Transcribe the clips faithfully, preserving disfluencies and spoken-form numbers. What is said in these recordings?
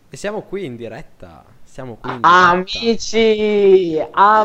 E siamo qui in diretta. Siamo qui in diretta. Amici,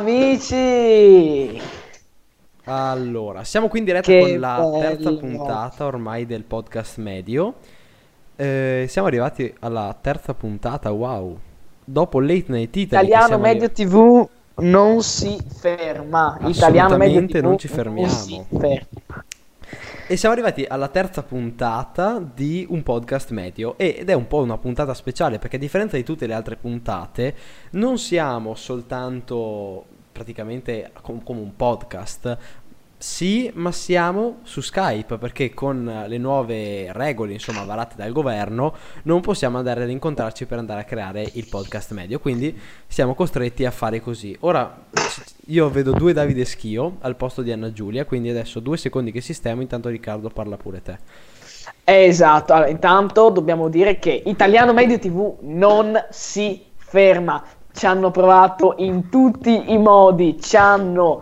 amici, Allora, siamo qui in diretta con che la terza bello. puntata ormai del podcast medio. Eh, siamo arrivati alla terza puntata, wow. Dopo Late Night Italy che Italiano siamo Medio arrivati. T V non si ferma. Italiano Medio Assolutamente non T V ci non si fermiamo. ferma. E siamo arrivati alla terza puntata di un podcast medio ed è un po' una puntata speciale perché a differenza di tutte le altre puntate non siamo soltanto praticamente com- come un podcast, sì, ma siamo su Skype perché con le nuove regole insomma varate dal governo non possiamo andare ad incontrarci per andare a creare il podcast medio, quindi siamo costretti a fare così. Ora io vedo due Davide Schio al posto di Anna Giulia, quindi adesso due secondi che sistemo, intanto Riccardo parla pure te. Esatto, allora, intanto dobbiamo dire che Italiano Medio T V non si ferma. Ci hanno provato in tutti i modi, ci hanno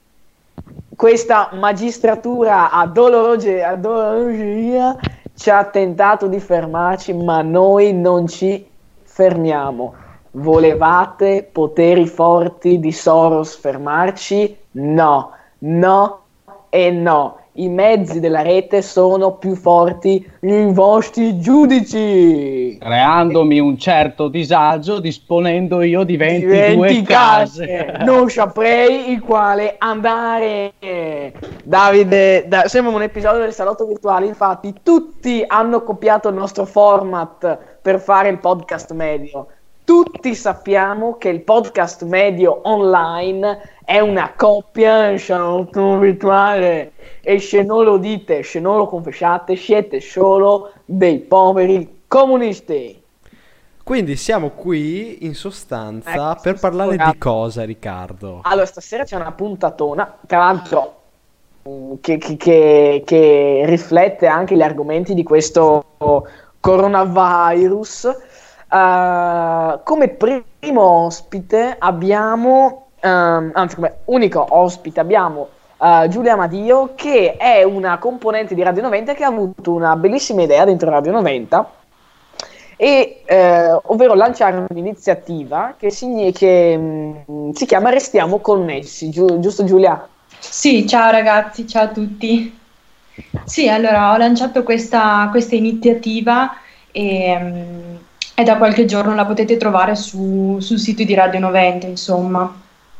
questa magistratura a doloroge- a dolorogeria ci ha tentato di fermarci, ma noi non ci fermiamo. Volevate poteri forti di Soros fermarci? No, no e no. I mezzi della rete sono più forti dei vostri giudici. Creandomi un certo disagio, disponendo io di ventidue Diventi case. case, non saprei il quale andare. Davide, da, sembra un episodio del salotto virtuale. Infatti, tutti hanno copiato il nostro format per fare il podcast medio. Tutti sappiamo che il podcast medio online è una coppia del salotto virtuale. E se non lo dite, se non lo confessate, siete solo dei poveri comunisti. Quindi siamo qui in sostanza Ecco, per parlare ora- di cosa, Riccardo? Allora, stasera c'è una puntatona, tra l'altro, mh, che, che- che- che riflette anche gli argomenti di questo coronavirus. Eh, come primo ospite abbiamo, ehm, anzi come unico ospite abbiamo eh, Giulia Amadio, che è una componente di Radio novanta che ha avuto una bellissima idea dentro Radio novanta, e, eh, ovvero lanciare un'iniziativa che, signi- che mh, si chiama Restiamo Connessi, giu- giusto Giulia? Sì, ciao ragazzi, ciao a tutti. Sì, allora ho lanciato questa, questa iniziativa e, mm, e da qualche giorno la potete trovare su- sul sito di Radio novanta, insomma.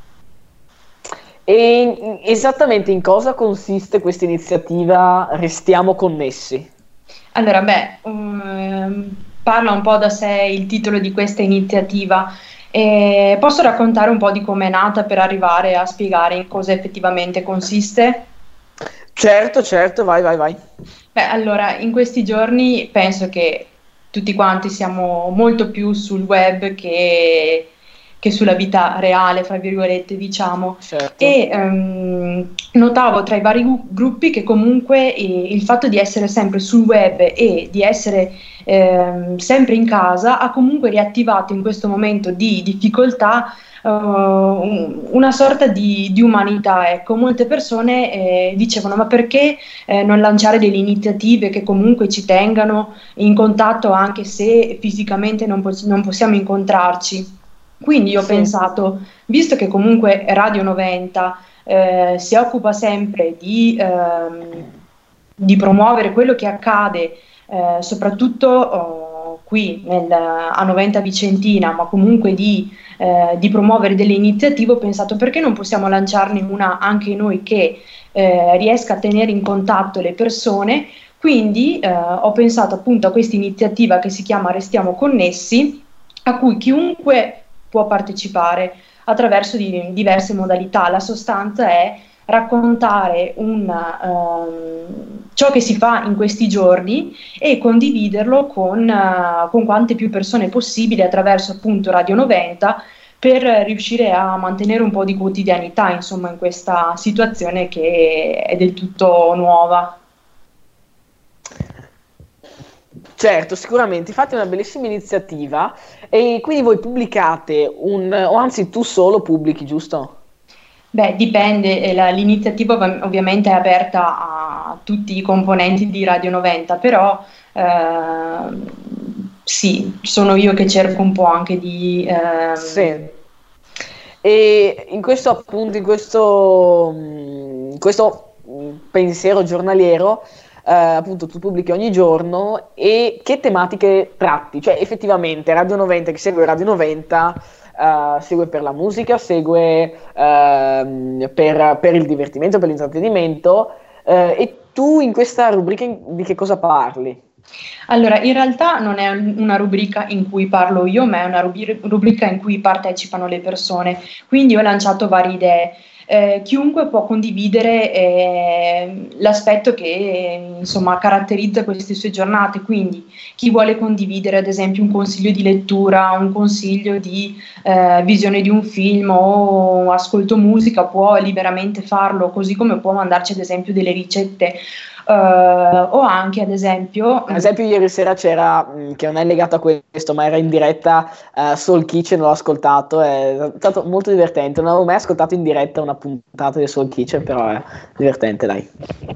E in- esattamente in cosa consiste questa iniziativa Restiamo Connessi? Allora, beh, um, parla un po' da sé il titolo di questa iniziativa. E posso raccontare un po' di come è nata per arrivare a spiegare in cosa effettivamente consiste? Certo, certo, vai, vai, vai. Beh, allora, in questi giorni penso che tutti quanti siamo molto più sul web che, che sulla vita reale, fra virgolette, diciamo. Certo. E ehm, notavo tra i vari gu- gruppi che comunque eh, il fatto di essere sempre sul web e di essere ehm, sempre in casa ha comunque riattivato in questo momento di difficoltà eh, un- una sorta di, di umanità. Ecco, molte persone eh, dicevano: ma perché eh, non lanciare delle iniziative che comunque ci tengano in contatto anche se fisicamente non, pos- non possiamo incontrarci? Quindi io ho Sì. pensato, visto che comunque Radio novanta eh, si occupa sempre di, ehm, di promuovere quello che accade, eh, soprattutto oh, qui nel- a Noventa Vicentina, ma comunque di, eh, di promuovere delle iniziative, ho pensato perché non possiamo lanciarne una anche noi che eh, riesca a tenere in contatto le persone. Quindi eh, ho pensato appunto a questa iniziativa che si chiama Restiamo Connessi, a cui chiunque può partecipare attraverso di diverse modalità. La sostanza è raccontare un, ehm, ciò che si fa in questi giorni e condividerlo con, eh, con quante più persone possibile attraverso appunto Radio novanta, per riuscire a mantenere un po' di quotidianità, insomma, in questa situazione che è del tutto nuova. Certo, sicuramente, infatti è una bellissima iniziativa, e quindi voi pubblicate un, o anzi tu solo pubblichi, giusto? Beh, dipende, eh, la- l'iniziativa ov- ovviamente è aperta a tutti i componenti di Radio novanta, però ehm, sì, sono io che cerco un po' anche di... ehm, Sì. E in questo appunto, in questo, mh, in questo mh, pensiero giornaliero, eh, appunto tu pubblichi ogni giorno e che tematiche tratti? Cioè effettivamente Radio novanta, che segue Radio novanta, eh, segue per la musica, segue ehm, per, per il divertimento, per l'intrattenimento, eh, e tu in questa rubrica in- di che cosa parli? Allora, in realtà non è un- una rubrica in cui parlo io, ma è una rubi- rubrica in cui partecipano le persone. Quindi ho lanciato varie idee. Eh, chiunque può condividere eh, l'aspetto che eh, insomma caratterizza queste sue giornate. Quindi chi vuole condividere, ad esempio, un consiglio di lettura, un consiglio di eh, visione di un film o ascolto musica, può liberamente farlo, così come può mandarci, ad esempio, delle ricette. Eh, o anche, ad esempio, Ad esempio ieri sera c'era, mh, che non è legato a questo, ma era in diretta, uh, Soul Kitchen, l'ho ascoltato, è stato molto divertente, non avevo mai ascoltato in diretta una puntata di Soul Kitchen, però è divertente, dai.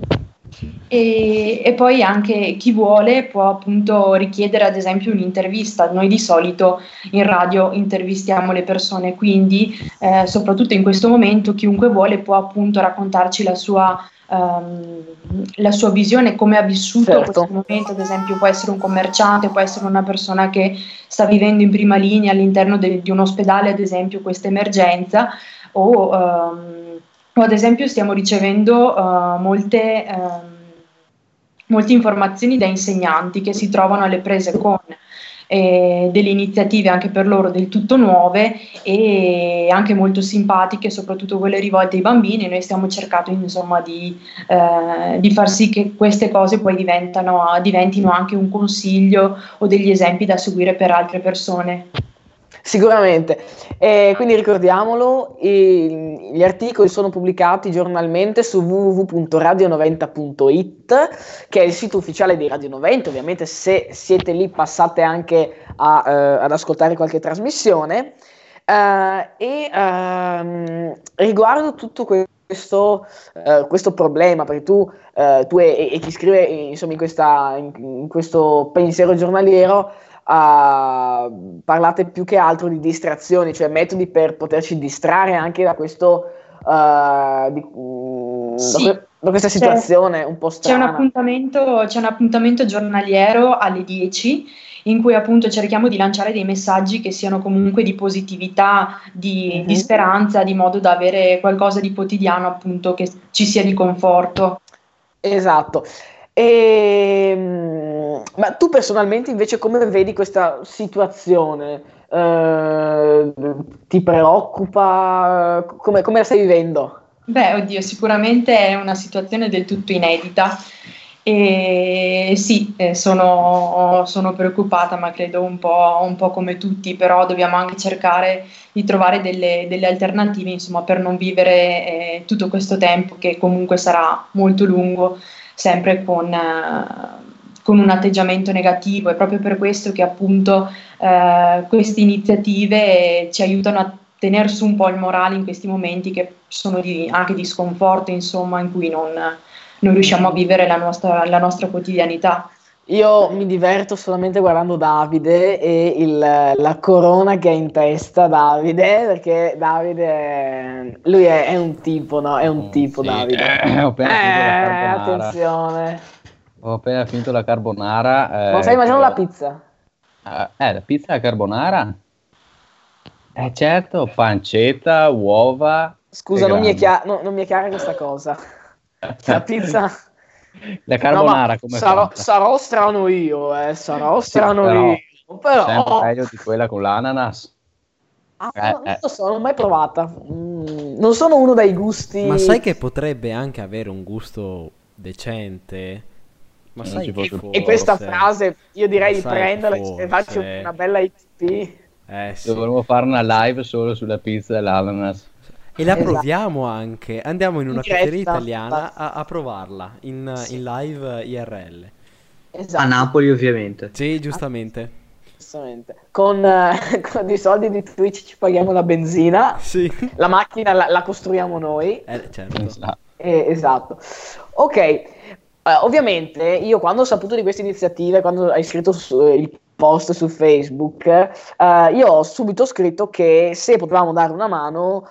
E, e poi anche chi vuole può appunto richiedere ad esempio un'intervista. Noi di solito in radio intervistiamo le persone, quindi eh, soprattutto in questo momento chiunque vuole può appunto raccontarci la sua, ehm, la sua visione, come ha vissuto Certo. questo momento. Ad esempio può essere un commerciante, può essere una persona che sta vivendo in prima linea all'interno de- di un ospedale, ad esempio, questa emergenza, o, ehm, o ad esempio stiamo ricevendo eh, molte... ehm, molte informazioni da insegnanti che si trovano alle prese con eh, delle iniziative anche per loro del tutto nuove e anche molto simpatiche, soprattutto quelle rivolte ai bambini. Noi stiamo cercando insomma di, eh, di far sì che queste cose poi diventano, diventino anche un consiglio o degli esempi da seguire per altre persone. Sicuramente, e quindi ricordiamolo, i- gli articoli sono pubblicati giornalmente su w w w punto radio novanta punto i t, che è il sito ufficiale di Radio novanta. Ovviamente se siete lì passate anche a, eh, ad ascoltare qualche trasmissione. Eh, e ehm, riguardo tutto questo, eh, questo problema, perché tu, eh, tu e, e chi scrive insomma in, questa, in, in questo pensiero giornaliero, uh, parlate più che altro di distrazioni, cioè metodi per poterci distrarre anche da questo uh, di, mm, Sì, da, que- da questa c'è- situazione un po' C'è un strana. appuntamento, c'è un appuntamento giornaliero alle dieci in cui appunto cerchiamo di lanciare dei messaggi che siano comunque di positività, di, Mhm. di speranza, di modo da avere qualcosa di quotidiano appunto che ci sia di conforto. Esatto. E, mm, ma tu personalmente invece come vedi questa situazione? Eh, ti preoccupa? Come, come la stai vivendo? Beh, oddio, sicuramente è una situazione del tutto inedita e sì, eh, sono, sono preoccupata, ma credo un po', un po' come tutti, però dobbiamo anche cercare di trovare delle, delle alternative, insomma, per non vivere eh, tutto questo tempo che comunque sarà molto lungo, sempre con, eh, con un atteggiamento negativo. È proprio per questo che appunto eh, queste iniziative ci aiutano a tenere su un po' il morale in questi momenti che sono di, anche di sconforto, insomma, in cui non, non riusciamo a vivere la nostra, la nostra quotidianità. Io mi diverto solamente guardando Davide e il- la corona che ha in testa Davide, perché Davide, lui è, è un tipo, no? È un Mm, tipo, sì, Davide. eh, ho appena finito la Eh, carbonara. attenzione. Ho appena finito la carbonara. Non eh, stai mangiando che la ho- pizza? Ah, eh, la pizza alla carbonara? Eh certo, pancetta, uova e Scusa, non mi è, grano. chia- no, non mi è chiara questa cosa. La pizza... La No, ma carbonara come è sarò, fatta? sarò strano io, eh, sarò Sì, strano io. però sempre Però... meglio di quella con l'ananas. Ah, Eh, non eh. lo so, non l'ho mai provata. Mm, non sono uno dai gusti... Ma sai che potrebbe anche avere un gusto decente? Ma Non sai ci che fosse- forse... E questa frase io direi Ma di sai che prenderla e faccio forse- una bella I P. Eh sì. Dovremmo fare una live solo sulla pizza e l'ananas. E la Esatto. proviamo anche. Andiamo in una In diretta. pizzeria italiana a, a provarla in, Sì. in live I R L. Esatto. A Napoli ovviamente. Sì, giustamente. Giustamente. Con, eh, con i soldi di Twitch ci paghiamo la benzina, Sì. la macchina la, la costruiamo noi. Eh, certo. Esatto. Eh, esatto. Ok, eh, ovviamente io quando ho saputo di queste iniziative, quando hai scritto su- il post su Facebook, eh, io ho subito scritto che se potevamo dare una mano,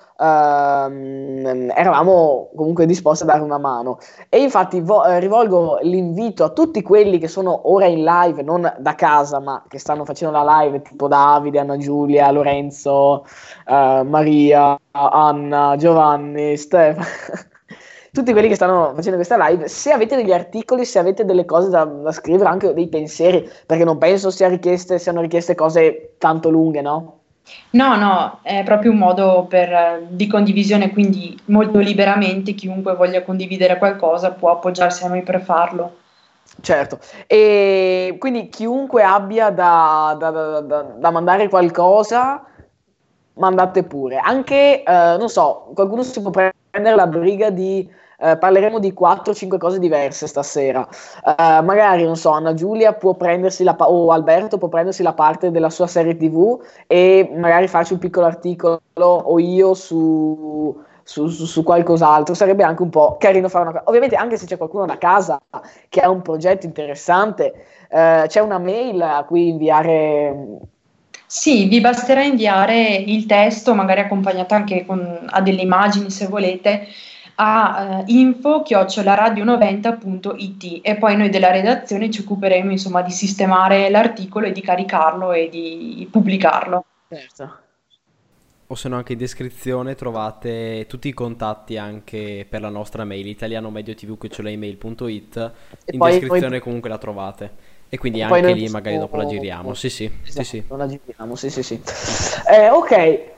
ehm, eravamo comunque disposti a dare una mano. E infatti vo- eh, rivolgo l'invito a tutti quelli che sono ora in live, non da casa, ma che stanno facendo la live, tipo Davide, Anna Giulia, Lorenzo, eh, Maria, Anna, Giovanni, Stefano. Tutti quelli che stanno facendo questa live, se avete degli articoli, se avete delle cose da, da scrivere, anche dei pensieri, perché non penso sia richieste, siano richieste cose tanto lunghe, no? No, no, è proprio un modo per, di condivisione, quindi molto liberamente chiunque voglia condividere qualcosa può appoggiarsi a noi per farlo. Certo, e quindi chiunque abbia da, da, da, da, da mandare qualcosa, mandate pure. Anche, eh, non so, qualcuno si può prendere la briga di... Eh, parleremo di quattro cinque cose diverse stasera. Eh, magari, non so, Anna Giulia può prendersi la pa- o Alberto può prendersi la parte della sua serie tivù e magari farci un piccolo articolo o io su, su, su, su qualcos'altro. Sarebbe anche un po' carino fare una cosa. Ovviamente, anche se c'è qualcuno da casa che ha un progetto interessante, eh, c'è una mail a cui inviare. Sì, vi basterà inviare il testo, magari accompagnato anche con, a delle immagini se volete, a uh, info chiocciola radio novanta punto it e poi noi della redazione ci occuperemo insomma di sistemare l'articolo e di caricarlo e di pubblicarlo. Certo. O se no anche in descrizione trovate tutti i contatti anche per la nostra mail italianomediotv chiocciola email punto it. In poi, descrizione poi... comunque la trovate. E quindi e anche lì magari dopo la giriamo. Sì, sì, esatto, sì, sì. La giriamo, sì, sì, sì. Eh, ok, eh,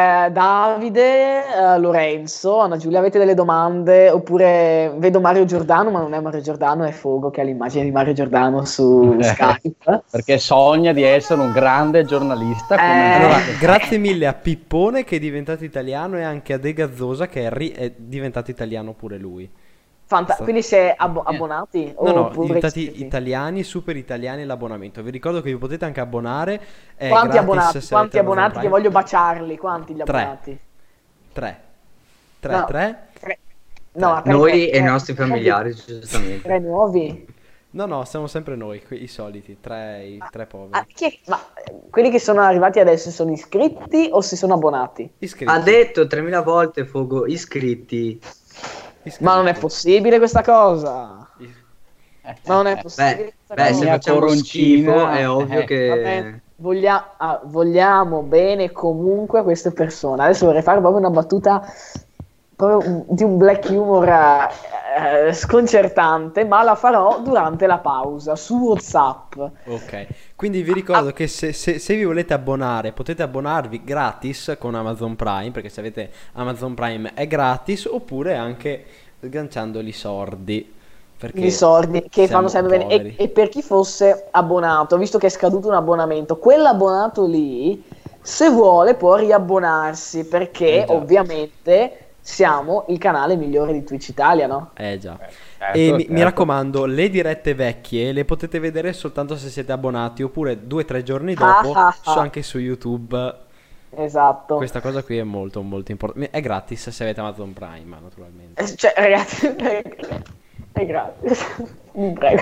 Davide, eh, Lorenzo, Anna Giulia, avete delle domande? Oppure vedo Mario Giordano, ma non è Mario Giordano, è Fogo che ha l'immagine di Mario Giordano su Skype. Perché sogna di essere un grande giornalista. Come Eh. Allora, grazie mille a Pippone che è diventato italiano e anche a De Gazzosa che è, ri- è diventato italiano pure lui. Fanta- Sta- quindi si è abbo- abbonati? No, no, oppure diventati iscritti? italiani, super italiani l'abbonamento. Vi ricordo che vi potete anche abbonare. È Quanti gratis abbonati? se Quanti avete Amazon abbonati che Prime. voglio baciarli? Quanti gli Tre. abbonati? Tre. Tre, No, tre. tre. No, ma tre- Noi tre- e i tre- nostri tre- familiari, giustamente. Tre nuovi? No, no, siamo sempre noi, que- i soliti, tre, i tre poveri. Ah, chi è- ma eh, quelli che sono arrivati adesso sono iscritti o si sono abbonati? Iscritti. Ha detto tremila volte Fogo, iscritti. Iscritti. Ma non è possibile questa cosa. Is- Ma non è possibile Beh, questa beh, se cosa. mia facciamo coroncina, schifo è ovvio eh. che... Vabbè, voglia- ah, vogliamo bene comunque a queste persone. Adesso vorrei fare proprio una battuta proprio un- di un black humor eh, sconcertante, ma la farò durante la pausa su WhatsApp. Ok, quindi vi ricordo che se, se- se vi volete abbonare potete abbonarvi gratis con Amazon Prime, perché se avete Amazon Prime è gratis, oppure anche sganciandoli sordi. Perché I sordi che siamo fanno sempre bene. poveri. E, e per chi fosse abbonato, visto che è scaduto un abbonamento, quell'abbonato lì, se vuole, può riabbonarsi perché Eh già. ovviamente siamo il canale migliore di Twitch Italia, no? Eh già. Certo, E mi, mi certo. raccomando, le dirette vecchie le potete vedere soltanto se siete abbonati, oppure due o tre giorni Ah, dopo ah, su- ah. anche su YouTube. Esatto. Questa cosa qui è molto molto importante. È gratis se avete Amazon Prime, naturalmente. Eh, Cioè, ragazzi, è gratis. Mi prego.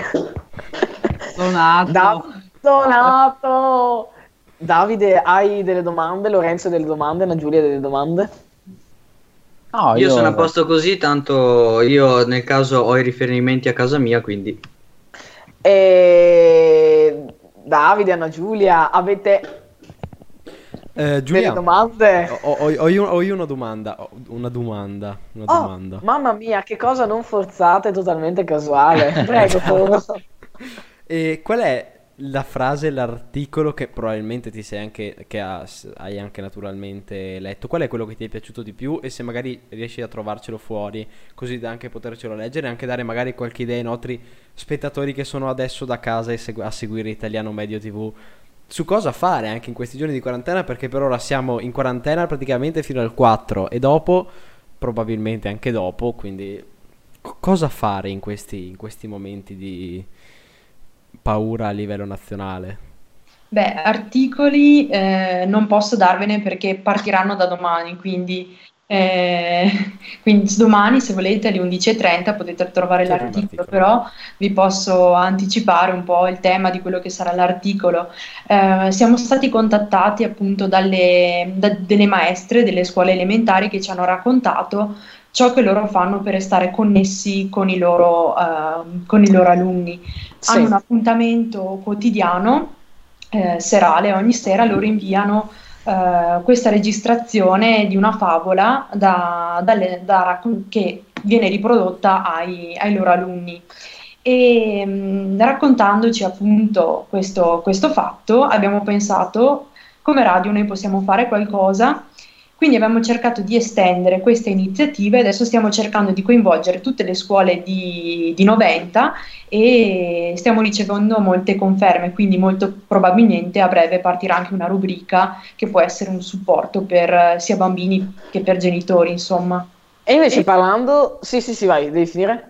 Donato. Da- Donato! Davide, hai delle domande? Lorenzo delle domande? Anna Giulia delle domande? No, Io sono a posto così, tanto io nel caso ho i riferimenti a casa mia, quindi... E... Davide, Anna Giulia, avete Eh, Giulia, delle domande? ho, ho- ho io, ho io una domanda. Ho una domanda. Una Oh, domanda. mamma mia, che cosa non forzata e totalmente casuale. Prego, Paolo. E qual è la frase, l'articolo che probabilmente ti sei anche, che ha- hai anche naturalmente letto? Qual è quello che ti è piaciuto di più? E se magari riesci a trovarcelo fuori, così da anche potercelo leggere e anche dare magari qualche idea ai nostri spettatori che sono adesso da casa e segu- a seguire Italiano Medio T V su cosa fare anche in questi giorni di quarantena, perché per ora siamo in quarantena praticamente fino al quattro e dopo, probabilmente anche dopo, quindi co- cosa fare in questi, in questi momenti di paura a livello nazionale? Beh, articoli eh, non posso darvene perché partiranno da domani, quindi Eh, quindi domani, se volete, alle undici e trenta potete trovare C'è un l'articolo, articolo. però vi posso anticipare un po' il tema di quello che sarà l'articolo. Eh, siamo stati contattati appunto dalle, da- delle maestre delle scuole elementari che ci hanno raccontato ciò che loro fanno per restare connessi con i loro, eh, con i loro alunni. Sì. Hanno un appuntamento quotidiano, eh, serale, ogni sera loro inviano eh, questa registrazione di una favola da- dalle- da raccon- che viene riprodotta ai, ai loro alunni. E mh, raccontandoci appunto questo, questo fatto, abbiamo pensato come radio noi possiamo fare qualcosa, quindi abbiamo cercato di estendere queste iniziative, adesso stiamo cercando di coinvolgere tutte le scuole di, di noventa e stiamo ricevendo molte conferme, quindi molto probabilmente a breve partirà anche una rubrica che può essere un supporto per eh, sia bambini che per genitori, insomma. E invece E- parlando... Sì, sì, sì, vai, devi finire?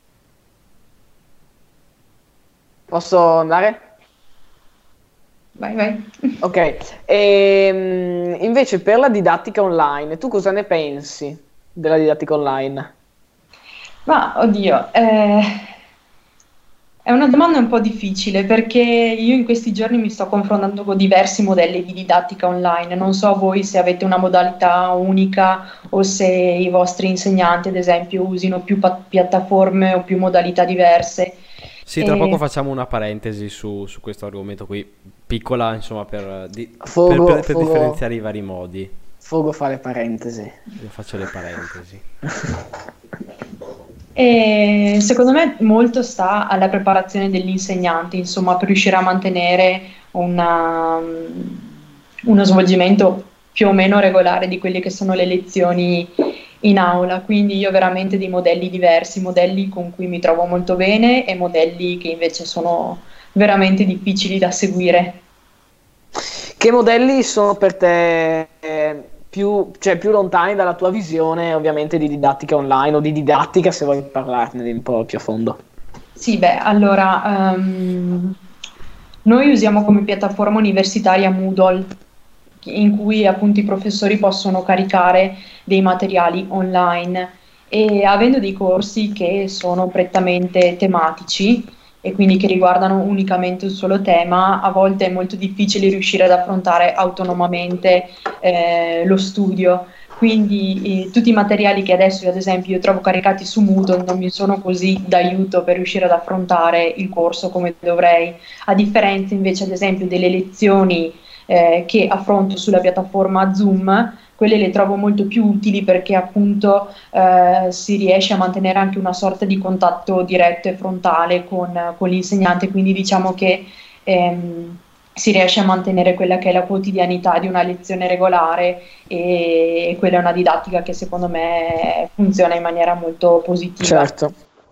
Posso andare? Vai, vai. Ok. Ehm, invece per la didattica online, tu cosa ne pensi della didattica online? Ma oddio, eh, è una domanda un po' difficile perché io in questi giorni mi sto confrontando con diversi modelli di didattica online. Non so voi se avete una modalità unica o se i vostri insegnanti, ad esempio, usino più pa- piattaforme o più modalità diverse. Sì, tra poco E- facciamo una parentesi su, su questo argomento qui, piccola, insomma, per, di- per- Fogo, per- per fogo, differenziare i vari modi. fogo fa le parentesi. Io faccio le parentesi. E secondo me molto sta alla preparazione degli insegnanti, insomma, per riuscire a mantenere una- uno svolgimento più o meno regolare di quelle che sono le lezioni in aula. Quindi io ho veramente dei modelli diversi, modelli con cui mi trovo molto bene e modelli che invece sono veramente difficili da seguire. Che modelli sono per te eh, più, cioè, più lontani dalla tua visione, ovviamente, di didattica online o di didattica, se vuoi parlarne un po' più a fondo? Sì, beh, allora, ehm, noi usiamo come piattaforma universitaria Moodle, in cui appunto i professori possono caricare dei materiali online e avendo dei corsi che sono prettamente tematici e quindi che riguardano unicamente un solo tema, a volte è molto difficile riuscire ad affrontare autonomamente eh, lo studio. Quindi eh, tutti i materiali che adesso io, ad esempio, io trovo caricati su Moodle non mi sono così d'aiuto per riuscire ad affrontare il corso come dovrei, a differenza invece, ad esempio, delle lezioni eh, che affronto sulla piattaforma Zoom, quelle le trovo molto più utili perché appunto eh, si riesce a mantenere anche una sorta di contatto diretto e frontale con, con l'insegnante, quindi diciamo che ehm, si riesce a mantenere quella che è la quotidianità di una lezione regolare e, e quella è una didattica che secondo me funziona in maniera molto positiva. Certo.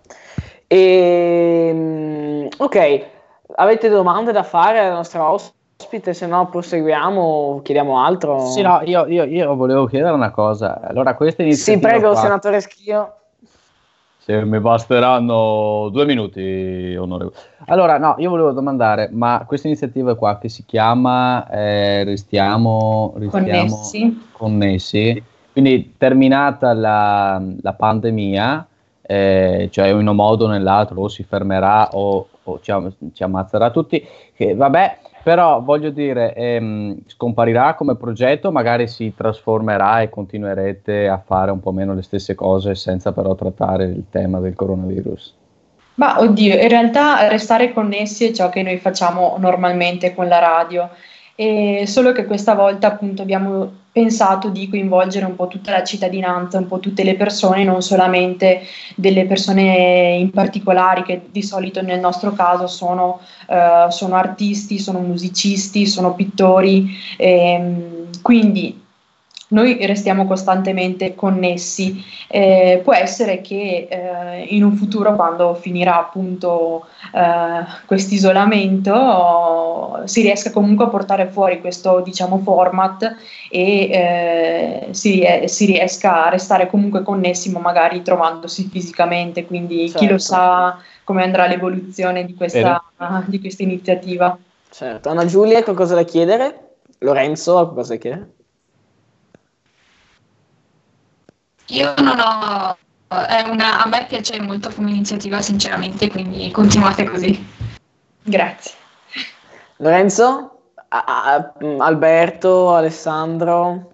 E, ok, avete domande da fare alla nostra ospite? Se no proseguiamo, chiediamo altro. Sì, no, io, io- io volevo chiedere una cosa. Allora, questa Sì, iniziativa prego, qua, senatore Schio. se mi basteranno due minuti, onorevole. Allora, no, io volevo domandare, ma questa iniziativa qua che si chiama eh, Restiamo, Restiamo Connessi. connessi, quindi terminata la, la pandemia, eh, cioè in un modo o nell'altro o si fermerà o, o ci, am- ci ammazzerà tutti, che vabbè, però voglio dire, ehm, scomparirà come progetto, magari si trasformerà e continuerete a fare un po' meno le stesse cose senza però trattare il tema del coronavirus. Ma oddio, in realtà restare connessi è ciò che noi facciamo normalmente con la radio, e solo che questa volta appunto abbiamo pensato di coinvolgere un po' tutta la cittadinanza, un po' tutte le persone, non solamente delle persone in particolari che di solito nel nostro caso sono, eh, sono artisti, sono musicisti, sono pittori, ehm, quindi noi restiamo costantemente connessi. Eh, può essere che eh, in un futuro, quando finirà appunto eh, questo isolamento, si riesca comunque a portare fuori questo, diciamo, format e eh, si, rie- si riesca a restare comunque connessi, ma magari trovandosi fisicamente. Quindi chi lo Certo. sa come andrà l'evoluzione di questa, di questa iniziativa. Certo. Anna Giulia, qualcosa da chiedere? Lorenzo, ha qualcosa da chiedere? Io non ho... È una... A me piace molto come iniziativa, sinceramente, quindi continuate così. Grazie. Lorenzo? A- a- Alberto? Alessandro?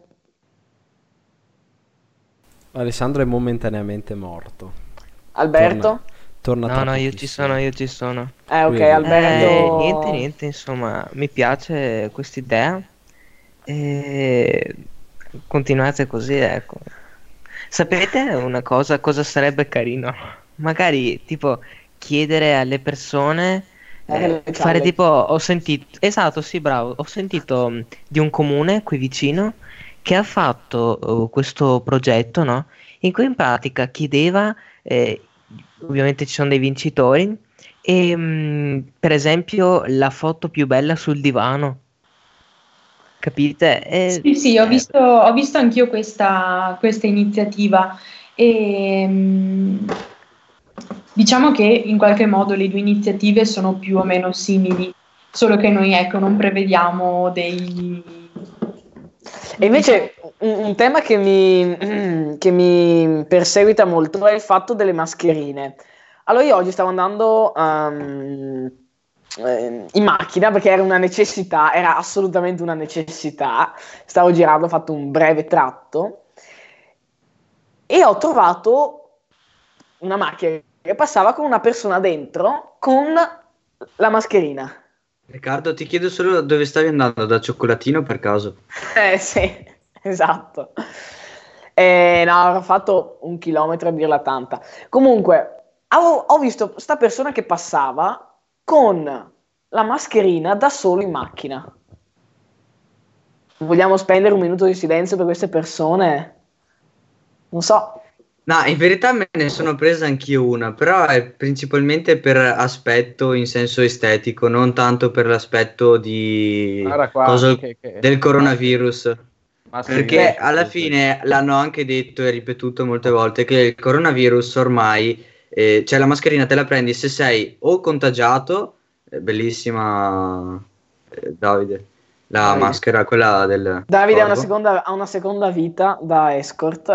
Alessandro è momentaneamente morto. Alberto? Torna, torna No, tra no, io ci pochissimo. sono, io ci sono. Eh, ok, Quindi- Alberto. Eh, niente, niente, insomma, mi piace quest'idea. E continuate così, ecco. Sapete una cosa, cosa sarebbe carino? Magari, tipo, chiedere alle persone, Eh, eh, le fare challenge. tipo, ho sentito, esatto, sì, bravo, ho sentito mh, di un comune qui vicino che ha fatto eh, questo progetto, no? In cui in pratica chiedeva, eh, ovviamente ci sono dei vincitori, e mh, per esempio la foto più bella sul divano, capite? E- Sì, sì, ho eh, visto, ho visto anch'io questa, questa iniziativa e mh, diciamo che in qualche modo le due iniziative sono più o meno simili, solo che noi ecco, non prevediamo dei... E invece un, un tema che mi, che mi perseguita molto è il fatto delle mascherine. Allora io oggi stavo andando ehm, eh, in macchina perché era una necessità, era assolutamente una necessità. Stavo girando, ho fatto un breve tratto e ho trovato una macchina che passava con una persona dentro con la mascherina. Riccardo, ti chiedo solo dove stavi andando, da Cioccolatino per caso? Eh sì, esatto. Eh, no, avrò fatto un chilometro a dirla tanta. Comunque, avevo- ho visto sta persona che passava con la mascherina da solo in macchina. Vogliamo spendere un minuto di silenzio per queste persone? Non so. No, in verità me ne sono presa anch'io una, però è principalmente per aspetto in senso estetico, non tanto per l'aspetto di Guarda qua, cosa- che- che- del coronavirus. mascherine. Perché Beh, alla fine l'hanno anche detto e ripetuto molte volte che il coronavirus ormai, eh, cioè la mascherina te la prendi se sei o contagiato, eh, bellissima eh, Davide, la Davide. maschera, quella del Davide ha una corvo. seconda, ha una seconda vita da escort.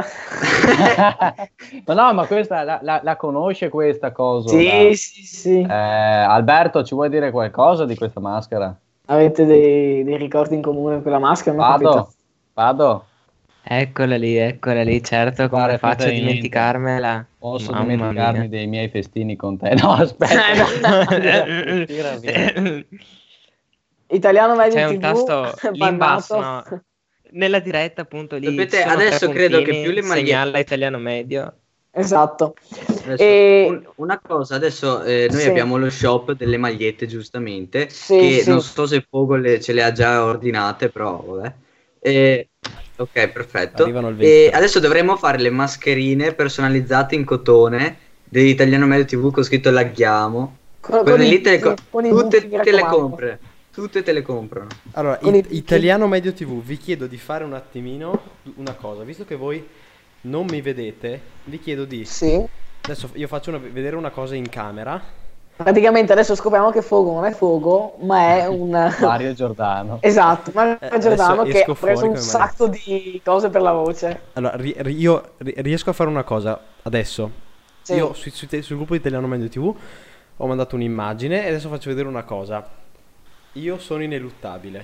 Ma no, ma questa la, la- la conosce questa cosa? Sì, sì, sì. Eh, Alberto, ci vuoi dire qualcosa di questa maschera? Avete dei, dei ricordi in comune con quella maschera? Non ho Vado, capito. vado. Eccola lì, eccola lì, certo, come Fare faccio finta a di niente. dimenticarmela? Posso Mamma dimenticarmi mia. dei miei festini con te? No, aspetta. Tira via. Italiano Medio C'è un T V tasto lì in basso, bannato. no? Nella diretta appunto lì Sapete, ci sono tre adesso credo che puntini, più le magliette- segnala italiano medio. Esatto. Adesso, E- un- una cosa, adesso eh, noi Sì. abbiamo lo shop delle magliette, giustamente, Sì, che sì. non so se Pogo le- ce le ha già ordinate, però vabbè. E- ok, perfetto. Arrivano il E ventitré. adesso dovremmo fare le mascherine personalizzate in cotone dell'Italiano Medio T V con scritto Laghiamo. Con, Quelle con i- lì te le co- sì, con i tutte buchi, mi te le raccomando. compre. Tutte te le comprano. Allora, Con i it- picchi. Italiano Medio T V, vi chiedo di fare un attimino una cosa, visto che voi non mi vedete, vi chiedo di... Sì. Adesso io faccio una- vedere una cosa in camera. Praticamente adesso scopriamo che Fogo non è Fogo, ma è un... Mario Giordano. Esatto, Mario Eh, Giordano adesso che esco ha preso fuori un come sacco di cose per la voce. Allora, ri- ri- io ri- riesco a fare una cosa adesso. Sì. Io su- su- sul gruppo di Italiano Medio T V ho mandato un'immagine e adesso faccio vedere una cosa. Io sono ineluttabile.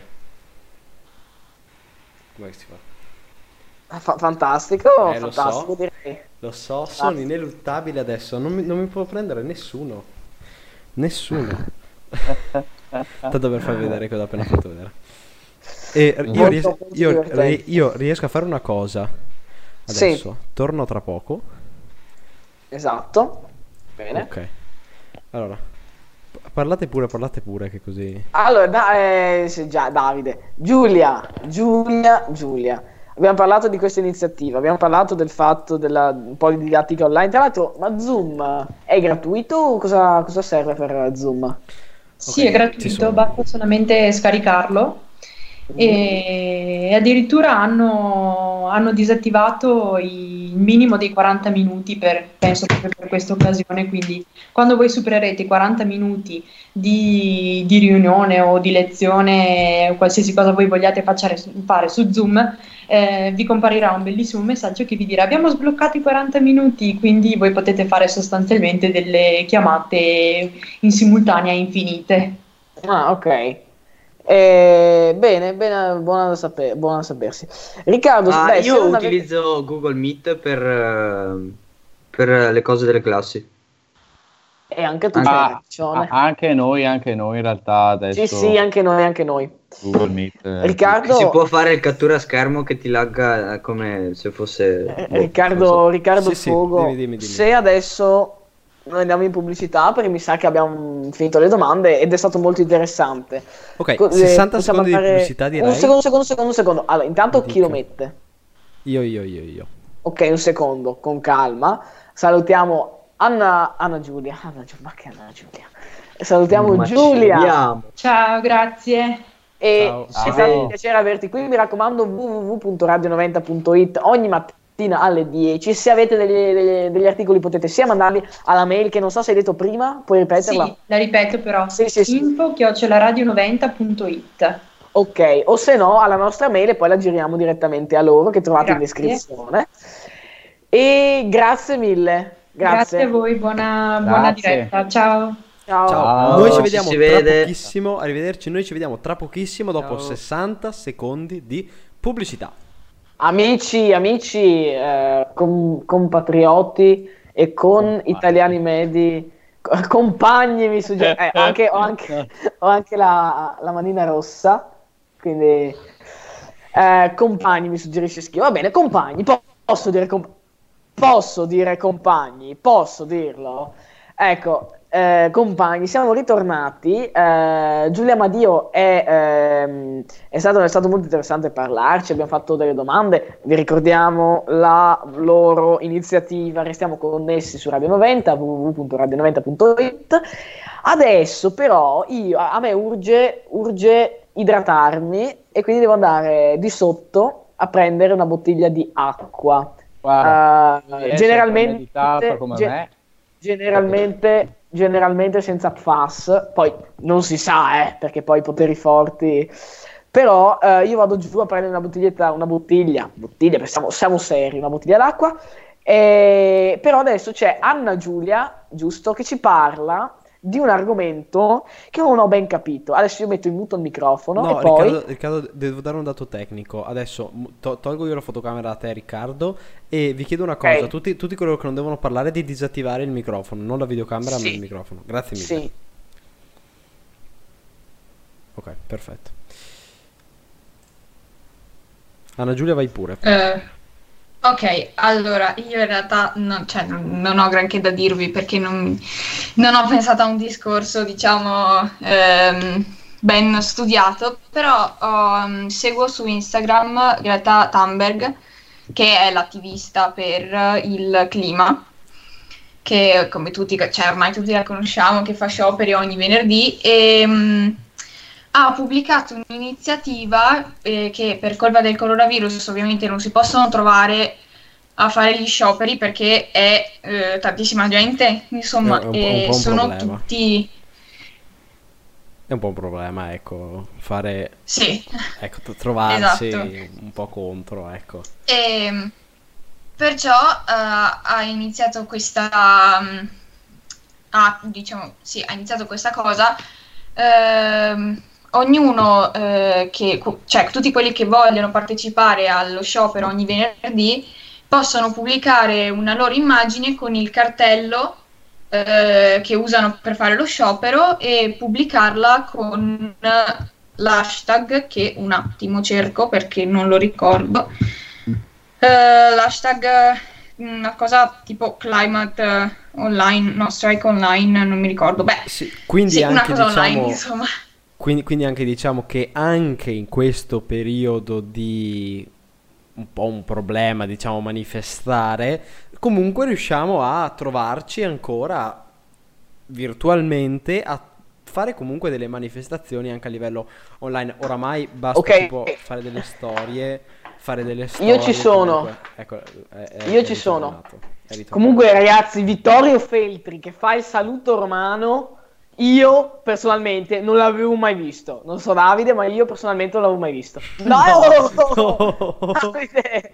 Come si fa? Fa- fantastico, Eh, lo fantastico so. direi. Lo so, sono ineluttabile adesso. Non mi, non mi può prendere nessuno. Nessuno. Tanto per farvi vedere cosa ho appena fatto vedere. E io, Molto, ries- molto io, divertente. ri- io riesco a fare una cosa. Sì. Adesso torno tra poco. Esatto. Bene. Ok. Allora, p- parlate pure, parlate pure, che così. Allora, da- eh, sì, già, Davide, Giulia, Giulia, Giulia. Abbiamo parlato di questa iniziativa, abbiamo parlato del fatto della un po' di didattica online. Tra l'altro, ma Zoom è gratuito o cosa, cosa serve per Zoom? Sì, Ok, è ci gratuito, sono. basta solamente scaricarlo e addirittura hanno, hanno disattivato il minimo dei quaranta minuti per, penso proprio per questa occasione, quindi quando voi supererete i quaranta minuti di, di riunione o di lezione o qualsiasi cosa voi vogliate facciare, fare su Zoom, eh, vi comparirà un bellissimo messaggio che vi dirà abbiamo sbloccato i quaranta minuti, quindi voi potete fare sostanzialmente delle chiamate in simultanea infinite. Ah, ok. Eh, bene, bene, buono da, saper- buono da sapersi. Riccardo, Ah, beh, se io non avete- utilizzo Google Meet per, eh, per le cose delle classi. E anche tu Ah, c'hai ragione. a- anche noi, anche noi in realtà adesso Sì, sì, anche noi, anche noi. Google Meet. eh, Riccardo, Si può fare il cattura schermo che ti lagga eh, come se fosse... eh, boh, Riccardo, non so. Riccardo Sì, sì, Fogo, dimmi, dimmi, dimmi. se adesso noi andiamo in pubblicità, perché mi sa che abbiamo finito le domande ed è stato molto interessante. Ok, Co- eh, sessanta possiamo secondi di andare- pubblicità direi. Un secondo, un secondo, un secondo, un secondo. Allora, intanto Mi chi lo dica. mette? Io, io, io, io. Ok, un secondo, con calma. Salutiamo Anna, Anna Giulia. Anna Giulia, ma che Anna Giulia? Salutiamo Ma ci Giulia. vediamo. Ciao, grazie. E Ciao. è Ciao. stato un piacere averti qui. Mi raccomando, w w w punto radio novanta punto it ogni mattina alle dieci. Se avete degli, degli- degli articoli potete sia mandarli alla mail che non so se hai detto prima, puoi ripeterla? Sì, la ripeto però. Sì, sì, sì. info chiocciola radio novanta punto it. Ok, o se no alla nostra mail e poi la giriamo direttamente a loro che trovate Grazie. in descrizione. E grazie mille. Grazie, Grazie. a voi, buona, buona Grazie. diretta. Ciao. Ciao. Ciao, Ciao. noi ci Ci vediamo si tra vede. pochissimo. Arrivederci. Noi ci vediamo tra pochissimo dopo Ciao. sessanta secondi di pubblicità. Amici, amici, eh, com- compatrioti e con Compagni. italiani medi, co- compagni mi suggerisce, ho anche, ho anche, ho anche la, la manina rossa, quindi eh, compagni mi suggerisce schifo, va bene, compagni, po- posso dire, comp- posso dire compagni, posso dirlo, ecco, eh, compagni, siamo ritornati, eh, Giulia Madio è, ehm, è, stato, è stato molto interessante parlarci, abbiamo fatto delle domande, vi ricordiamo la loro iniziativa, restiamo connessi su Radio novanta, w w w punto radio novanta punto it. Adesso però io, a me urge, urge idratarmi e quindi devo andare di sotto a prendere una bottiglia di acqua. Guarda, Eh, di essere generalmente, meditato come ge- me. generalmente, generalmente senza P F A S, poi non si sa, eh, perché poi i poteri forti. Però eh, io vado giù a prendere una bottiglietta, una bottiglia, bottiglia, perché siamo, siamo seri, una bottiglia d'acqua. E... Però adesso c'è Anna Giulia, giusto, che ci parla di un argomento che non ho ben capito. Adesso io metto in muto il microfono No, e poi... Riccardo, Riccardo, devo dare un dato tecnico. Adesso m- to- tolgo io la fotocamera a te, Riccardo, e vi chiedo una cosa. Ok. Tutti, tutti coloro che non devono parlare di disattivare il microfono, non la videocamera, Sì. ma il microfono. Grazie mille. Sì. Ok, perfetto. Anna Giulia, vai pure. Eh, ok, allora io in realtà non, cioè, non- non ho granché da dirvi perché non, non ho pensato a un discorso, diciamo, ehm, ben studiato, però um, seguo su Instagram in realtà Thunberg, che è l'attivista per il clima, che come tutti, cioè ormai tutti la conosciamo, che fa scioperi ogni venerdì e mm, ha pubblicato un'iniziativa eh, che per colpa del coronavirus ovviamente non si possono trovare a fare gli scioperi perché è eh, tantissima gente, insomma, È un po'- un e po' un sono problema. tutti... È un po' un problema, ecco, fare, Sì, ecco, t- trovarsi Esatto. un po' contro, ecco. e perciò eh, ha iniziato questa... mm, ha, diciamo, sì, ha iniziato questa cosa. ehm, ognuno eh, che, cioè tutti quelli che vogliono partecipare allo sciopero ogni venerdì possono pubblicare una loro immagine con il cartello eh, che usano per fare lo sciopero e pubblicarla con l'hashtag che un attimo cerco perché non lo ricordo. Eh, l'hashtag eh, una cosa tipo climate eh, online, no, strike online, non mi ricordo. Beh, Sì, quindi sì, una anche cosa diciamo, online, insomma. quindi, quindi anche diciamo che anche in questo periodo di un po' un problema, diciamo, manifestare, comunque riusciamo a trovarci ancora virtualmente a fare comunque delle manifestazioni anche a livello online. Oramai basta Ok. tipo fare delle storie, fare delle storie. Io ci sono. Comunque, ecco, è, è, Io è ci sono. ritornato, è ritornato. Comunque, ragazzi, Vittorio Feltri che fa il saluto romano, io personalmente non l'avevo mai visto. Non so Davide, ma io personalmente non l'avevo mai visto. No, No. Davide!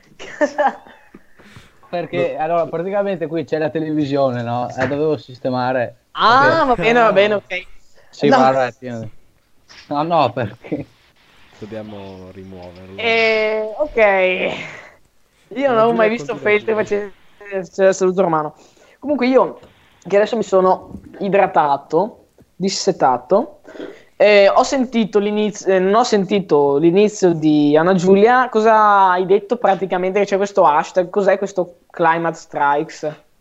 Perché allora praticamente qui c'è la televisione, no? E dovevo sistemare. Ah, Ok. va bene, va bene, ok. Sì, No. guarda, è pieno. No, no, perché Dobbiamo rimuoverlo. Eh, ok. Io non avevo mai visto Feltri facere il saluto romano. Comunque io, che adesso mi sono idratato, dissetato, eh, ho sentito l'inizio, eh, non ho sentito l'inizio di Anna Giulia. Cosa hai detto praticamente? Che c'è questo hashtag, cos'è questo Climate Strikes?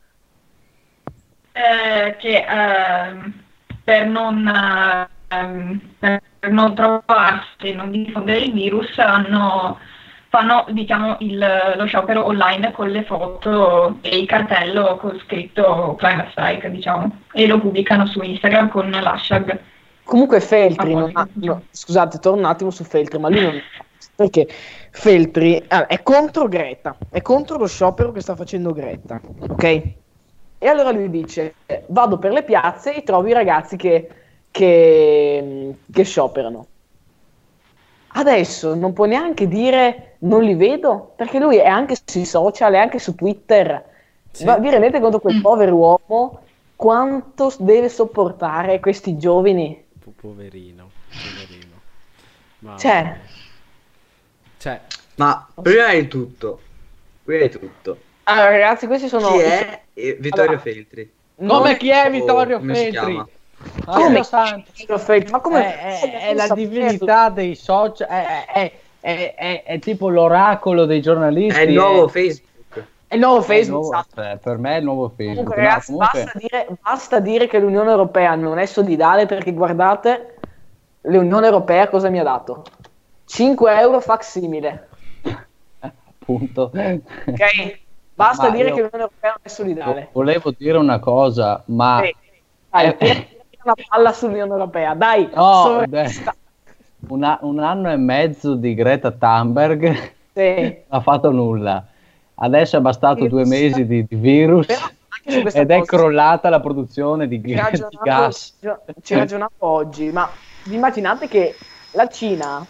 Eh, che ehm, per non ehm, per non trovarsi, non diffondere il virus, hanno, fanno diciamo il, lo sciopero online con le foto e il cartello con scritto Climate Strike, diciamo, e lo pubblicano su Instagram con l'hashtag. Comunque Feltri, Ah, non ha- poi- no, scusate, torno un attimo su Feltri, ma lui non... Perché Feltri ah, è contro Greta, è contro lo sciopero che sta facendo Greta, ok? E allora lui dice, eh, vado per le piazze e trovo i ragazzi che, che, che scioperano. Adesso non può neanche dire non li vedo, perché lui è anche sui social, è anche su Twitter. Sì. Ma vi rendete conto quel Mm. povero uomo quanto deve sopportare questi giovani? Po- Poverino, poverino. Ma- Cioè, Cioè, Ma prima di tutto, prima di tutto, allora, ragazzi, questi sono... chi è eh, Vittorio Allora, Feltri? non come è- chi è O Vittorio come si Feltri? chiama? Come Dio santo. Vittorio Feltri? Ma come... È, è- è la divinità dei social, è, è- è- è- è tipo l'oracolo dei giornalisti. È il nuovo Facebook. È il nuovo è il Facebook, nuovo- esatto. cioè, per me è il nuovo Facebook. Comunque, No, ragazzi, comunque- basta, dire, basta dire che l'Unione Europea non è solidale, perché guardate, l'Unione Europea cosa mi ha dato? cinque euro facsimile, appunto. ok? Basta Ma dire io- che l'Unione Europea non è solidale. Volevo dire una cosa, ma Sì. Dai, Eh. tira una palla sull'Unione Europea, dai, No, sovranista. una- un anno e mezzo di Greta Thunberg non Sì. ha fatto nulla. Adesso è bastato Sì, due sì. mesi di, di virus Però anche su questa ed è cosa- crollata la produzione di, Ci di ragionavo, gas. ci ragionavo oggi, ma vi immaginate che la Cina,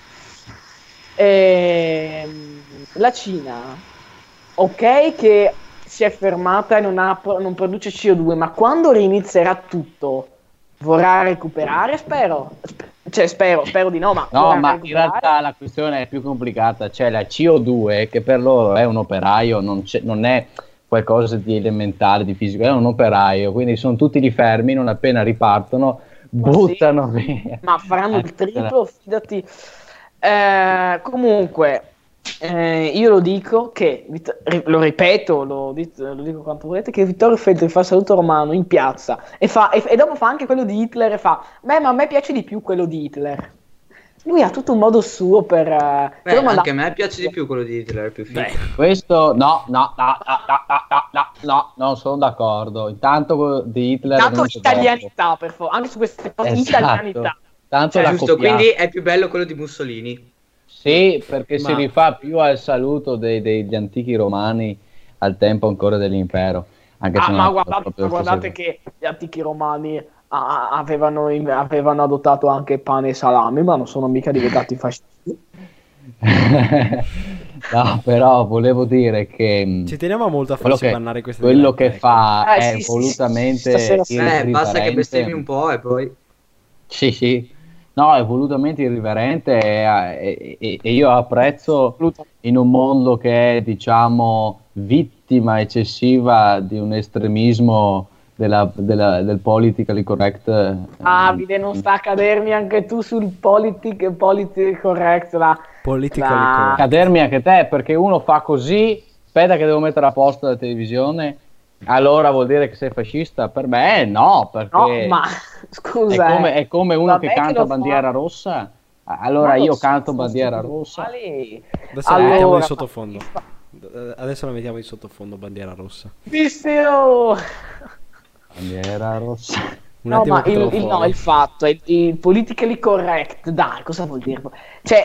ehm, la Cina, ok che si è fermata e non, ha, non produce C O due, ma quando rinizierà tutto vorrà recuperare, spero, Sp- cioè spero, spero di no, ma No, vorrà ma in recuperare? realtà la questione è più complicata. C'è la C O due, che per loro è un operaio, non, c'è- non è qualcosa di elementare, di fisico, è un operaio, quindi sono tutti lì fermi, non appena ripartono, Ma buttano sì, via. ma faranno il triplo, fidati. Eh, comunque, eh, io lo dico che, Vit- ri- lo ripeto, lo, dit- lo dico quanto volete, che Vittorio Feltri fa il saluto romano in piazza e, fa, e, e dopo fa anche quello di Hitler e fa, beh, ma a me piace di più quello di Hitler. Lui ha tutto un modo suo per... eh, Beh, per mandare- anche a me piace di più quello di Hitler, è più figo. Questo no, no, no, no, no, no, no, no, no, non sono d'accordo. Intanto quello di Hitler Tanto non c'è italianità, per favore, anche su queste cose, troppo. italianità. Esatto. Tanto Cioè, la Giusto, copiata. quindi è più bello quello di Mussolini. Sì, perché si Ma- rifà più al saluto dei- degli antichi romani al tempo ancora dell'impero. Anche se Ah, non ma è guardate, proprio ma guardate così. che gli antichi romani ah, avevano, avevano adottato anche pane e salame, ma non sono mica diventati fascisti. No, però volevo dire che mh, ci teniamo molto a quello farci che, bannare queste quello dirette, che ecco. fa Eh, è sì, sì, volutamente stasera sì. Eh, basta che irriverente. bestemmi un po' e poi... Sì, sì. No, è volutamente irriverente e, e- e io apprezzo in un mondo che è, diciamo, vittima eccessiva di un estremismo della, della- del politically correct. eh, Davide, non sta a cadermi anche tu sul politic, politic correct, là. Politically Dai. correct. cadermi anche te, perché uno fa così, aspetta che devo mettere a posto la televisione, allora vuol dire che sei fascista? Per me no, perché No, ma è scusa, come, eh. è come uno Vabbè che canta lo bandiera fa. rossa, allora Ma lo io so, canto sono bandiera stupidi rossa. uguali. Adesso la mettiamo Allora, in sottofondo. Adesso la mettiamo in sottofondo, bandiera rossa. Vissero! Bandiera rossa. Un No, attimo ma che il, te lo il- no, fuori. il fatto, il, il politically correct, dai, cosa vuol dire? Cioè,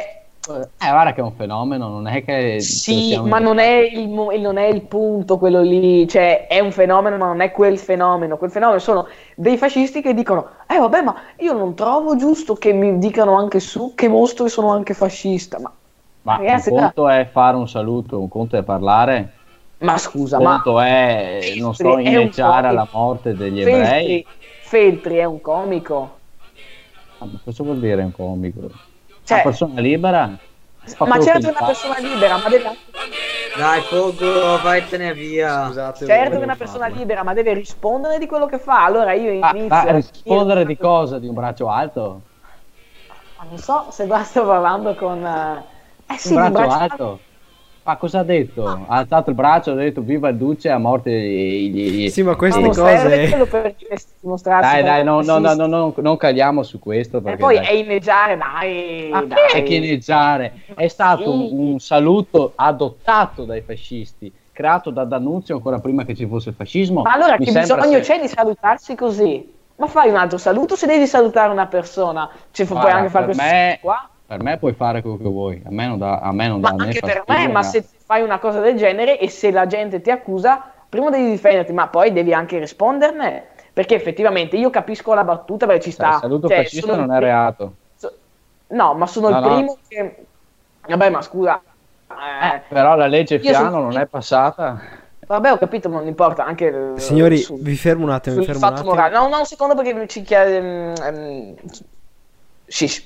Eh, guarda che è un fenomeno, non è che... Sì, siamo- ma non è, il, mo- non è il punto quello lì, cioè è un fenomeno ma non è quel fenomeno, quel fenomeno sono dei fascisti che dicono eh vabbè ma io non trovo giusto che mi dicano anche su che mostro che sono anche fascista, ma, Ma ragazzi, un conto è fare un saluto, un conto è parlare, ma scusa, un ma conto è non sto a Feltri è un inneggiare alla comico. morte degli Feltri, ebrei. Feltri è un comico, Ah, ma cosa vuol dire un comico? cioè, Una persona libera? Fa ma quello certo che è una fa. persona libera, ma deve, Dai, Fogo, vattene via. Scusate, certo che è volevo una persona farlo. libera, ma deve rispondere di quello che fa. Allora io Ah, inizio ma a rispondere dire- di cosa? Di un braccio alto? Ma non so se basta parlando con eh, eh sì, Un di braccio braccio alto? Ma cosa ha detto? Ha alzato il braccio, ha detto viva il duce, a morte gli... gli- Sì, ma Ma queste non serve cose... quello per dimostrarsi Dai, dai, come no, no, no, fascista. no, no, non caliamo su questo E perché poi dai. è inneggiare, dai, Ma dai. che chineggiare? È stato Sì. un, un saluto adottato dai fascisti, creato da D'Annunzio ancora prima che ci fosse il fascismo. Ma allora Mi che sembra bisogno se- c'è di salutarsi così? Ma fai un altro saluto se devi salutare una persona. Cioè, puoi Guarda, anche fare per questo me, qua. per me puoi fare quello che vuoi, a me non dà, a me non Ma dà né anche per fastidio, me, ma né- se fai una cosa del genere e se la gente ti accusa, prima devi difenderti, ma poi devi anche risponderne. Perché effettivamente io capisco la battuta perché ci Cioè, sta. il saluto Cioè, fascista sono il non è pri- reato. so- No, ma sono No, il no. primo che... Vabbè, ma scusa. eh, Eh, però la legge io sono- Fiano non è passata. Vabbè, ho capito, ma non importa. Anche eh, Signori, sul- vi fermo un attimo, vi sul fermo un fatto attimo. morale. No, no, un secondo perché ci chiede... ehm, ehm, shish.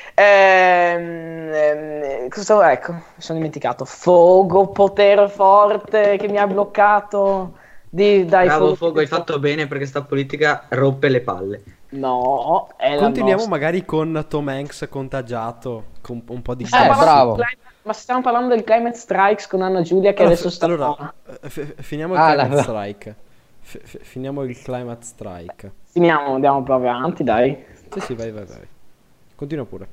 Ehm, ehm, cosa stavo- ecco, mi sono dimenticato. Fogo, potere forte che mi ha bloccato. Di, dai, Bravo, Fogo, hai che- fatto bene perché sta politica rompe le palle. No, è la Continuiamo nostra. magari con Tom Hanks contagiato, con un po' di... Stiamo Eh, parlando bravo. del climate- ma stiamo parlando del Climate Strikes con Anna Giulia che Allora, adesso f- sta... allora, eh, f- finiamo il Ah, climate la- strike. F- f- finiamo il climate strike. Finiamo, andiamo un po' avanti, dai. Sì, sì, vai, vai, vai. Continua pure.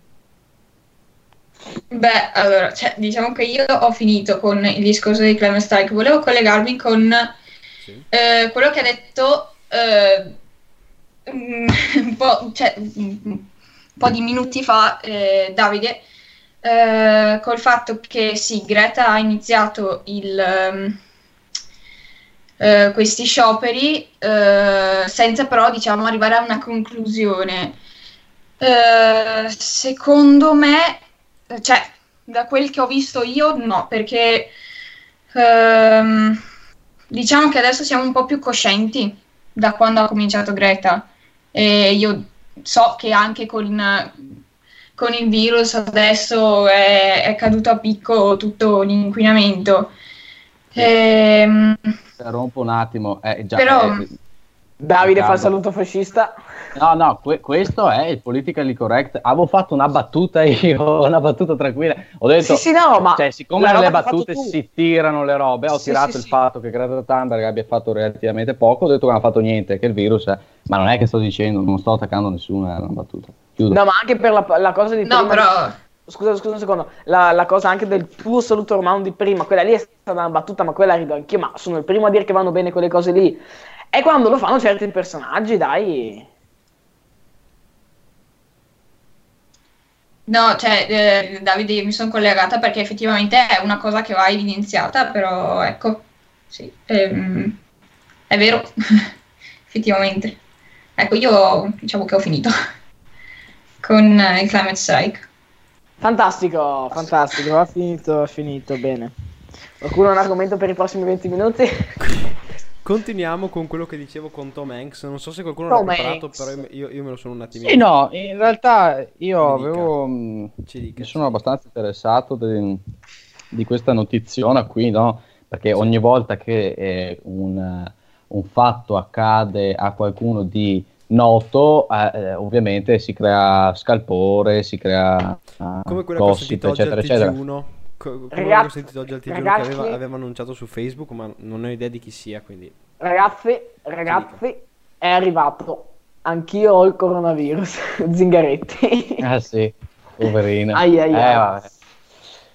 Beh, allora, cioè, diciamo che io ho finito con il discorso di Climate Strike. Volevo collegarmi con Sì. eh, quello che ha detto eh, mm, un po', cioè, mm, un po' di minuti fa eh, Davide, eh, col fatto che sì, Greta ha iniziato il, ehm, eh, questi scioperi eh, senza però, diciamo, arrivare a una conclusione. Eh, secondo me, cioè, da quel che ho visto io, no, perché ehm, diciamo che adesso siamo un po' più coscienti da quando ha cominciato Greta. E io so che anche con, con il virus adesso è, è caduto a picco tutto l'inquinamento. Ehm, Rompo un attimo. Eh, già, Però- eh, Davide fa il Riccardo. saluto fascista. No, no, que- questo è il politically correct. Avevo fatto una battuta io, una battuta tranquilla. Ho detto, Sì, sì, no, ma cioè, siccome la roba nelle che hai fatto battute tu- si tirano le robe, ho Sì, tirato sì, il sì. fatto che Greta Thunberg abbia fatto relativamente poco, ho detto che non ha fatto niente, che il virus è... Ma non è che sto dicendo, non sto attaccando nessuno, è una battuta. Chiudo. No, ma anche per la, la cosa di no, prima. però... Scusa, scusa un secondo. La, la cosa anche del tuo saluto romano di prima, quella lì è stata una battuta, ma quella rido anch'io, ma sono il primo a dire che vanno bene quelle cose lì. E quando lo fanno certi personaggi, dai. No, cioè, eh, Davide, io mi sono collegata perché effettivamente è una cosa che va evidenziata, però ecco, sì, ehm, è vero, effettivamente. Ecco, io diciamo che ho finito con eh, il Climate Strike. Fantastico, fantastico. Ha finito, ha finito, bene. Qualcuno ha un argomento per i prossimi venti minuti? Continuiamo con quello che dicevo con Tom Hanks. Non so se qualcuno l'ha Tom preparato, Hanks. però io, io me lo sono un attimino... Sì, no, in realtà io Mi dica. avevo, mh, Ci dica, mi ci sono dica. abbastanza interessato de- di questa notiziona qui, no? Perché ogni volta che eh, un, un fatto accade a qualcuno di noto, eh, eh, ovviamente si crea scalpore, si crea eh, Come quella che ho gossip, sentito oggi eccetera, al eccetera. T G uno. Co- Come quella che ho Ragazzi, sentito oggi al T G uno che ragazzi. aveva, aveva annunciato su Facebook, ma non ho idea di chi sia, quindi... Ragazzi, ragazzi, è arrivato. Anch'io ho il coronavirus. Zingaretti. Ah sì, poverino. Ai, ai, Eh, ai. vabbè.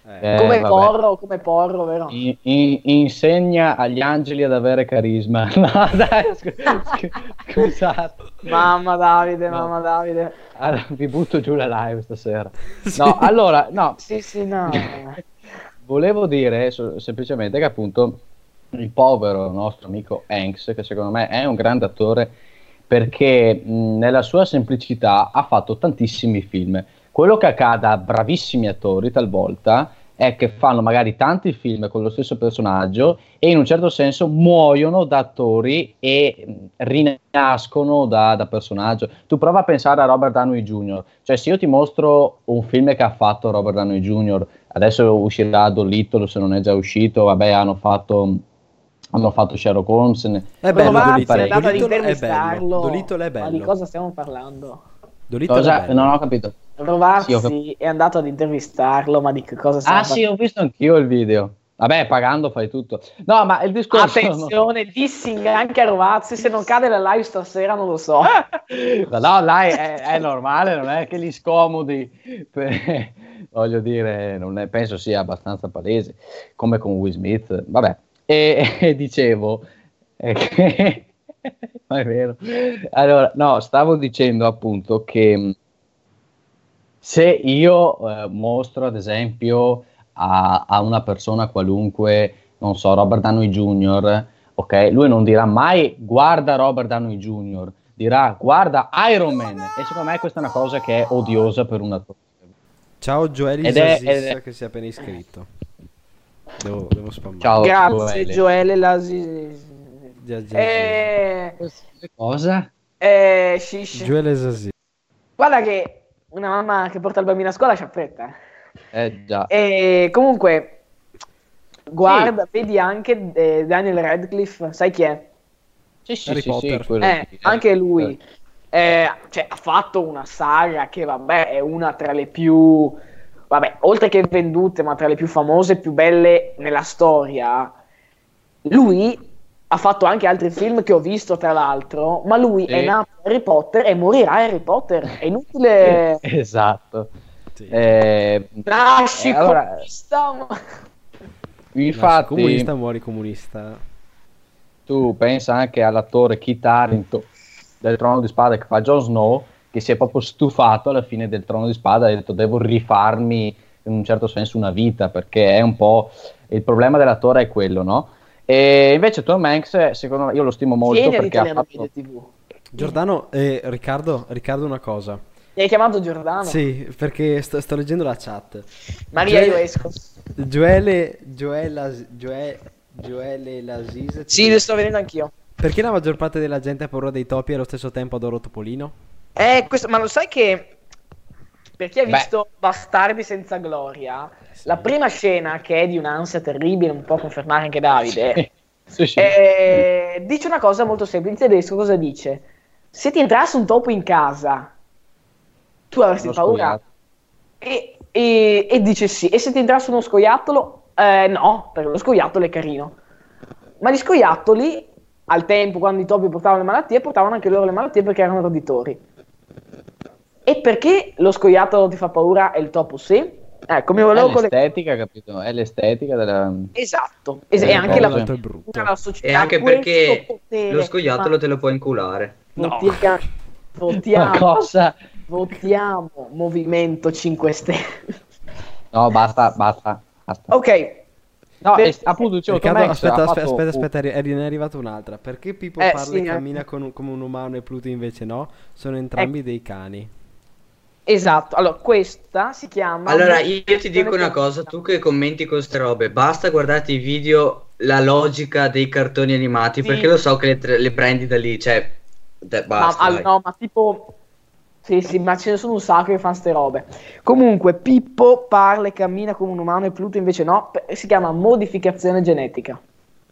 Eh, Eh, come vabbè. porro, come porro, vero? In- in- insegna agli angeli ad avere carisma. No, dai, scu- scu- scusate. Mamma Davide, No. mamma Davide. Allora, vi butto giù la live stasera. Sì. No, allora, no, Sì, sì, no. volevo dire so- semplicemente che appunto il povero nostro amico Hanks, che secondo me è un grande attore perché mh, nella sua semplicità ha fatto tantissimi film. Quello che accade a bravissimi attori talvolta è che fanno magari tanti film con lo stesso personaggio e in un certo senso muoiono da attori e mh, rinascono da, da personaggio. Tu prova a pensare a Robert Downey junior Cioè, se io ti mostro un film che ha fatto Robert Downey junior, adesso uscirà Dolittle se non è già uscito, vabbè, hanno fatto, hanno fatto Sherlock Holmes. ne- È bello Provate, Dolittle, è andato ad Dolittle è bello. intervistarlo. Dolittle è Ma di bello. cosa stiamo parlando? Dolittle è Cosa? bello. Non ho capito. Rovazzi Sì, ho cap- è andato ad intervistarlo, ma di che cosa stiamo Ah sì, ho visto anch'io il video. Vabbè, pagando fai tutto. No, ma il discorso... Attenzione, dissing anche a Rovazzi, se non cade la live stasera non lo so. No, no, dai, è, è normale, non è che li scomodi. Per- voglio dire, non è- penso sia abbastanza palese, come con Will Smith. Vabbè, e, e dicevo... eh, che- ma è vero. Allora, no, stavo dicendo appunto che mh, se io eh, mostro ad esempio a, a una persona qualunque, non so, Robert Downey junior, ok, lui non dirà mai guarda Robert Downey junior, dirà guarda Iron Man, e secondo me questa è una cosa che è odiosa per un attore. Ciao Joeli Ed è- Zasis ed è- che si è appena iscritto. Devo, devo spammare. Ciao. Grazie Joele. Gioele Lasi. Gia- gia- Eh, Cosa? eh, shish. Joele Zasis. Guarda che una mamma che porta il bambino a scuola c'ha fretta. Eh già. E comunque, guarda, vedi anche eh, Daniel Radcliffe, sai chi è? Sì, sì, Harry sì, Potter. sì, quello Eh, sì, eh. anche lui. Eh, cioè, ha fatto una saga che, vabbè, è una tra le più, vabbè, oltre che vendute, ma tra le più famose e più belle nella storia. Lui ha fatto anche altri film che ho visto, tra l'altro, ma lui Sì. è nato Harry Potter e morirà Harry Potter. È inutile. Esatto. Sì. Eh, Nasci eh, allora, comunista, ma- Nasci infatti, comunista, muori comunista. tu pensa anche all'attore Kit Harington del Trono di Spada che fa Jon Snow, che si è proprio stufato alla fine del Trono di Spada e ha detto devo rifarmi in un certo senso una vita, perché è un po' il problema dell'attore è quello, no? E invece Tom Hanks, secondo me, io lo stimo molto Vieni perché ha all'italiano fatto... Media tivù. Giordano, eh, Riccardo, Riccardo una cosa. Mi hai chiamato Giordano? Sì, perché sto, sto leggendo la chat. Maria, Gioele- io esco. Gioele, Gioela, Gioe- Gioele Lasis. Sì, le sto vedendo anch'io. Perché la maggior parte della gente ha paura dei topi e allo stesso tempo adoro Topolino? Eh, questo, ma lo sai che per chi ha Beh. visto Bastardi senza gloria, la prima scena che è di un'ansia terribile, non può confermare anche Davide, Sì, sì. eh, dice una cosa molto semplice. In tedesco cosa dice? Se ti entrasse un topo in casa, tu avresti Uno paura? scoiattolo. E, e- e dice sì. E se ti entrasse uno scoiattolo? Eh, no, perché lo scoiattolo è carino. Ma gli scoiattoli, al tempo, quando i topi portavano le malattie, portavano anche loro le malattie perché erano roditori. E perché lo scoiattolo ti fa paura e il topo sì? Ecco, mi È volevo collegare. l'estetica, capito? È l'estetica della... Esatto, es- Eh, e anche la, cosa. L'altro è brutto. la società. E anche questo perché potere, lo scoiattolo ma- te lo puoi inculare. Votia- Ma votiamo, cosa? votiamo Movimento cinque Stelle. No, basta, basta, basta. Ok, No, Per- e- appunto dicevo, Tom Riccardo, Hanks aspetta, ha aspetta, fatto aspetta, un- aspetta, è ri- è arrivata un'altra. Perché Pippo Eh, parla sì, e eh. cammina con un- come un umano e Pluto invece no? Sono entrambi dei cani. esatto. Allora, questa si chiama... Allora, io ti dico una cosa, tu che commenti con ste robe, basta guardarti i video, la logica dei cartoni animati, Sì. perché lo so che le, tre- le prendi da lì, cioè, dai, Ma, basta. al- dai. no, ma tipo... Sì, sì, ma ce ne sono un sacco che fanno ste robe. Comunque, Pippo parla e cammina come un umano e Pluto invece no. Pe- Si chiama modificazione genetica.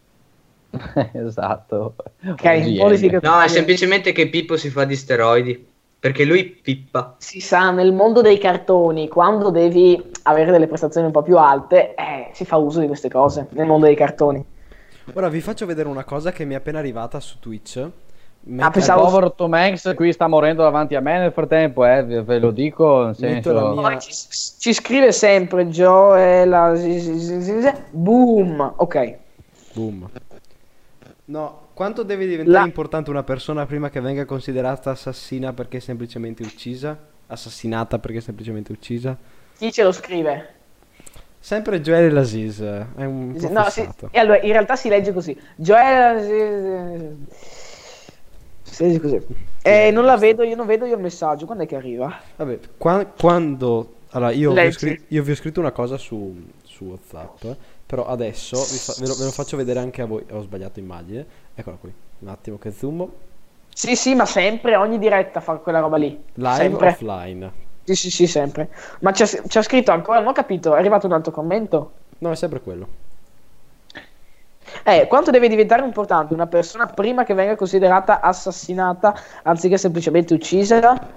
Esatto. Ok, O G M. modificazione No, è semplicemente che Pippo si fa di steroidi, perché lui pippa. Si sa, nel mondo dei cartoni, quando devi avere delle prestazioni un po' più alte, eh, si fa uso di queste cose nel mondo dei cartoni. Ora vi faccio vedere una cosa che mi è appena arrivata su Twitch. Metto- Ah, pensavo- Il povero Tom Hanks qui sta morendo davanti a me nel frattempo, eh, ve ve lo dico, nel Metto la senso... mia- Poi ci, ci scrive sempre Joel boom, ok. Boom. No, quanto deve diventare La- importante una persona prima che venga considerata assassina perché è semplicemente uccisa? Assassinata perché è semplicemente uccisa? Chi ce lo scrive? Sempre Joel Aziz, è un po' No, si- fissato. e allora in realtà si legge così. Joel si legge così. Eh, non la vedo, io non vedo io il messaggio. Quando è che arriva? Vabbè, qua- quando... Allora, io vi, ho Leggi. scri- io vi ho scritto una cosa su, su WhatsApp, però adesso vi fa- ve, lo, ve lo faccio vedere anche a voi. Ho sbagliato immagine. Eccola qui, un attimo che zoom. Sì, sì, ma sempre, ogni diretta fa quella roba lì. Live Sempre. offline. Sì, sì, sì, sempre. Ma c'è, c'è scritto ancora, non ho capito, è arrivato un altro commento? No, è sempre quello. Eh, quanto deve diventare importante una persona prima che venga considerata assassinata anziché semplicemente uccisa?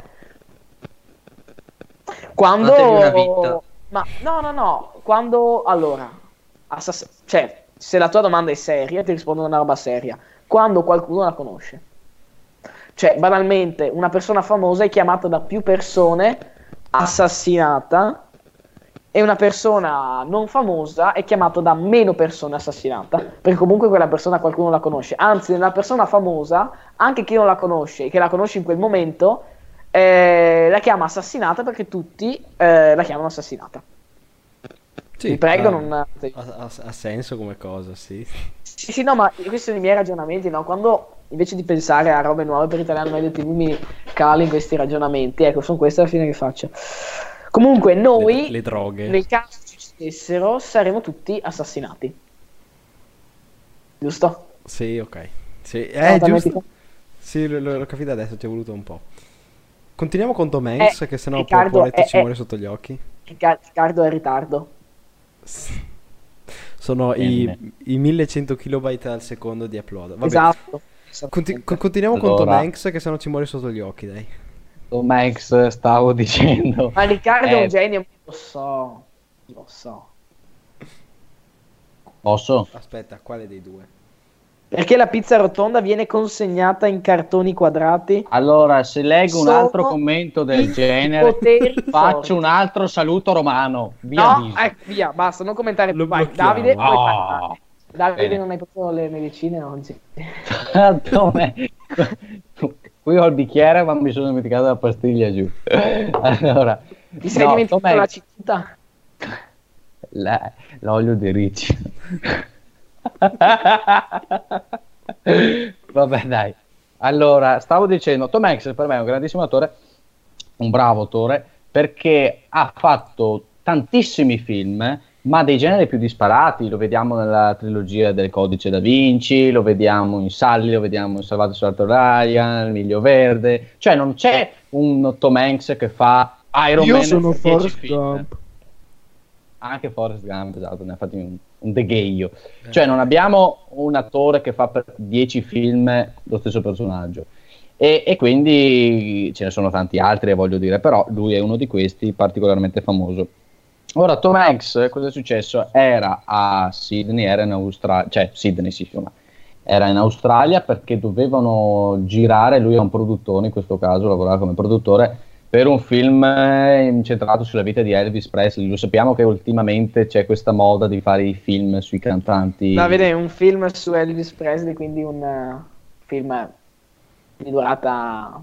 Quando... Datevi una vita. Ma no, no, no, quando... Allora, assass- cioè, se la tua domanda è seria, ti rispondo una roba seria. Quando qualcuno la conosce. Cioè, banalmente, una persona famosa è chiamata da più persone assassinata e una persona non famosa è chiamata da meno persone assassinata, perché comunque quella persona qualcuno la conosce. Anzi, nella persona famosa, anche chi non la conosce, che la conosce in quel momento, eh, la chiama assassinata perché tutti eh, la chiamano assassinata. Sì, Vi prego, ha, non... ha, ha- ha senso come cosa, sì. Sì, sì, no, ma questi sono i miei ragionamenti, no? Quando invece di pensare a robe nuove per Italiano Medio ti vu mi calo in questi ragionamenti, ecco, sono queste alla fine che faccio. Comunque, noi, Le, le droghe. nel caso ci stessero, saremo tutti assassinati. Giusto? Sì, ok. Sì, No, eh, talmente- giusto. Sì, l- l- l'ho capito adesso, ci è voluto un po'. Continuiamo con Tom Hanks, Eh, che sennò Riccardo, poveretto eh, ci eh. muore sotto gli occhi. Ricca- Riccardo è in ritardo. Sono Bene. i, i millecento kilobyte al secondo di upload. Vabbè. Esatto. Conti- co- continuiamo con Tom Allora. Hanks, che sennò ci muore sotto gli occhi, dai. Tom Hanks, stavo dicendo... Ma Riccardo è Eh, un genio, lo so, lo so. Posso? Aspetta, quale dei due? Perché la pizza rotonda viene consegnata in cartoni quadrati? Allora, se leggo un Sono altro commento i del genere, poteri faccio forti. un altro saluto romano. Via No, avviso. ecco, via, basta, non commentare Lo più. Vai, blocchiamo. Davide, puoi Ah, parlare. Davide, bene. non hai proprio le medicine oggi. Dov'è? Qui ho il bicchiere, ma mi sono dimenticato la pastiglia giù. Allora, Ti sei no, dimenticato Tom la Hanks- città? la- l'olio di ricci. Vabbè, dai. Allora, stavo dicendo, Tom Hanks per me è un grandissimo attore, un bravo attore, perché ha fatto tantissimi film, ma dei generi più disparati. Lo vediamo nella trilogia del Codice da Vinci, lo vediamo in Sully, lo vediamo in Salvato Salvato Ryan, Il Miglio Verde. Cioè non c'è un Tom Hanks che fa Iron Io Man sono dieci Forrest film. Gump. Anche Forrest Gump, esatto, ne ha fatti un, un degheio. Cioè non abbiamo un attore che fa per dieci film lo stesso personaggio. E, e quindi ce ne sono tanti altri, voglio dire, però lui è uno di questi particolarmente famoso. Ora, Tom Hanks, cosa è successo? Era a Sydney, era in Australia, cioè Sydney sì, insomma, era in Australia perché dovevano girare, lui è un produttore, in questo caso lavorava come produttore, per un film eh, incentrato sulla vita di Elvis Presley. Lo sappiamo che ultimamente c'è questa moda di fare i film sui cantanti. Davide, un film su Elvis Presley, quindi un uh, film di durata...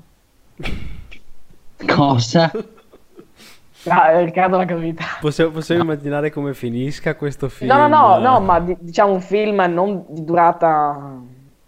Cosa? Ah, Riccardo l'ha capita. Possiamo, possiamo immaginare come finisca questo film? No, no, no, no, ma di- diciamo un film non di durata...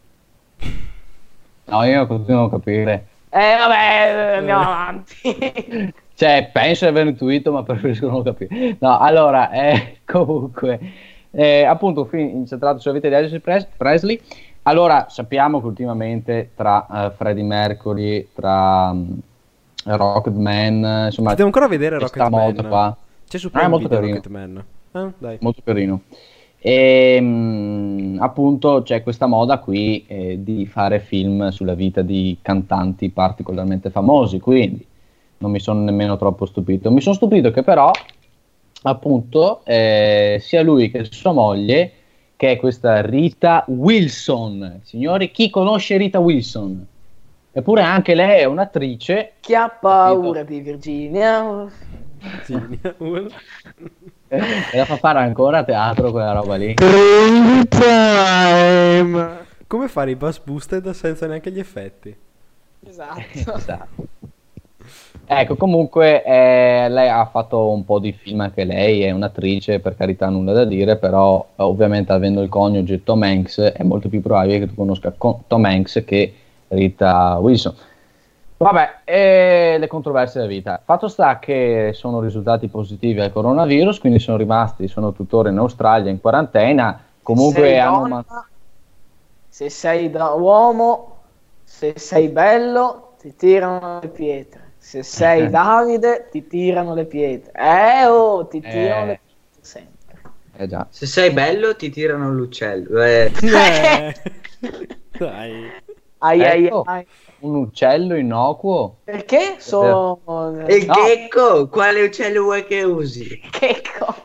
No, io continuo a capire. Eh, vabbè, andiamo avanti. Cioè, penso di aver intuito, ma preferisco non capire. No, allora, eh, comunque, eh, appunto, un film incentrato sulla vita di Elvis Pres- Presley. Allora, sappiamo che ultimamente tra eh, Freddie Mercury, tra um, Rocketman, insomma, Devo ancora vedere questa Rocketman. moda qua. C'è su Ah, è Prime molto Video carino. Rocketman. Ah, dai. Molto carino. E mh, appunto c'è questa moda qui eh, di fare film sulla vita di cantanti particolarmente famosi, quindi non mi sono nemmeno troppo stupito. Mi sono stupito che però appunto eh, sia lui che sua moglie, che è questa Rita Wilson. Signori, chi conosce Rita Wilson? Eppure anche lei è un'attrice. Chi ha paura di Virginia? Sì, E la fa fare ancora a teatro quella roba lì. Time. come fare i Buzz Boosted senza neanche gli effetti? Esatto. Esatto. Ecco, comunque eh, lei ha fatto un po' di film anche lei, è un'attrice, per carità nulla da dire, però eh, ovviamente avendo il coniuge Tom Hanks è molto più probabile che tu conosca con- Tom Hanks che Rita Wilson. Vabbè, e le controversie della vita. Fatto sta che sono risultati positivi al coronavirus, quindi sono rimasti, sono tuttora in Australia in quarantena. Comunque sei hanno... donna, ma- se sei da uomo, se sei bello, ti tirano le pietre. Se sei Davide, ti tirano le pietre. Eh, oh, ti tirano Eh. le pietre sempre. Eh già. Se sei bello ti tirano l'uccello. Eh. Eh, Dai. Ai, ai, Ecco, ai. un uccello innocuo. Perché sono... E il No. gecko? Quale uccello vuoi che usi? Che co-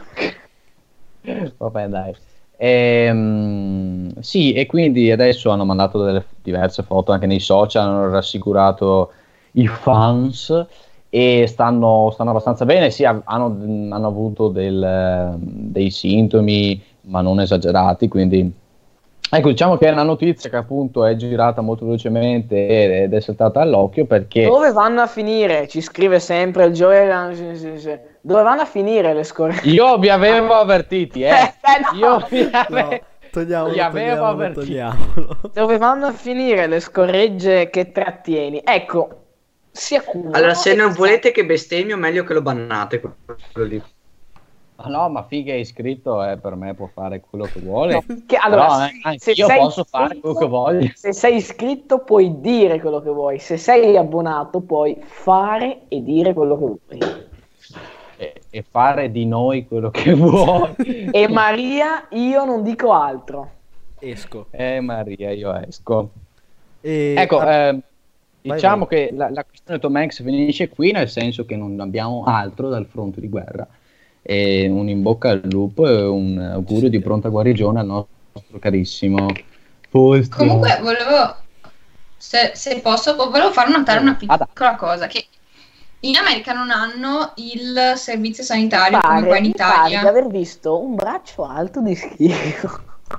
Vabbè, dai. Ehm, sì, e quindi adesso hanno mandato delle diverse foto anche nei social, hanno rassicurato i fans e stanno, stanno abbastanza bene. Sì, ha- hanno, hanno avuto del- dei sintomi, ma non esagerati, quindi ecco, diciamo che è una notizia che appunto è girata molto velocemente ed è saltata all'occhio perché Dove vanno a finire? Ci scrive sempre il Joel. sì, sì, sì. Dove vanno a finire le scorregge? io vi avevo avvertiti, eh. Eh, no. Io vi No, avevo... togliamolo, Li avevo togliamolo, avvertiti. togliamolo. Dove vanno a finire le scorregge che trattieni? Ecco, sia culo. Allora, se non volete che bestemmio, meglio che lo bannate. Quello lì. Ma no, ma figa è iscritto, eh, per me può fare quello che vuole. Che, allora, Però, eh, se- anche se io sei posso fare iscritto- quello che voglio. Se sei iscritto puoi dire quello che vuoi, se sei abbonato puoi fare e dire quello che vuoi. E, e fare di noi quello che vuoi. E Maria, io non dico altro. Esco. Eh Maria, io esco. E Ecco, ah, ehm, vai, diciamo vai. che la, la questione Tom Hanks finisce qui, nel senso che non abbiamo altro dal fronte di guerra. E un in bocca al lupo e un augurio di pronta guarigione al nostro carissimo Post. Comunque volevo, se, se posso, volevo far notare una Ah, dai. piccola cosa, che in America non hanno il servizio sanitario come Pare, qua in mi pare di Italia. aver visto un braccio alto di schifo.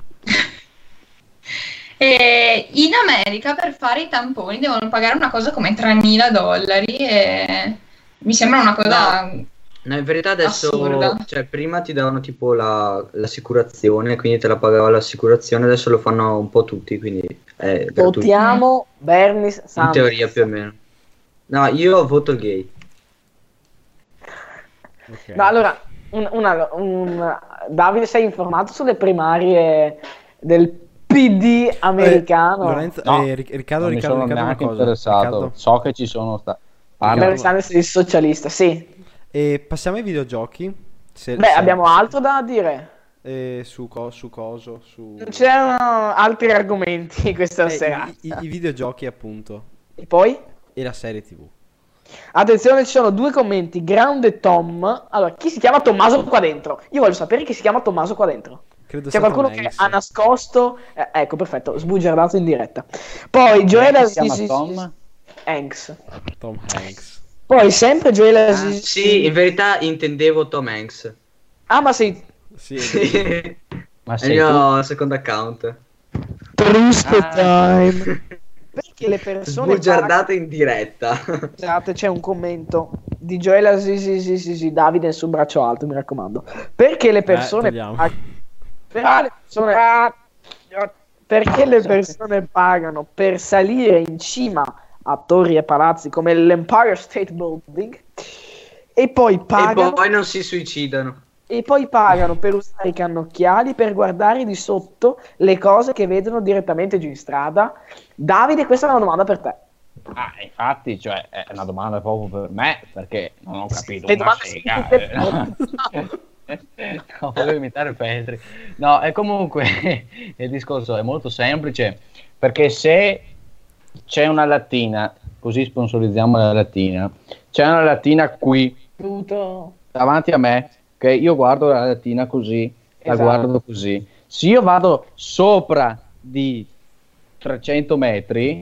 E in America per fare i tamponi devono pagare una cosa come tremila dollari e mi sembra una cosa... No, in verità adesso, Assurda. cioè prima ti davano tipo la- l'assicurazione, quindi te la pagava l'assicurazione, adesso lo fanno un po' tutti, quindi è gratuito. Votiamo Bernie In Sanders. teoria più o meno. No, io voto gay. Ok. No, allora, un- una- un- Davide, sei informato sulle primarie del P D americano? Eh, Lorenzo, No, eh, Ric- Riccardo, non mi Riccardo, sono Riccardo, una neanche cosa. interessato. Riccardo, So che ci sono sta... Parla. Bernie Sanders è il socialista, sì. e passiamo ai videogiochi. Se- Beh, se- abbiamo altro da dire. eh, su, co- su coso, su... Non c'erano altri argomenti questa Eh, sera. i, i- i videogiochi appunto. E poi? E la serie tivù. Attenzione, ci sono due commenti. Ground e Tom. Allora, chi si chiama Tommaso qua dentro? Io voglio sapere chi si chiama Tommaso qua dentro. Credo C'è sia qualcuno Tom che Hanks. ha nascosto. eh, ecco, perfetto, sbugiardato in diretta. Poi Joel si chiama Aziz- Tom? Hanks. Tom Hanks. Poi sempre Joel Ah, Aziz- sì, in verità intendevo Tom Hanks. Ah, ma sei Sì, è vero. Ma È il sei tu? mio secondo account. Trusted Ah. time. Perché le persone Sbugiardato in diretta. Scusate, c'è un commento di Joel Aziz- Davide sul braccio alto, mi raccomando. Perché le persone togliamo. pag- perché le persone perché le persone pagano per salire in cima a torri e palazzi come l'Empire State Building e poi E pagano poi non si suicidano. e poi pagano per usare i cannocchiali per guardare di sotto le cose che vedono direttamente giù in strada. Davide, questa è una domanda per te. Ah, infatti, cioè, è una domanda proprio per me, perché non ho capito Le una domande sega. sono eh. No, volevo imitare Petri. No, e comunque il discorso è molto semplice, perché se c'è una lattina, così sponsorizziamo la lattina, c'è una lattina qui davanti a me, che io guardo la lattina così, la Esatto. guardo così. Se io vado sopra di trecento metri,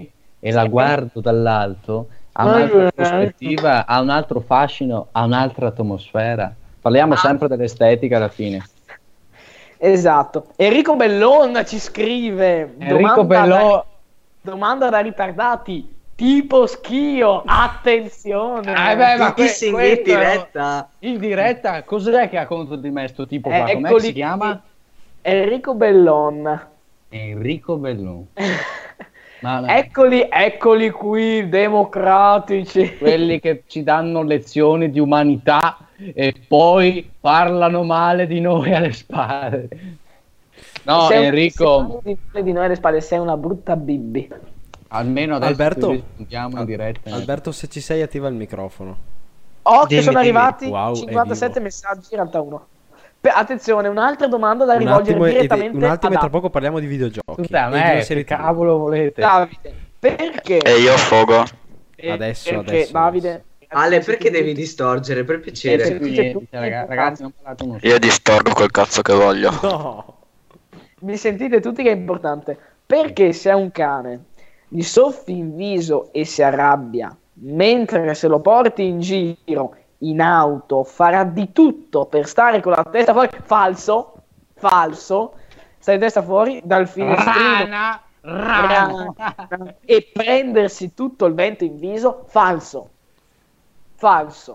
e la guardo dall'alto, ha un'altra prospettiva, ha un altro fascino, ha un'altra atmosfera. Parliamo sempre dell'estetica alla fine. Esatto. Enrico Bellon ci scrive. Enrico domanda Bellon. Da, domanda da ritardati. Tipo Schio, attenzione. Eh beh, ma Chi que- segni in questo- diretta? In diretta, cos'è che ha contro di me sto tipo Eh, qua? Com'è che eccoli si chiama? Enrico Bellon. Enrico Bellon. Ma- ma- Eccoli, eccoli qui, democratici. quelli che ci danno lezioni di umanità e poi parlano male di noi alle spalle. No, Sei un- Enrico, sei di, di noi alle spalle, sei una brutta bibbi. almeno adesso Alberto? ci rispondiamo in diretta. Alberto, se ci sei, attiva il microfono. Oh, che Dimmi, sono dimmi. arrivati Wow, è cinquantasette vivo. messaggi, in realtà uno. Pe- attenzione, un'altra domanda da Un rivolgere attimo, e, direttamente un attimo e ad tra poco parliamo di videogiochi. Tutte a e di una me, che serie T V. cavolo volete? Davide. Perché? E io fogo. Eh, Adesso, perché, adesso, Davide? Ale, perché devi distorgere? Per piacere. Siete qui Siete niente, tutti raga- importanti. ragazzi, non parlate uno Io distorgo quel cazzo che voglio. No. Mi sentite tutti che è importante. Perché se a un cane gli soffi in viso e si arrabbia, mentre se lo porti in giro in auto farà di tutto per stare con la testa fuori, falso, falso, stai testa fuori dal finestrino Rana, rana. rana, e prendersi tutto il vento in viso, falso, falso.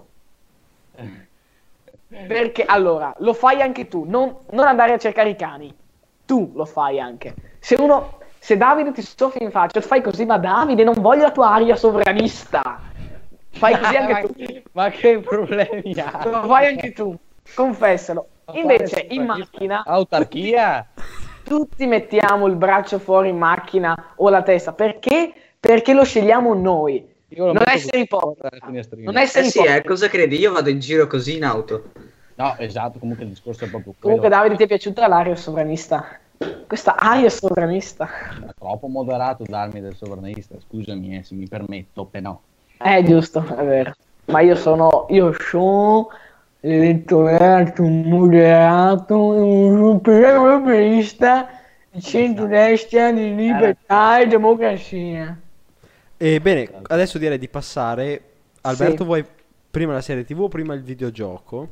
Perché allora lo fai anche tu, non, non andare a cercare i cani, tu lo fai anche. Se uno, se Davide ti soffia in faccia, fai così, ma Davide non voglio la tua aria sovranista. Fai così anche tu. Ma che problemi ha? Lo fai anche tu, confessalo. Invece in macchina Autarchia? tutti mettiamo il braccio fuori in macchina o la testa. Perché? Perché lo scegliamo noi. Io lo Non metto essere così ipocrita. dalla finestrina. Non essere Eh sì, ipocrita. eh, cosa credi? Io vado in giro così in auto. No, esatto, comunque il discorso è proprio quello. Comunque Davide, ti è piaciuta l'aria sovranista? Questa aria sovranista. È troppo moderato darmi del sovranista, scusami eh, se mi permetto, però. È giusto, è vero. Ma io sono, io sono l'elettorato moderato, un superista di centrodestra, di libertà e democrazia. E bene, adesso direi di passare. Alberto, Sì. vuoi prima la serie T V o prima il videogioco?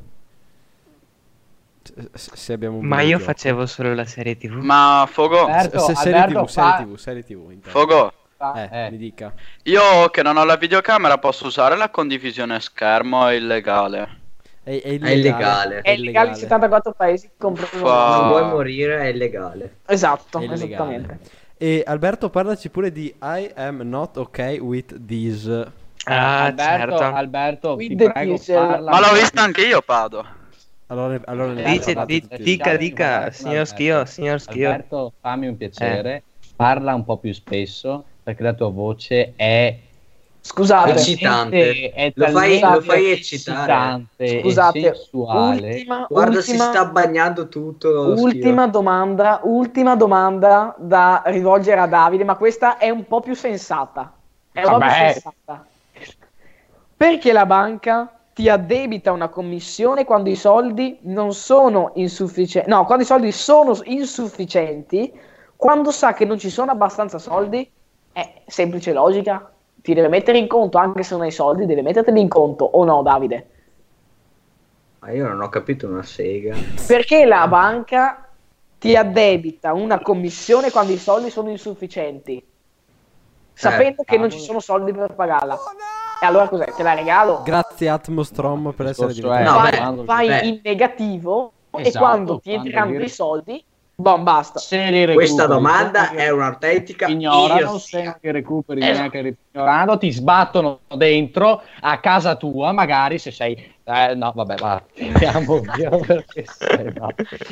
Se, se abbiamo un Ma io videogioco. facevo solo la serie T V. Ma Fogo, Alberto, Se- serie Alberto T V, serie fa- T V, serie T V. intanto. Fogo, Eh, eh, mi dica. io che non ho la videocamera posso usare la condivisione schermo, è illegale. È, è illegale. illegale. È illegale in settantaquattro paesi, compreso Uffa. Non Ah. vuoi morire, è illegale. Esatto, È illegale. esattamente. E Alberto, parlaci pure di I am not okay with this. Ah, Alberto, certo. Alberto, With ti the prego, diesel. parla. Ma l'ho vista anche io, Pado. Allora, allora ne Dice- parlate di- tutti. dica, Alberto, dica, Alberto, signor Alberto. Schio, signor Schio. Alberto, fammi un piacere, parla un po' più spesso perché la tua voce è Scusate, Eccitante. è Lo fai- talmente lo fai eccitare. eccitante Scusate, e sensuale. ultima, Guarda, si ultima- sta bagnando tutto. lo Ultima domanda, ultima domanda da rivolgere a Davide, ma questa è un po' più sensata. È un po' più Vabbè. sensata. Perché la banca ti addebita una commissione quando i soldi non sono insufficienti? No, quando i soldi sono insufficienti, quando sa che non ci sono abbastanza soldi, è semplice logica. Ti deve mettere in conto, anche se non hai soldi, deve metterteli in conto, o no, Davide? Ma io non ho capito una sega. Perché la banca ti addebita una commissione quando i soldi sono insufficienti, sapendo che non ci sono soldi per pagarla? E allora cos'è? Te la regalo? Grazie Atmostrom per essere discorso è- diventato. No, Fai, beh, fai beh. in negativo e Esatto, quando ti quando entreranno li- dei soldi, boh, basta. Se li recuperi, Questa domanda se è un'autentica ignorano, idiotia. se che recuperi Esatto. neanche ignorando, ti sbattono dentro a casa tua, magari se sei eh, no, vabbè, va, andiamo via perché se no.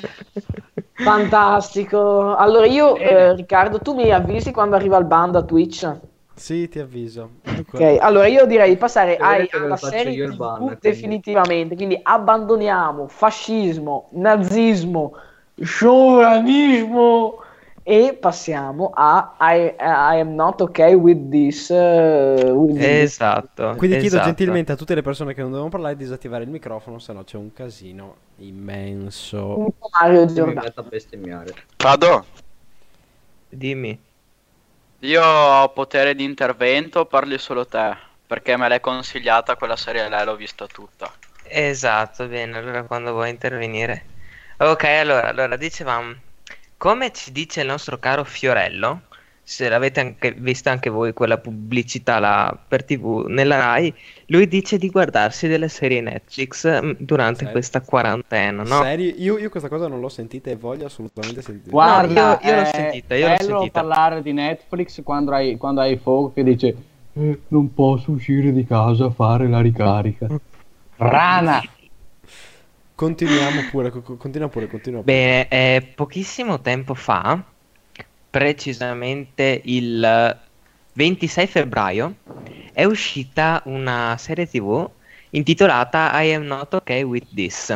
Fantastico. Allora io, eh, Riccardo, tu mi avvisi quando arriva il ban da Twitch. Sì, ti avviso. Ok, allora io direi di passare Se ai- volete ve lo alla faccio serie io il T V ban, quindi. definitivamente, quindi abbandoniamo fascismo, nazismo, sovranismo e passiamo a I, I am not okay with this. uh, with this. Esatto. Quindi chiedo esatto. gentilmente a tutte le persone che non devono parlare di disattivare il microfono, se no c'è un casino immenso. Un po' Mario Io mi Giordano. metto a bestemmiare. Pado, Dimmi. Io ho potere di intervento, parli solo te, perché me l'hai consigliata quella serie lei, l'ho vista tutta. Esatto, bene, allora quando vuoi intervenire. Ok, allora, allora dicevamo, come ci dice il nostro caro Fiorello, se l'avete anche vista anche voi quella pubblicità là per tivù nella Rai, lui dice di guardarsi delle serie Netflix mm, durante Serio? questa quarantena, no? Serio? Io, io questa cosa non l'ho sentita e voglio assolutamente sentire. Guarda, io- io l'ho è sentita, io l'ho bello sentita. parlare di Netflix quando hai, quando hai fuoco che dice "Eh, non posso uscire di casa a fare la ricarica. Rana! Continuiamo pure, co- co- continua pure, continua pure. Bene, eh, pochissimo tempo fa, precisamente il ventisei febbraio, è uscita una serie tivù intitolata I Am Not Okay With This.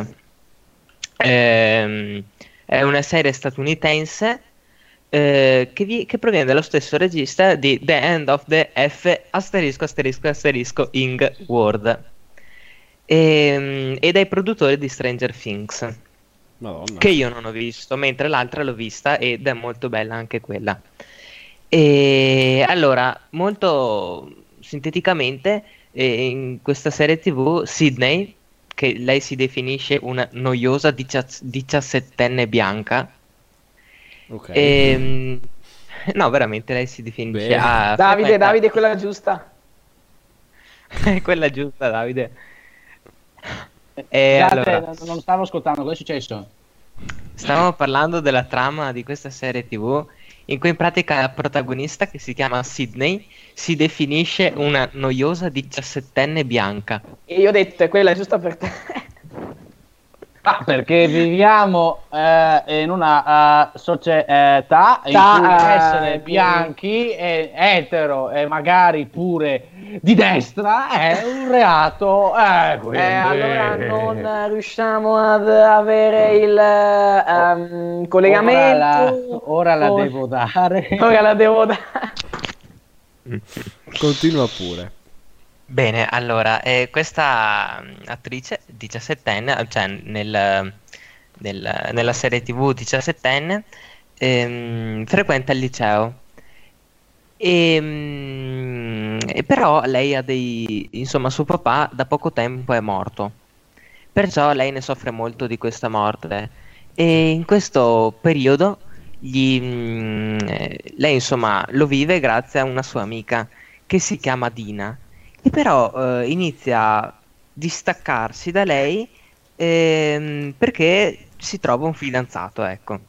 Ehm, è una serie statunitense eh, che, vi- che proviene dallo stesso regista di The End of the F asterisco asterisco asterisco Ing World Ehm, e dai produttori di Stranger Things, Madonna. che io non ho visto, mentre l'altra l'ho vista ed è molto bella anche quella. E allora, molto sinteticamente, eh, in questa serie tivù, Sydney, che lei si definisce una noiosa dicia- diciassettenne bianca, Ok. ehm, no, veramente lei si definisce... Bene. ah, Davide, frequenta- Davide, quella giusta. quella giusta, Davide. E Scusate, allora, non- non stavo ascoltando, cosa è successo? stavamo parlando della trama di questa serie tivù in cui in pratica la protagonista, che si chiama Sydney, si definisce una noiosa diciassettenne bianca. E io ho detto, è quella giusta per te. Ah, perché viviamo eh, in una eh, società in Ta- cui eh, essere quindi- bianchi e etero e magari pure di destra è un reato. Eh, quindi- Eh, allora non riusciamo ad avere il ehm, collegamento. Ora la, ora la con- devo dare. Ora la devo dare. Continua pure. Bene, allora, eh, questa mm, attrice diciassettenne, cioè nel, nel- nella serie tivù diciassettenne, ehm, frequenta il liceo. E, mm, e però lei ha dei... insomma, suo papà da poco tempo è morto. Perciò lei ne soffre molto di questa morte. E in questo periodo gli, mm, eh, lei, insomma, lo vive grazie a una sua amica che si chiama Dina, che però eh, inizia a distaccarsi da lei ehm, perché si trova un fidanzato, ecco.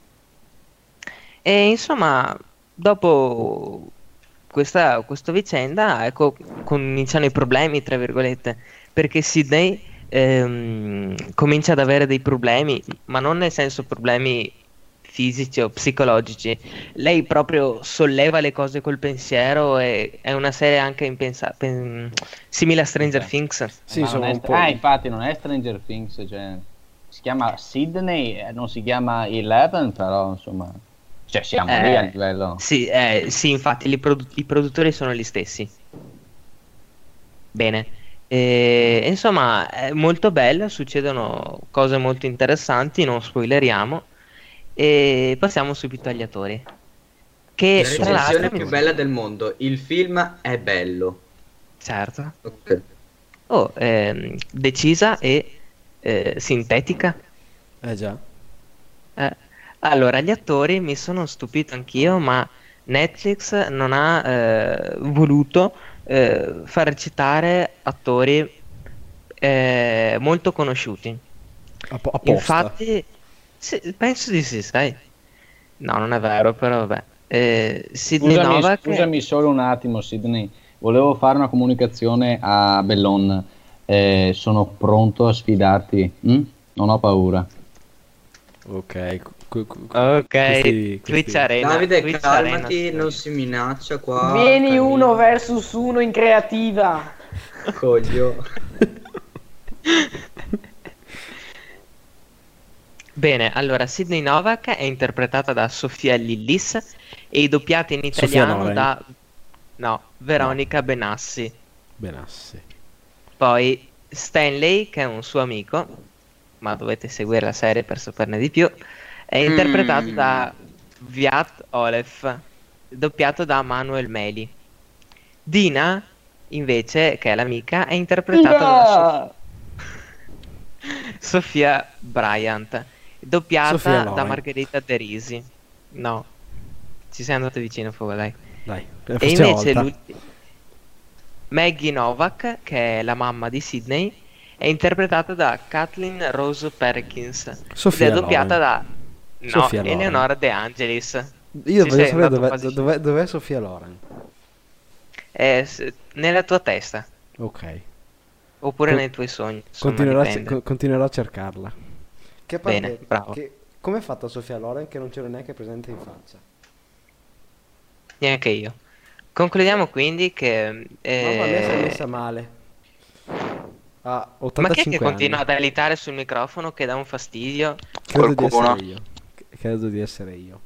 E insomma, dopo questa, questa vicenda, ecco, cominciano i problemi, tra virgolette, perché Sydney ehm, comincia ad avere dei problemi, ma non nel senso problemi fisici o psicologici. Lei proprio solleva le cose col pensiero e è una serie anche impensa- pen- simile a Stranger Ok. Things. Sì, Ma insomma, non è un st- po'. eh, infatti non è Stranger Things, cioè, si chiama Sydney, eh, non si chiama Eleven, però insomma, cioè siamo lì a Eh, livello. Sì, eh, sì, infatti li produ- i produttori sono gli stessi. Bene. E, insomma, è molto bella, succedono cose molto interessanti, non spoileriamo. E passiamo subito agli attori. Che La tra recensione l'altro... più bella del mondo. Il film è bello. Certo. Ok. Oh, ehm, decisa e eh, sintetica. Eh già. Eh, Allora, gli attori mi sono stupito anch'io, ma Netflix non ha eh, voluto eh, far recitare attori eh, molto conosciuti. A po- apposta. Infatti, sì, penso di sì, sai. No, non è vero, però vabbè. Eh, Sydney Scusami, Novak, scusami solo un attimo, Sydney. Volevo fare una comunicazione a Bellon. Eh, sono pronto a sfidarti. mm? Non ho paura. Ok. cu- cu- cu- ok, questi- Twitch questi- Arena. Davide, Twitch calmati, Arena, non si minaccia qua. Vieni cammina. uno versus uno in creativa. Coglio. Bene, allora Sydney Novak è interpretata da Sofia Lillis e doppiata in Sofia italiano Loren. da no, Veronica Benassi. Benassi. Poi Stanley, che è un suo amico, ma dovete seguire la serie per saperne di più, è interpretato Mm. da Viat Olef. doppiato da Manuel Meli. Dina, invece, che è l'amica, è interpretata da Sof- Sofia Bryant, doppiata Sofia da Loren. Margherita De Risi. No, ci sei andato vicino, Fuoco, dai. Dai, per la E prossima invece volta. l'ultima, Maggie Novak, che è la mamma di Sydney, è interpretata da Kathleen Rose Perkins. Sofia ed è doppiata Loren. da no, Sofia Loren. Eleonora De Angelis. Io Ci voglio sei sapere andato dov'è, quasi- dov'è, dov'è Sofia Loren. È s- nella tua testa, Ok. oppure Con- nei tuoi sogni. Insomma, Continuerò a, ce- dipende. co- continuerò a cercarla. Che a parte- Bene, bravo. che- come è fatta Sofia Loren che non c'era neanche presente in faccia? Neanche io. Concludiamo quindi che Mamma mia, si è eh, messa male. Ha ma chi è che ottantacinque continua anni. ad alitare sul microfono che dà un fastidio? Credo di Qualcuno? essere io. Credo di essere io.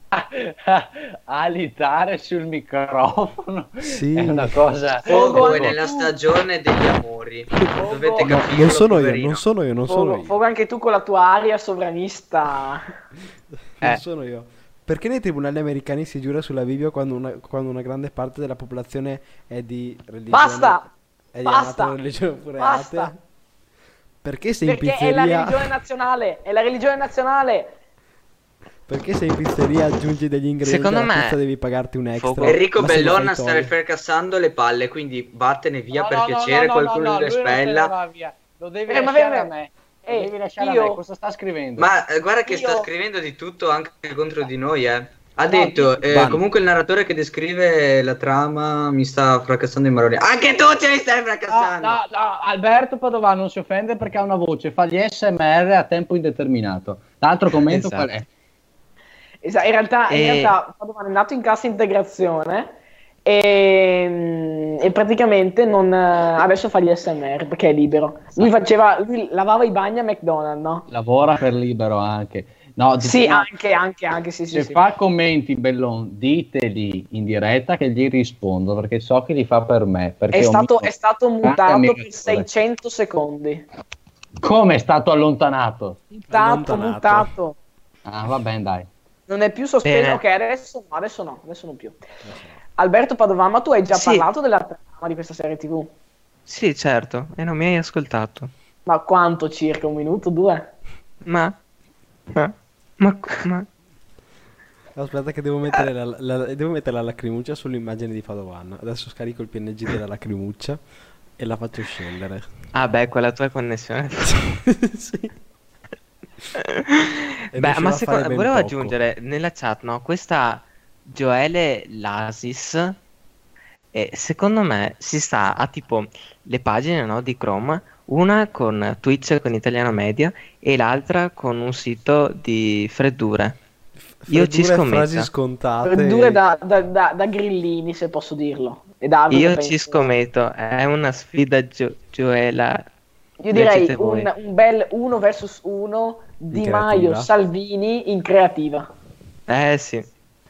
Alitare sul microfono Sì. è una cosa. Fogo è anche nella tu. stagione degli amori. Dovete No, capirlo, Non sono io, poverino. non sono io, non sono Fogo, io. Fogo, anche tu con la tua aria sovranista. Non Eh. sono io. Perché nei tribunali americani si giura sulla Bibbia quando una, quando una grande parte della popolazione è di religione? Basta! È di Basta! amata religione oppure Basta! atea? Perché sei in Perché è la religione pizzeria? nazionale, è la religione nazionale. Perché sei in pizzeria aggiungi degli ingredienti Secondo alla me- pizza devi pagarti un extra? Fogo. Enrico ma se lo Bellonna fai sta togliere- fracassando le palle, quindi vattene via No, per no, no, piacere, no, no, qualcuno no, lo lui non se ne espella. va via. Lo devi Eh, ma lasciare bene. a me. Lo Eh, devi lasciare a io- me. Cosa sta scrivendo? Ma eh, guarda che sta Io- scrivendo di tutto anche contro di noi, eh. Ha No, detto, di- eh, Van. comunque il narratore che descrive la trama mi sta fracassando i maroni. Anche tu ce li stai No, fracassando! no, no, Alberto Padovano non si offende perché ha una voce, fa gli S M R a tempo indeterminato. L'altro commento Esatto. qual è? Esatto, in realtà, in E- realtà Padovan è nato in cassa integrazione e, e praticamente non, adesso fa gli S M R perché è libero. Lui faceva, lui lavava i bagni a McDonald's, no? Lavora per libero anche. No, Sì, dico, no, anche, anche, anche, sì, sì, se sì. fa commenti Bellon, diteli in diretta che gli rispondo perché so che li fa per me. Perché È ho stato, mio- è stato grande mutato per ammiratore. seicento secondi. Come è stato allontanato? Mutato, Allontanato. mutato. Ah, va bene, dai. Non è più sospeso. Bene. Ok, adesso no, adesso no, adesso non più. Alberto Padovan, ma tu hai già Sì. parlato della trama di questa serie tivù? Sì, certo, e non mi hai ascoltato. Ma quanto circa? Un minuto, due? Ma ma ma, ma... Aspetta che devo mettere la, la- devo mettere la lacrimuccia sull'immagine di Padovan. Adesso scarico il P N G della lacrimuccia e la faccio scendere. Ah beh, quella tua connessione. Sì. E Beh, riuscirò ma a secondo fare ben volevo poco. aggiungere nella chat, no? Questa Joele Lasis, eh, secondo me si sta a tipo le pagine, no, di Chrome, una con Twitch con Italiano Media e l'altra con un sito di freddure. Io ci Freddure e scommetto. frasi scontate. Due da, da, da, da grillini, se posso dirlo. E Davide, Io penso. ci scommetto, è una sfida Gio- Gioela. Io direi Leggete voi. un, un bel uno versus uno Di In Maio creativa. Salvini in creativa. Eh sì.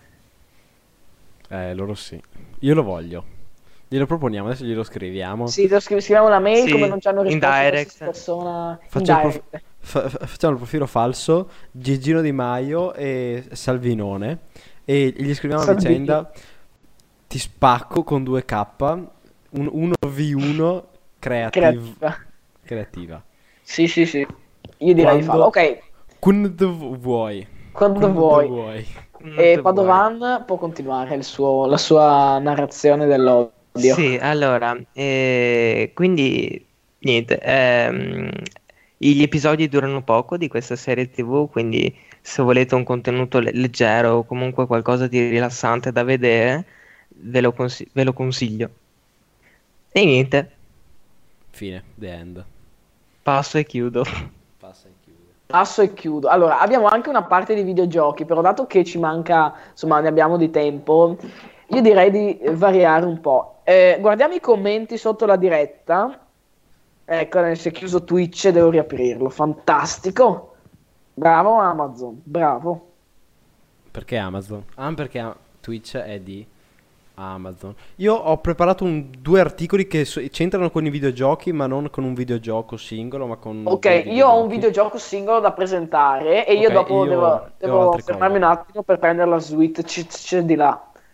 Eh, loro sì. Io lo voglio. Glielo proponiamo, adesso glielo scriviamo. Sì, lo scri- scriviamo una mail Sì, come non ci hanno in risposto direct. qualsiasi persona in Facciamo il, direct. prof- fa- fa- facciamo il profilo falso, Gigino Di Maio e Salvinone, e gli scriviamo a Salvini. vicenda: ti spacco con due K, un uno vu uno creative, Creativa. creativa. Sì, sì, sì. Io direi di Quando- farlo. Ok, Quando vuoi. quando Quando vuoi. vuoi. Non E te Padovan può continuare il suo- la sua narrazione dell'odio. Sì, allora, eh, quindi niente, ehm, gli episodi durano poco di questa serie tivù, quindi se volete un contenuto le- leggero o comunque qualcosa di rilassante da vedere, ve lo, consi- ve lo consiglio. E niente, Fine, the end. passo e chiudo. Passa e chiude. Passo e chiudo. Allora, abbiamo anche una parte di videogiochi, però dato che ci manca, insomma, ne abbiamo di tempo, io direi di variare un po'. Eh, guardiamo i commenti sotto la diretta. Ecco, si è chiuso Twitch, devo riaprirlo. Fantastico. Bravo Amazon, bravo. Perché Amazon? Ah, perché a- Twitch è di Amazon. Io ho preparato un- due articoli che so- c'entrano con i videogiochi, ma non con un videogioco singolo, ma con Ok, due io ho un videogiochi. videogioco singolo da presentare e io Ok, dopo io devo, ho devo altre fermarmi cose. un attimo per prendere la Switch di là.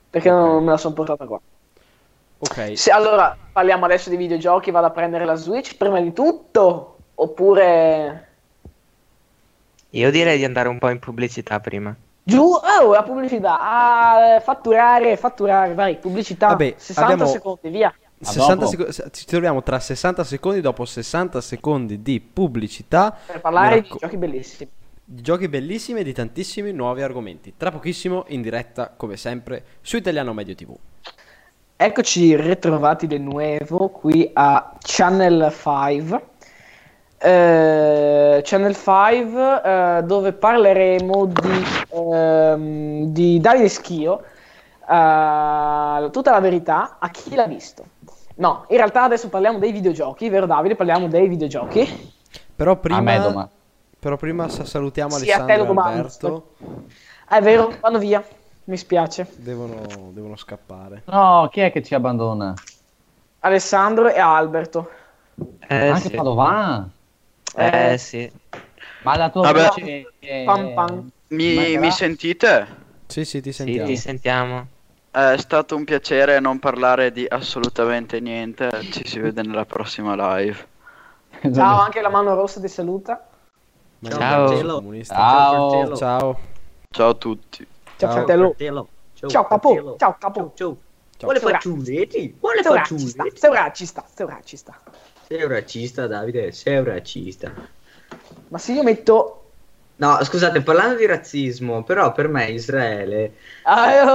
perché Ok. non me la sono portata qua. Ok. Se, allora, parliamo adesso di videogiochi, vado a prendere la Switch prima di tutto, oppure... Io direi di andare un po' in pubblicità prima. Giù, oh, la pubblicità, ah, fatturare, fatturare, vai, pubblicità, Vabbè, sessanta abbiamo- secondi, via. sessanta dopo. seco- se- ci troviamo tra sessanta secondi dopo sessanta secondi di pubblicità. Per parlare Mi di racco- giochi bellissimi. di giochi bellissimi e di tantissimi nuovi argomenti. Tra pochissimo in diretta, come sempre, su Italiano Medio tivù. Eccoci ritrovati di nuovo qui a Channel cinque. Eh, Channel cinque, eh, dove parleremo di, ehm, di Davide Schio, eh, tutta la verità a chi l'ha visto. No, in realtà adesso parliamo dei videogiochi, vero Davide? Parliamo dei videogiochi. Però A me prima, domani. però prima sa- salutiamo Sì, a te Alessandro lo e domando. Alberto. Ah, è vero, vanno via, mi spiace. Devono, devono scappare. No, chi è che ci abbandona? Alessandro e Alberto. Eh Anche sì. Padovan. Eh sì. Ma la tua Vabbè. voce è... Pam pam. Mi, mancherà? mi sentite? Sì, sì, ti Sì, sentiamo. ti sentiamo. È stato un piacere non parlare di assolutamente niente. Ci si vede nella prossima live. Ciao, anche la mano rossa ti saluta. Ma Ciao. non sono comunista. Ciao. Ciao. Ciao a tutti. Ciao, Ciao. fratello. Fratello. Ciao, capo. Ciao, capo. Ciao. Ciao. Vuole Ciao. facciuletti? Vuole Se ora ci sta, facciuletti? se ora ci sta, se ora ci sta. Sei un racista, Davide, sei un racista. Ma se io metto... No, scusate, parlando di razzismo, però per me Israele... Ah,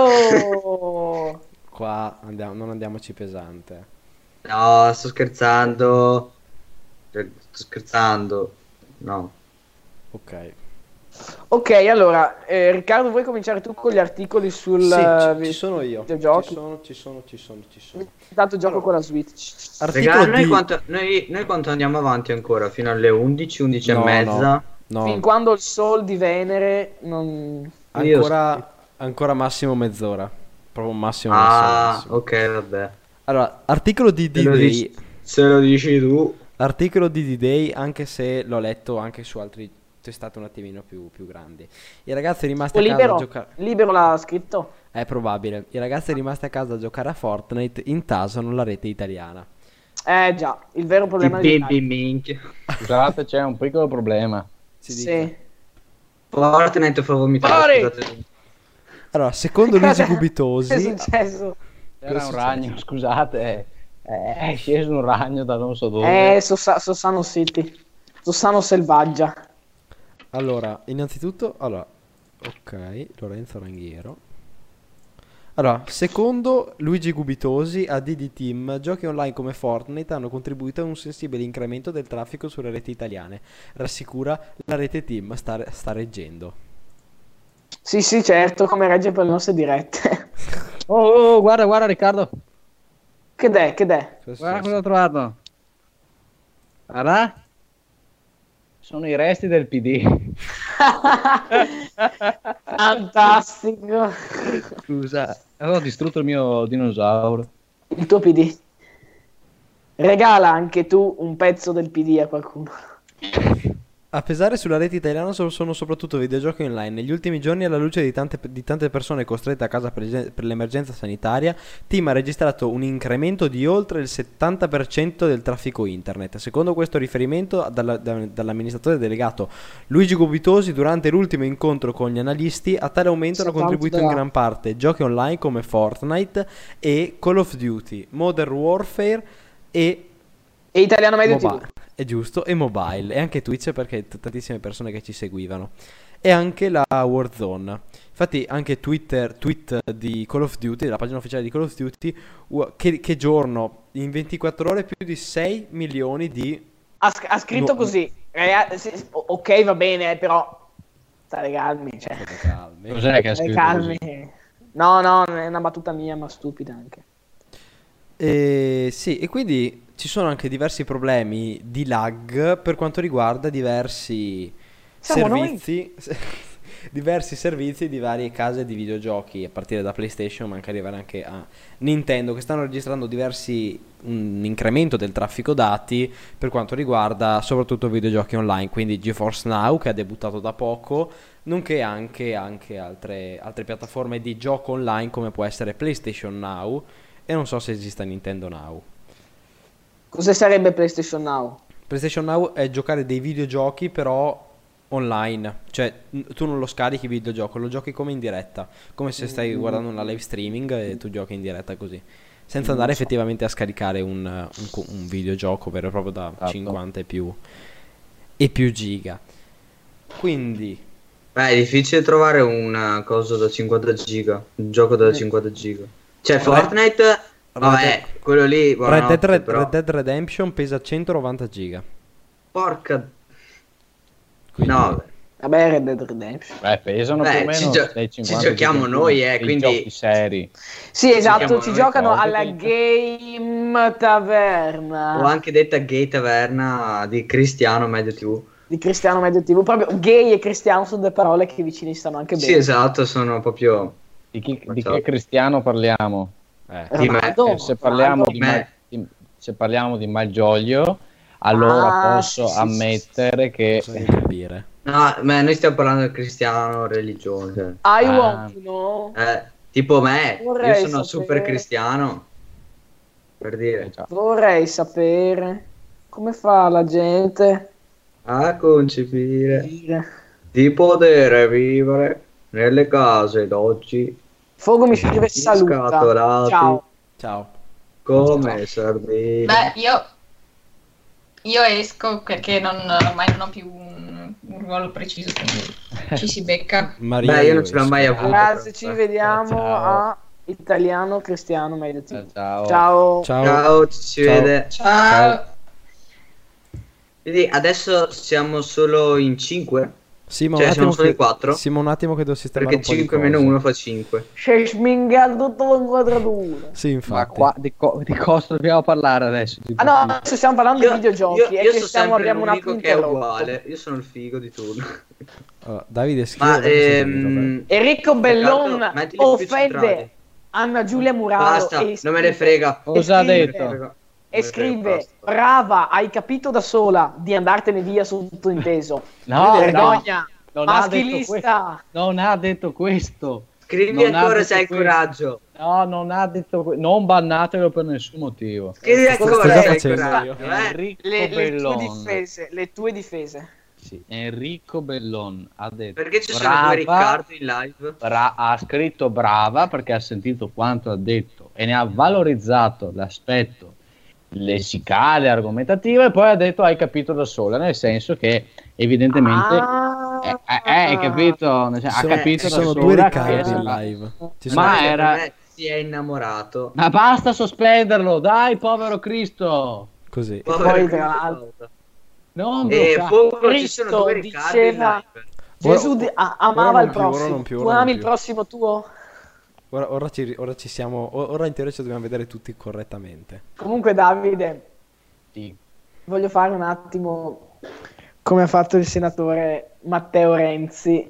oh! Qua andiamo, non andiamoci pesante. No, sto scherzando. Sto scherzando. No. Ok. Ok, allora, eh, Riccardo, vuoi cominciare tu con gli articoli sul... Sì, eh, ci, ci sono io. Ci videogiochi? sono, ci sono, ci sono, ci sono. Intanto gioco Allora. con la Switch. Articolo Raga, noi, di... quanto, noi, noi quanto andiamo avanti ancora? Fino alle undici, undici No, e mezza? No, Fin quando il sol di Venere non... ancora, ancora massimo mezz'ora. Proprio massimo mezz'ora. Ah, massimo. ok, vabbè. Allora, articolo di Se lo, D-Day. dici, se lo dici tu. Articolo di D-Day, anche se l'ho letto anche su altri testate un attimino più, più grandi. I ragazzi rimasti O a casa a libero, giocare... libero l'ha scritto. È probabile. I ragazzi rimasti a casa a giocare a Fortnite intasano la rete italiana. Eh già, il vero Ti problema di bimbi minchia. Scusate, c'è un piccolo problema. Si dica. Sì. Fortnite fa vomitare, Fuori! scusate. Allora, secondo Luigi Cosa è Cubitosi... successo? Era Cosa un è ragno, scusate. Eh, È sceso un ragno da non so dove. Eh, Sosa- Sossano City. Sossano selvaggia. Allora, innanzitutto, allora, ok, Lorenzo Ranghiero. Allora, secondo Luigi Gubitosi, a D D Team, giochi online come Fortnite hanno contribuito a un sensibile incremento del traffico sulle reti italiane. Rassicura, la rete Team sta, sta reggendo. Sì, sì, certo, come regge per le nostre dirette. Oh, oh, guarda, guarda Riccardo. Che d'è, che d'è? Cosa è Guarda cosa successo? ho trovato. Guarda. Sono i resti del P D. Fantastico. Scusa, avevo distrutto il mio dinosauro. Il tuo P D. Regala anche tu un pezzo del P D a qualcuno. A pesare sulla rete italiana so- sono soprattutto videogiochi online. Negli ultimi giorni, alla luce di tante, di tante persone costrette a casa per, ge- per l'emergenza sanitaria, Team ha registrato un incremento di oltre il settanta per cento del traffico internet. Secondo questo riferimento dalla- da- dall'amministratore delegato Luigi Gubitosi, durante l'ultimo incontro con gli analisti, a tale aumento hanno settanta contribuito in gran parte giochi online come Fortnite e Call of Duty, Modern Warfare e E Italiano Medio Mobile, T V. è giusto, e mobile, e anche Twitch perché t- tantissime persone che ci seguivano. E anche la Warzone. Infatti anche Twitter, tweet di Call of Duty, la pagina ufficiale di Call of Duty, u- che, che giorno, in ventiquattro ore più di sei milioni di... Ha, sc- ha scritto No. così. Rea- sì, sì, o- ok, va bene, eh, però state calmi. Cioè. State calmi. Cos'è che ha State scritto calmi. così? No, no, è una battuta mia, ma stupida anche. E, sì, e quindi ci sono anche diversi problemi di lag per quanto riguarda diversi Siamo servizi diversi servizi di varie case di videogiochi, a partire da PlayStation, ma anche arrivare anche a Nintendo, che stanno registrando diversi un incremento del traffico dati per quanto riguarda soprattutto videogiochi online, quindi GeForce Now che ha debuttato da poco, nonché anche, anche altre, altre piattaforme di gioco online come può essere PlayStation Now e non so se esista Nintendo Now. Cosa sarebbe PlayStation Now? PlayStation Now è giocare dei videogiochi però online, cioè n- tu non lo scarichi il videogioco, lo giochi come in diretta, come se stai Mm. guardando una live streaming e tu giochi in diretta così, senza andare Non so. effettivamente a scaricare un, un co- un videogioco vero e proprio da Esatto. cinquanta e più, e più giga. Quindi Beh, è difficile trovare una cosa da cinquanta giga, un gioco da Mm. cinquanta giga. Cioè Red- Fortnite, Red vabbè, Dead- quello lì, Red buonanotte, Dead, Red- però, Red Dead Redemption pesa centonovanta giga. porca... Quindi- No, vabbè. Vabbè, Red Dead Redemption. Beh, pesano Beh, più o meno ci gio- sei ci cinquanta giochiamo giga in noi, più, eh, dei quindi- giochi seri. Sì, esatto, chiamano ci noi giocano cose alla che- Game Taverna Ho anche detta gay taverna di Cristiano Medio tivù. di Cristiano Medio tivù. Proprio gay e cristiano sono due parole che vicini stanno anche Sì, bene. esatto, sono proprio... Di, chi, di Ciao. che cristiano parliamo? eh, Di me. Ronaldo, Eh, se, parliamo Ronaldo. di me. Mal- di- se parliamo di Malgioglio, allora Ah, posso sì, sì, ammettere che cosa devi capire? No, ma noi stiamo parlando del cristiano religioso. I Ah. want to know. Eh, tipo me, Vorrei io sono sapere. super cristiano. Per dire. Eh, già. Vorrei sapere come fa la gente A a concepire dire. di poter vivere nelle case d'oggi Fogo mi scrive saluta. scatolati Ciao. Ciao. come sardine. Beh, io, io esco perché non, ormai non ho più un, un ruolo preciso, quindi ci si becca. Maria, Beh, io non ce l'ho esco. mai avuto. Grazie, però. ci vediamo Ciao. a Italiano Cristiano Medio tivù. Ciao. Ciao. Ciao. Ciao, ci si Ciao. vede. Ciao. Quindi adesso siamo solo in cinque. Sì, ma Cioè, un siamo attimo solo che, in quattro? sì, ma un attimo che devo sistemare Perché un po' di cinque meno cose. uno fa cinque. Sei smingato tutto in quadratura. Sì, Ma infatti. qua, di, co- di cosa dobbiamo parlare adesso? Di Ah no, adesso stiamo parlando Io, di videogiochi. io, è io che so stiamo, sempre abbiamo un l'unico attimo che è interrotto. uguale. Io sono il figo di turno. Allora, Davide scrive Ma dopo se ehm, capito, Enrico Bellon Riccardo, mettili più centrali. offende Anna Giulia Muraro Basta, e non me ne frega. Cosa ha e scrive- detto? Non me ne frega. E scrive: brava, hai capito da sola di andartene via sottointeso. No, Vergogna, no, non ha detto maschilista. Non ha detto questo. Scrivi Non ha ancora detto se hai il questo. coraggio. No, non ha detto questo. Non bannatelo per nessun motivo. Scrivi Cosa ancora sto se hai il facendo coraggio. io? Eh? Enrico Le, le tue Bellon. difese, le tue difese. Sì, Enrico Bellon ha detto Perché ci sono brava, due Riccardo in live? bra- ha scritto brava perché ha sentito quanto ha detto e ne ha valorizzato l'aspetto lessicale, argomentativo e poi ha detto hai capito da sola, nel senso che evidentemente Ah. eh, eh, eh, hai capito, nel senso, Ci ha sono, capito ci da sono sola due che Riccardi in la- live. Ci sono- Ma Secondo era- me si è innamorato. Ma basta sospenderlo, dai, povero Cristo. Così. Povero poi, Cristo tra l'altro- Sauta. Non E bloccare. Fogo ci sono Cristo due Riccardi in diceva- live. Gesù Ora- di- a- ora amava non il più, ora prossimo. non più, Tu ora non ami il più. prossimo tuo? Ora, ora ci, ora ci siamo. o- Ora in teoria ci dobbiamo vedere tutti correttamente. Comunque, Davide, Sì. voglio fare un attimo come ha fatto il senatore Matteo Renzi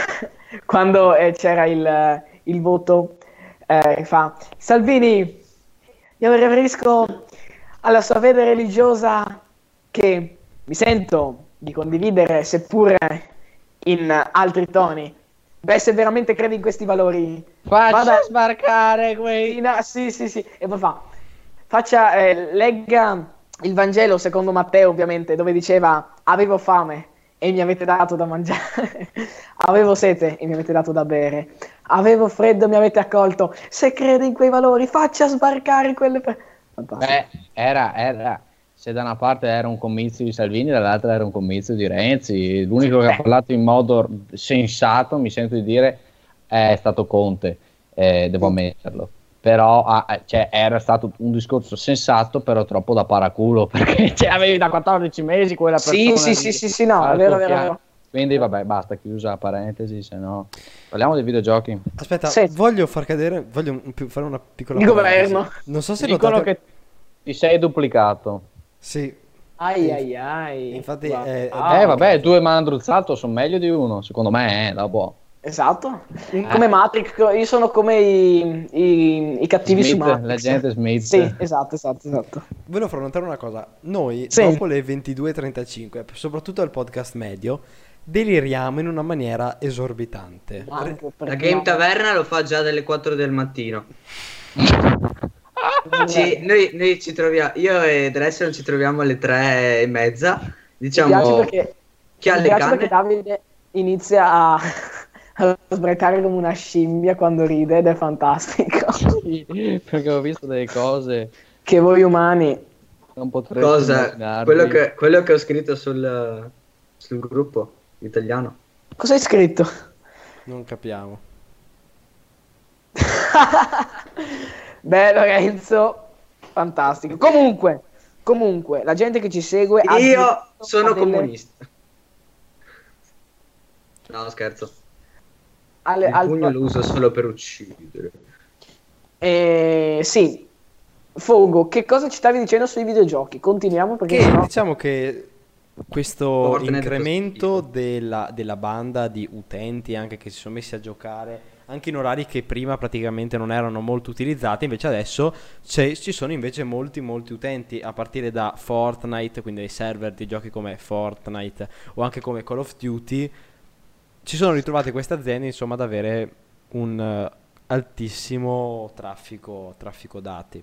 quando eh, c'era il, il voto. Eh, fa Salvini, io mi riferisco alla sua fede religiosa che mi sento di condividere, seppure in altri toni. Beh, se veramente credi in questi valori, Faccia vada- sbarcare quei... sì, no, sì, sì, sì. E poi fa, faccia, eh, legga il Vangelo secondo Matteo, ovviamente, dove diceva avevo fame e mi avete dato da mangiare, avevo sete e mi avete dato da bere, avevo freddo e mi avete accolto. Se crede in quei valori, faccia sbarcare quelle... pe- Fantastico. Beh, era, era, se da una parte era un comizio di Salvini, dall'altra era un comizio di Renzi. L'unico che ha parlato in modo sensato, mi sento di dire, è stato Conte, eh, devo ammetterlo. Però ah, cioè, era stato un discorso sensato, però troppo da paraculo, perché cioè, avevi da quattordici mesi quella persona. Sì, sì, lì sì, sì, sì, no, al è vero, tuo è vero, è fianco. vero. Quindi vabbè, basta, chiusa la parentesi, se no... Parliamo dei videogiochi. Aspetta, Sì. voglio far cadere. Voglio un- più- fare una piccola. Il parentesi. governo. Non so se Dicono notate. che ti sei duplicato. Sì, Ai ai ai. infatti Guarda. è- è- Ah, eh vabbè, due mandruzzato sono meglio di uno, secondo me, eh, dopo. Esatto, come Matrix, io sono come i, i, i cattivi Smith, su Matrix. l'agente Smith. Sì, esatto, esatto, esatto. Volevo far notare una cosa, noi Sì. dopo le ventidue e trentacinque, soprattutto al podcast medio, deliriamo in una maniera esorbitante. Anche La perché Game no, Taverna lo fa già dalle quattro del mattino. Ci- noi, noi ci troviamo, io e Dressel ci troviamo alle tre e mezza. mi piace Diciamo, perché, chi ha mi le piace canne? perché Davide inizia a, a sbraitare come una scimmia quando ride ed è fantastico. Sì, perché ho visto delle cose Che voi umani... non potreste Cosa? immaginarvi. Quello che, quello che ho scritto sul, sul gruppo italiano. Cosa hai scritto? Non capiamo. Beh, Lorenzo, fantastico. Comunque, comunque, la gente che ci segue... ha Io diritto sono a delle- comunista. No, scherzo. alle- Il al- pugno lo uso solo per uccidere. Eh, sì, Fogo, che cosa ci stavi dicendo sui videogiochi? Continuiamo perché Che sennò... diciamo che questo Fortnite incremento è schifo. della, della banda di utenti anche che si sono messi a giocare anche in orari che prima praticamente non erano molto utilizzati, invece adesso c'è- ci sono invece molti molti utenti a partire da Fortnite, quindi dei server di giochi come Fortnite o anche come Call of Duty. Ci sono ritrovate queste aziende insomma ad avere un eh, altissimo traffico, traffico dati.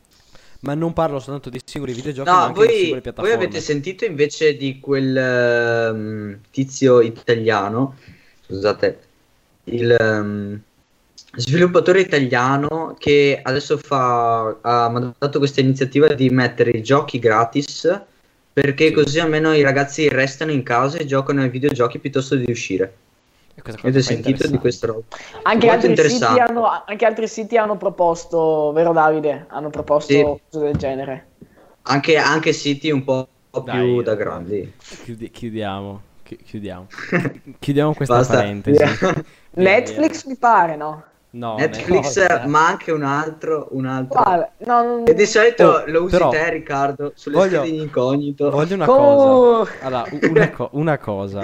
Ma non parlo soltanto di singoli videogiochi, ma No, anche di voi, singole voi piattaforme. avete sentito invece di quel ehm, tizio italiano, scusate, il ehm, sviluppatore italiano che adesso fa, ha mandato questa iniziativa di mettere i giochi gratis perché Sì. così almeno i ragazzi restano in casa e giocano ai videogiochi piuttosto di uscire. E questa cosa Avete qua è sentito di interessante. questa roba? Anche Molto altri, siti interessante. hanno, anche altri siti hanno proposto, vero Davide? Hanno proposto Sì. cose del genere. Anche, anche siti un po' più Dai, da dai. grandi. Chiudi- chiudiamo. Chi- chiudiamo. Chiudiamo questa Basta. parentesi. Via, Netflix via. mi pare, no? No, Netflix, Netflix. ma anche un altro, un altro. Quale? No, non- E di solito Oh, lo usi però, te, Riccardo, sulle voglio- schede in incognito. Voglio una Co- cosa. Allora, u- una, co- una cosa.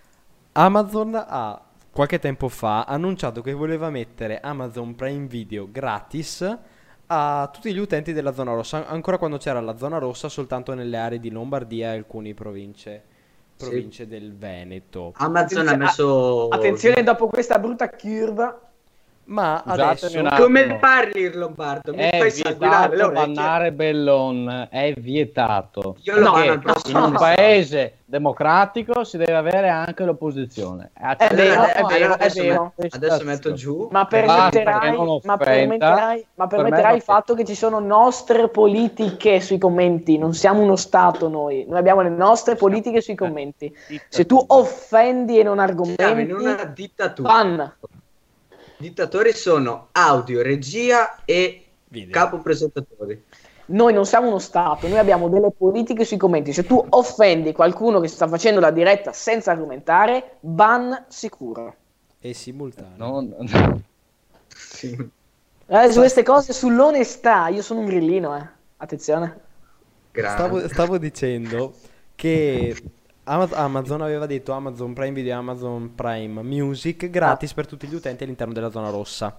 Amazon ha qualche tempo fa annunciato che voleva mettere Amazon Prime Video gratis a tutti gli utenti della zona rossa, an- ancora quando c'era la zona rossa soltanto nelle aree di Lombardia e alcune province, Sì. province del Veneto. Amazon ha Attenzione- messo... Attenzione, dopo questa brutta curva, Ma Scusatemi adesso un attimo. Come parli il lombardo? Mi È fai sanguinare le vietato orecchie. bannare Bellon, è vietato. Io lo No, banno al Perché prossimo in un passaggio. paese democratico si deve avere anche l'opposizione. È vero, Allora, è vero, è adesso, vero. met- adesso metto giù. ma Basta permetterai, che non ma offenda, permetterai, ma per me permetterai va il fatto che ci sono nostre politiche sui commenti. Non siamo uno Stato noi, noi abbiamo le nostre politiche sui commenti. Se tu offendi e non Siamo in argomenti, una dittatura. ban. Dittatori sono audio, regia e Video. capo presentatori. Noi non siamo uno Stato, noi abbiamo delle politiche sui commenti. Se tu offendi qualcuno che sta facendo la diretta senza argomentare, ban sicuro. è simultaneo. Non- Sì. Eh, su queste cose, sull'onestà, io sono un grillino, eh. Attenzione. Grande. Stavo, stavo dicendo che Ama- Amazon aveva detto Amazon Prime Video e Amazon Prime Music gratis per tutti gli utenti all'interno della zona rossa.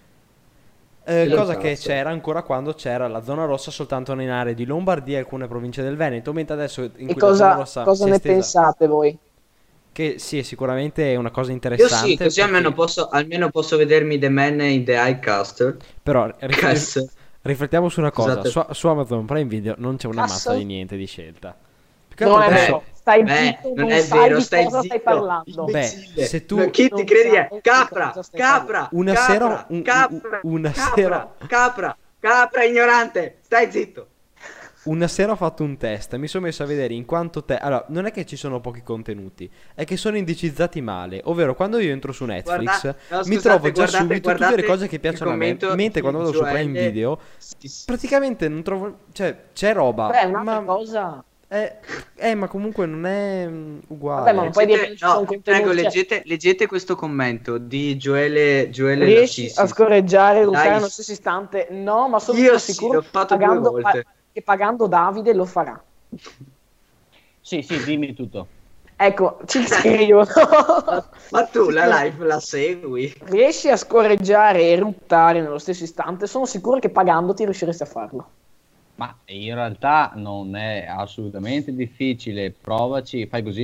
Eh, Sì, cosa cazzo. che c'era ancora quando c'era la zona rossa soltanto in aree di Lombardia e alcune province del Veneto, mentre adesso in E cui la zona cosa, rossa cosa si è ne estesa- pensate voi? Che sì, sicuramente è una cosa Io interessante. sì, così perché- almeno posso, almeno posso vedermi The Man in the Eye Castle. Però rif- Cazzo. riflettiamo su una cosa, Scusate. su, su Amazon Prime Video non c'è una Cazzo. massa di niente di scelta. Più che Non altro è adesso- vero, stai Beh, zitto, non non è sai vero, di stai cosa zitto. stai parlando. Beh, Imbecille. se tu- No, chi Non ti credi sai è di capra, cosa stai capra, Una capra, sera- un- un- capra, una capra, sera- capra, capra ignorante, stai zitto. Una sera ho fatto un test e mi sono messo a vedere in quanto te... Allora, non è che ci sono pochi contenuti, è che sono indicizzati male. Ovvero, quando io entro su Netflix, Guarda- no, mi scusate, trovo già guardate- subito tutte guardate le cose che il piacciono a me. commento Mentre quando di vado su Prime Gioele- Video, praticamente non trovo... Cioè, c'è roba, Beh, è un'altra ma... cosa. Eh, eh, ma comunque non è mm, uguale. Vabbè, ma non puoi dire che Leggete- ci sono no, contenuti, prego, cioè- leggete, leggete questo commento di Gioele, Gioele Riesci Lassisi. a scorreggiare Luca Dai. nello stesso istante? No, ma sono Io sì, sicuro l'ho fatto due pagando, volte. che pagando Davide lo farà. Sì, sì, dimmi tutto. Ecco, ci scrivono. Ma tu la live la segui? Riesci a scorreggiare e ruttare nello stesso istante? Sono sicuro che pagandoti riusciresti a farlo. Ma in realtà non è assolutamente difficile, provaci, fai così.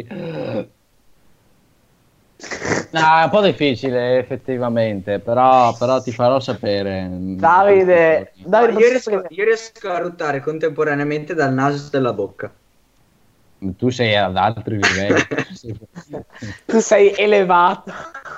No, è un po' difficile effettivamente, però, però ti farò sapere. Davide, Davide io, riesco, io riesco a ruttare contemporaneamente dal naso e dalla bocca. Tu sei ad altri livelli. Tu sei elevato.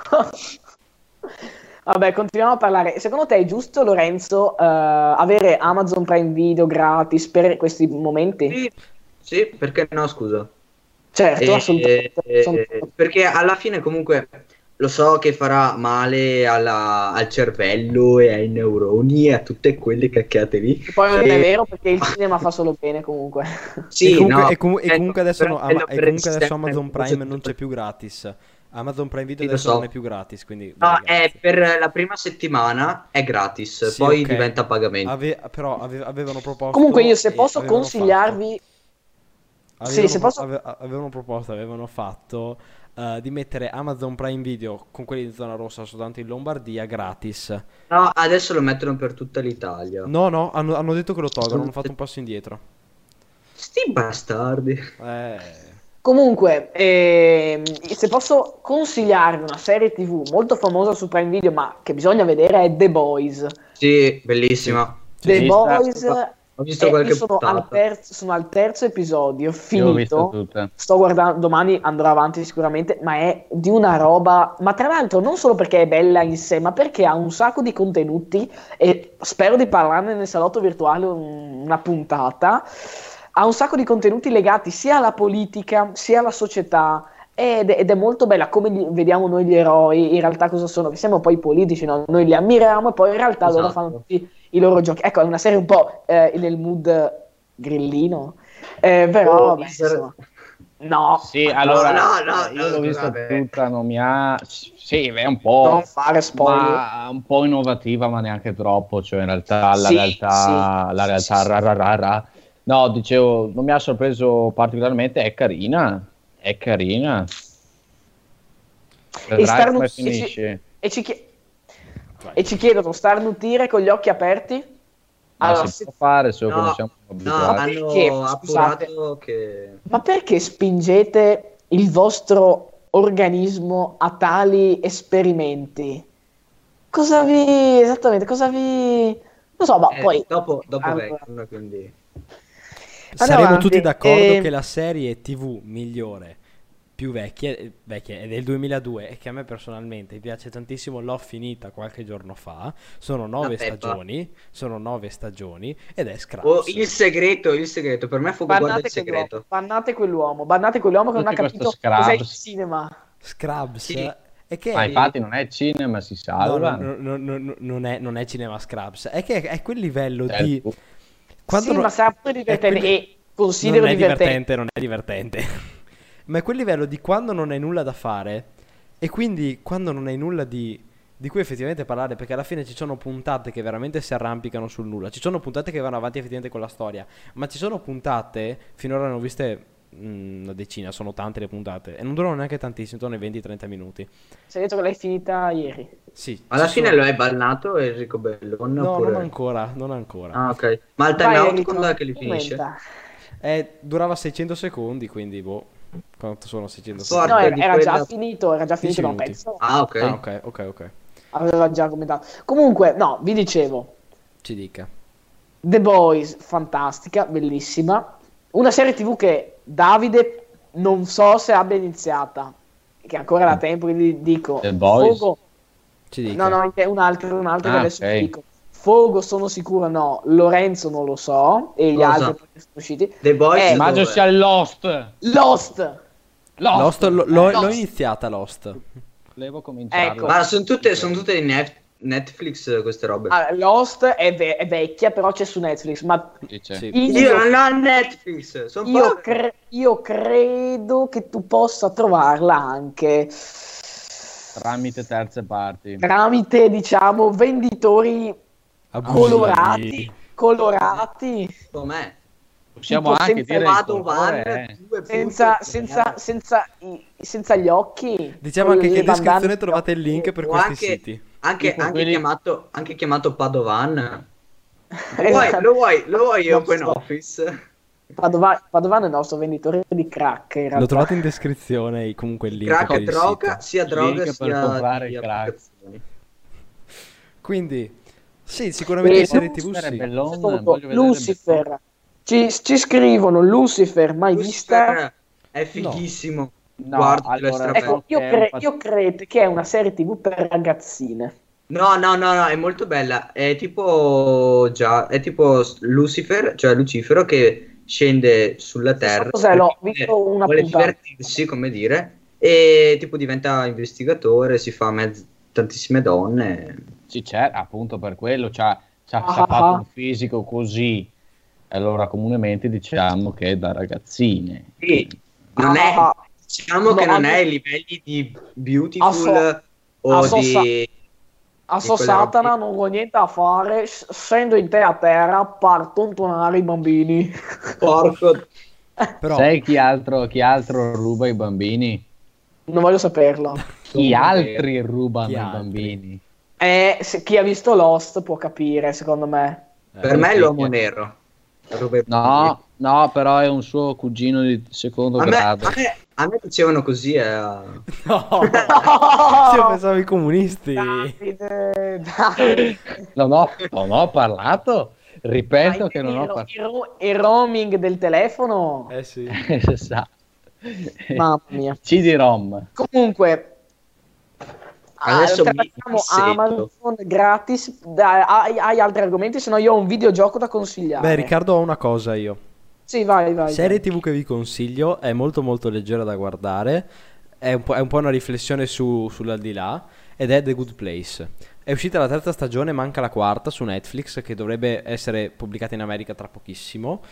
Vabbè, continuiamo a parlare. Secondo te è giusto, Lorenzo, uh, avere Amazon Prime Video gratis per questi momenti? Sì, sì, perché no, scusa. Certo, E, assolutamente. eh, perché alla fine comunque lo so che farà male alla- al cervello e ai neuroni e a tutte quelle cacchiate lì. Poi non E- è vero perché il cinema fa solo bene comunque. Sì, e comunque, no, e comu- e eh, comunque adesso, però no, quello Ama- e per comunque il adesso sistema Amazon è Prime così- non c'è più gratis. Amazon Prime Video Sì, lo adesso so. non è più gratis, quindi No, vai, è grazie. per la prima settimana è gratis, Sì, poi ok. diventa a pagamento. Ave- però ave- avevano proposto Comunque io se e posso avevano consigliarvi... fatto- Sì, avevano se pro- posso... ave- avevano proposto, avevano fatto eh, di mettere Amazon Prime Video con quelli di zona rossa soltanto in Lombardia gratis. No, adesso lo mettono per tutta l'Italia. No, no, hanno, hanno detto che lo tolgono, hanno fatto un passo indietro. Sti bastardi. Eh... Comunque, ehm, se posso consigliarvi una serie tivù molto famosa su Prime Video, ma che bisogna vedere, è The Boys. Sì, bellissima. The sì, Boys, Ho visto eh, qualche io sono al, puntata. terzo, sono al terzo episodio, Io ho visto finito. tutte. Sto guardando, domani andrò avanti sicuramente, ma è di una roba, ma tra l'altro non solo perché è bella in sé, ma perché ha un sacco di contenuti e spero di parlarne nel salotto virtuale un- una puntata. Ha un sacco di contenuti legati sia alla politica sia alla società ed è, ed è molto bella come li- vediamo noi gli eroi, in realtà cosa sono, che siamo poi politici, no? Noi li ammiriamo e poi in realtà loro Esatto. fanno tutti i loro giochi. Ecco, è una serie un po' eh, nel mood grillino, eh, però Oh, beh, miser- insomma, no, Sì, allora, no, no, io no, l'ho vista scusate. tutta, non mi ha... Sì, è un po'... non fare spoiler. ma un po' innovativa, ma neanche troppo, cioè in realtà la Sì, realtà, sì. la realtà Sì, sì. ra, ra, ra, ra. No, dicevo, non mi ha sorpreso particolarmente, è carina, è carina. Vedrai starnu- come e ci- finisce. E ci, chie- e ci chiedono, starnutire con gli occhi aperti? Ma Allora, si se- può fare, solo che No, non siamo no, abituati. hanno Perché, scusate. appurato che... Ma perché spingete il vostro organismo a tali esperimenti? Cosa vi... esattamente, cosa vi... non so, ma eh, poi... dopo, dopo Allora. vengono, quindi... Saremo avanti, tutti d'accordo eh, che la serie tivù migliore, più vecchia, vecchia è del duemiladue e che a me personalmente piace tantissimo, l'ho finita qualche giorno fa. Sono nove La Peppa. stagioni, sono nove stagioni ed è Scraps. Oh, il segreto, il segreto, per me fu guarda Bannate il quell'uomo, segreto. bannate quell'uomo, bannate quell'uomo che non ha Tutti capito questo cos'è il Scrubs. cinema. Scrubs Sì. è che Ma infatti non è cinema, si no, salva. no, no, no, no, non è, non è cinema Scrubs, è che è quel livello Certo. di quando Sì, non- ma sarà pure è divertente quelli- e considero non è divertente. divertente, non è divertente. Ma è quel livello di quando non hai nulla da fare e quindi quando non hai nulla di, di cui effettivamente parlare, perché alla fine ci sono puntate che veramente si arrampicano sul nulla, ci sono puntate che vanno avanti effettivamente con la storia, ma ci sono puntate, finora ne ho viste mm, una decina, sono tante le puntate e non durano neanche tantissimo, intorno ai venti trenta minuti. Sei detto che l'hai finita ieri. Sì, Alla ci fine sono- lo hai bannato Enrico Bellon? No, oppure... non ancora, non ancora. Ah, ok. Ma il Vai, time out Enrico, quando è che li finisce? commenta. Eh, durava seicento secondi, quindi boh, quanto sono seicento Porca secondi? No, era, di era quella- già finito, era già finito da un minuti. pezzo. Ah, ok. Ah, ok, ok, ok. Aveva già commentato. Comunque, no, vi dicevo, Ci dica. The Boys, fantastica, bellissima. Una serie tivù che Davide non so se abbia iniziata, che ancora da tempo, quindi dico. The Boys? Fogo- Ci dica. No, no, è un altro, un altro Ah, che adesso ok. ti dico. Fogo sono sicuro no, Lorenzo non lo so, e gli Cosa? altri che sono usciti. The Boys Eh, Immagino dove? sia Lost. Lost! Lost, lo- l'ho, Lost. l'ho iniziata Lost. Volevo cominciare. Ecco. Ma sono tutte, sono tutte di Net- Netflix queste robe. Allora, Lost è, ve- è vecchia, però c'è su Netflix, ma Dice. Sì. io, Io non ho Netflix, sono io povero. cre- io credo che tu possa trovarla anche Tramite terze parti. tramite, diciamo, venditori Abusivi. colorati, colorati. Com'è? Possiamo Tipo, anche senza dire il Padovan, colore, eh. due senza, punti. senza, senza, i- senza gli occhi. Diciamo con anche che le in descrizione bandane- trovate il link per O questi anche, siti. anche, Tipo anche quelli- chiamato, anche chiamato Padovan. Lo vuoi, Esatto. lo vuoi, lo vuoi Non Open so. Office? Padova- Padovano è il nostro venditore di crack, in Lo realtà. trovate in descrizione comunque il link Crack per e il droga, sito. sia droga Link per sia comprare di il crack. applicazioni. Quindi, sì, sicuramente E serie tv Lucifer è sì. bellone, Secondo, voglio vedere Lucifer. Ci, ci scrivono Lucifer, mai vista? Lucifer è fighissimo. No, Guardatelo, è allora, strabello. Ecco, io, Che è un cre- fat- io credo che è una serie tivù per ragazzine. No, no, no, no, è molto bella. È tipo già, è tipo Lucifer, cioè Lucifero che scende sulla terra. cos'è? L'ho perché visto una vuole puntata. divertirsi, come dire, e tipo diventa investigatore, si fa mezz- tantissime donne. Sì, c'è, appunto per quello, c'ha, c'ha, Ah, c'ha fatto ah. un fisico così. Allora comunemente diciamo che è da ragazzine. Sì, non è, Ah, diciamo che no, non ah, è ai livelli di Beautiful Ah, so- o ah, so di... sa- a di so quelle Satana robe- non ho niente a fare, s- scendo in te a terra, parto tontonare i bambini. Porco. Però, Sai chi altro, chi altro ruba i bambini? Non voglio saperlo. Chi altri rubano Chi i altri? bambini? Eh, se chi ha visto Lost può capire, secondo me. Per eh, me è sì, l'uomo sì. nero. Ruba- No, no, però è un suo cugino di secondo A me, grado. a, me, a me dicevano così. Eh. no, sì, io pensavo ai comunisti. Davide, dai. Non ho, non ho parlato, ripeto Dai, che non il, ho ro- parlato. il ro- il roaming del telefono. Eh sì. Esatto. Mamma mia. C D ROM. Comunque, Adesso ah, mi- trattasiamo mi sento. Amazon gratis. Dai, hai, hai altri argomenti? Se no, io ho un videogioco da consigliare. Beh, Riccardo, ho una cosa io. Sì, vai, vai. Serie vai. tivù che vi consiglio, è molto molto leggera da guardare, è un po', è un po' una riflessione su, sull'aldilà, ed è The Good Place. È uscita la terza stagione, manca la quarta su Netflix, che dovrebbe essere pubblicata in America tra pochissimo.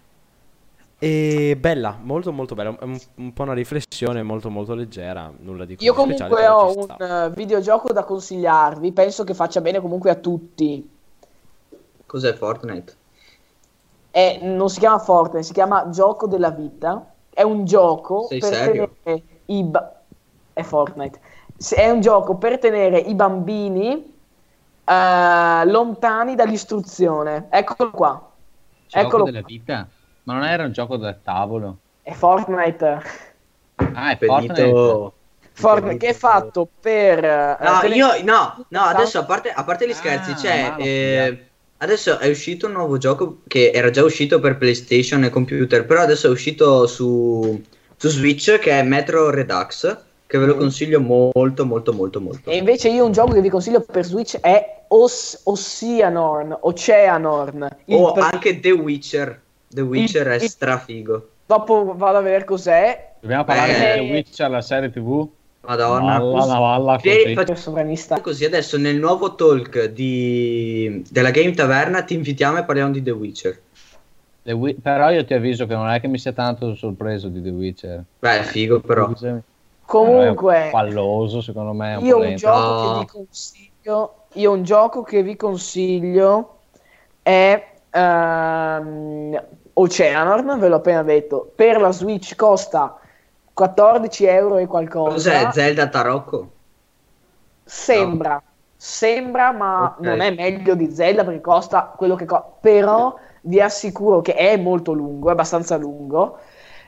E bella, molto molto bella, è un, un po' una riflessione molto molto leggera, nulla di Io così speciale, comunque però ho ci un sta. eh, videogioco da consigliarvi. Penso che faccia bene comunque a tutti. Cos'è Fortnite? È- non si chiama Fortnite, si chiama Gioco della Vita. È un gioco Sei per serio? tenere i ba- è Fortnite. Se- È un gioco per tenere i bambini eh, lontani dall'istruzione. Eccolo qua. Gioco Eccolo della qua. vita. Ma non era un gioco da tavolo? È Fortnite. Ah, è Fortnite. Pedito. Fortnite che è fatto per eh, No, tenere- io no, no, adesso a parte, a parte gli scherzi, Ah, c'è ma l'ho eh, adesso è uscito un nuovo gioco che era già uscito per PlayStation e computer, però adesso è uscito su, su Switch, che è Metro Redux, che ve lo Mm. consiglio molto molto molto molto. E invece io un gioco che vi consiglio per Switch è Os- Oceanorn, Oceanorn. Il O pre- anche The Witcher. The Witcher è il- strafigo. Dopo vado a vedere cos'è. Dobbiamo parlare Eh. di The Witcher, la serie tivù? Madonna. Valla, una valla Sì, così. faccio Io sovranista. così adesso nel nuovo talk di, della Game Taverna ti invitiamo e parliamo di The Witcher. The Wi- però io ti avviso che non è che mi sia tanto sorpreso di The Witcher. Beh, è figo però. Scusami. Comunque, Però è un palloso, secondo me. È un io po' un lento. gioco No. che vi consiglio, io un gioco che vi consiglio è ehm, Oceanorn, ve l'ho appena detto. Per la Switch costa quattordici euro e qualcosa. Cos'è Zelda Tarocco? Sembra, sembra, ma Ok. non è meglio di Zelda perché costa quello che costa. Però vi assicuro che è molto lungo, è abbastanza lungo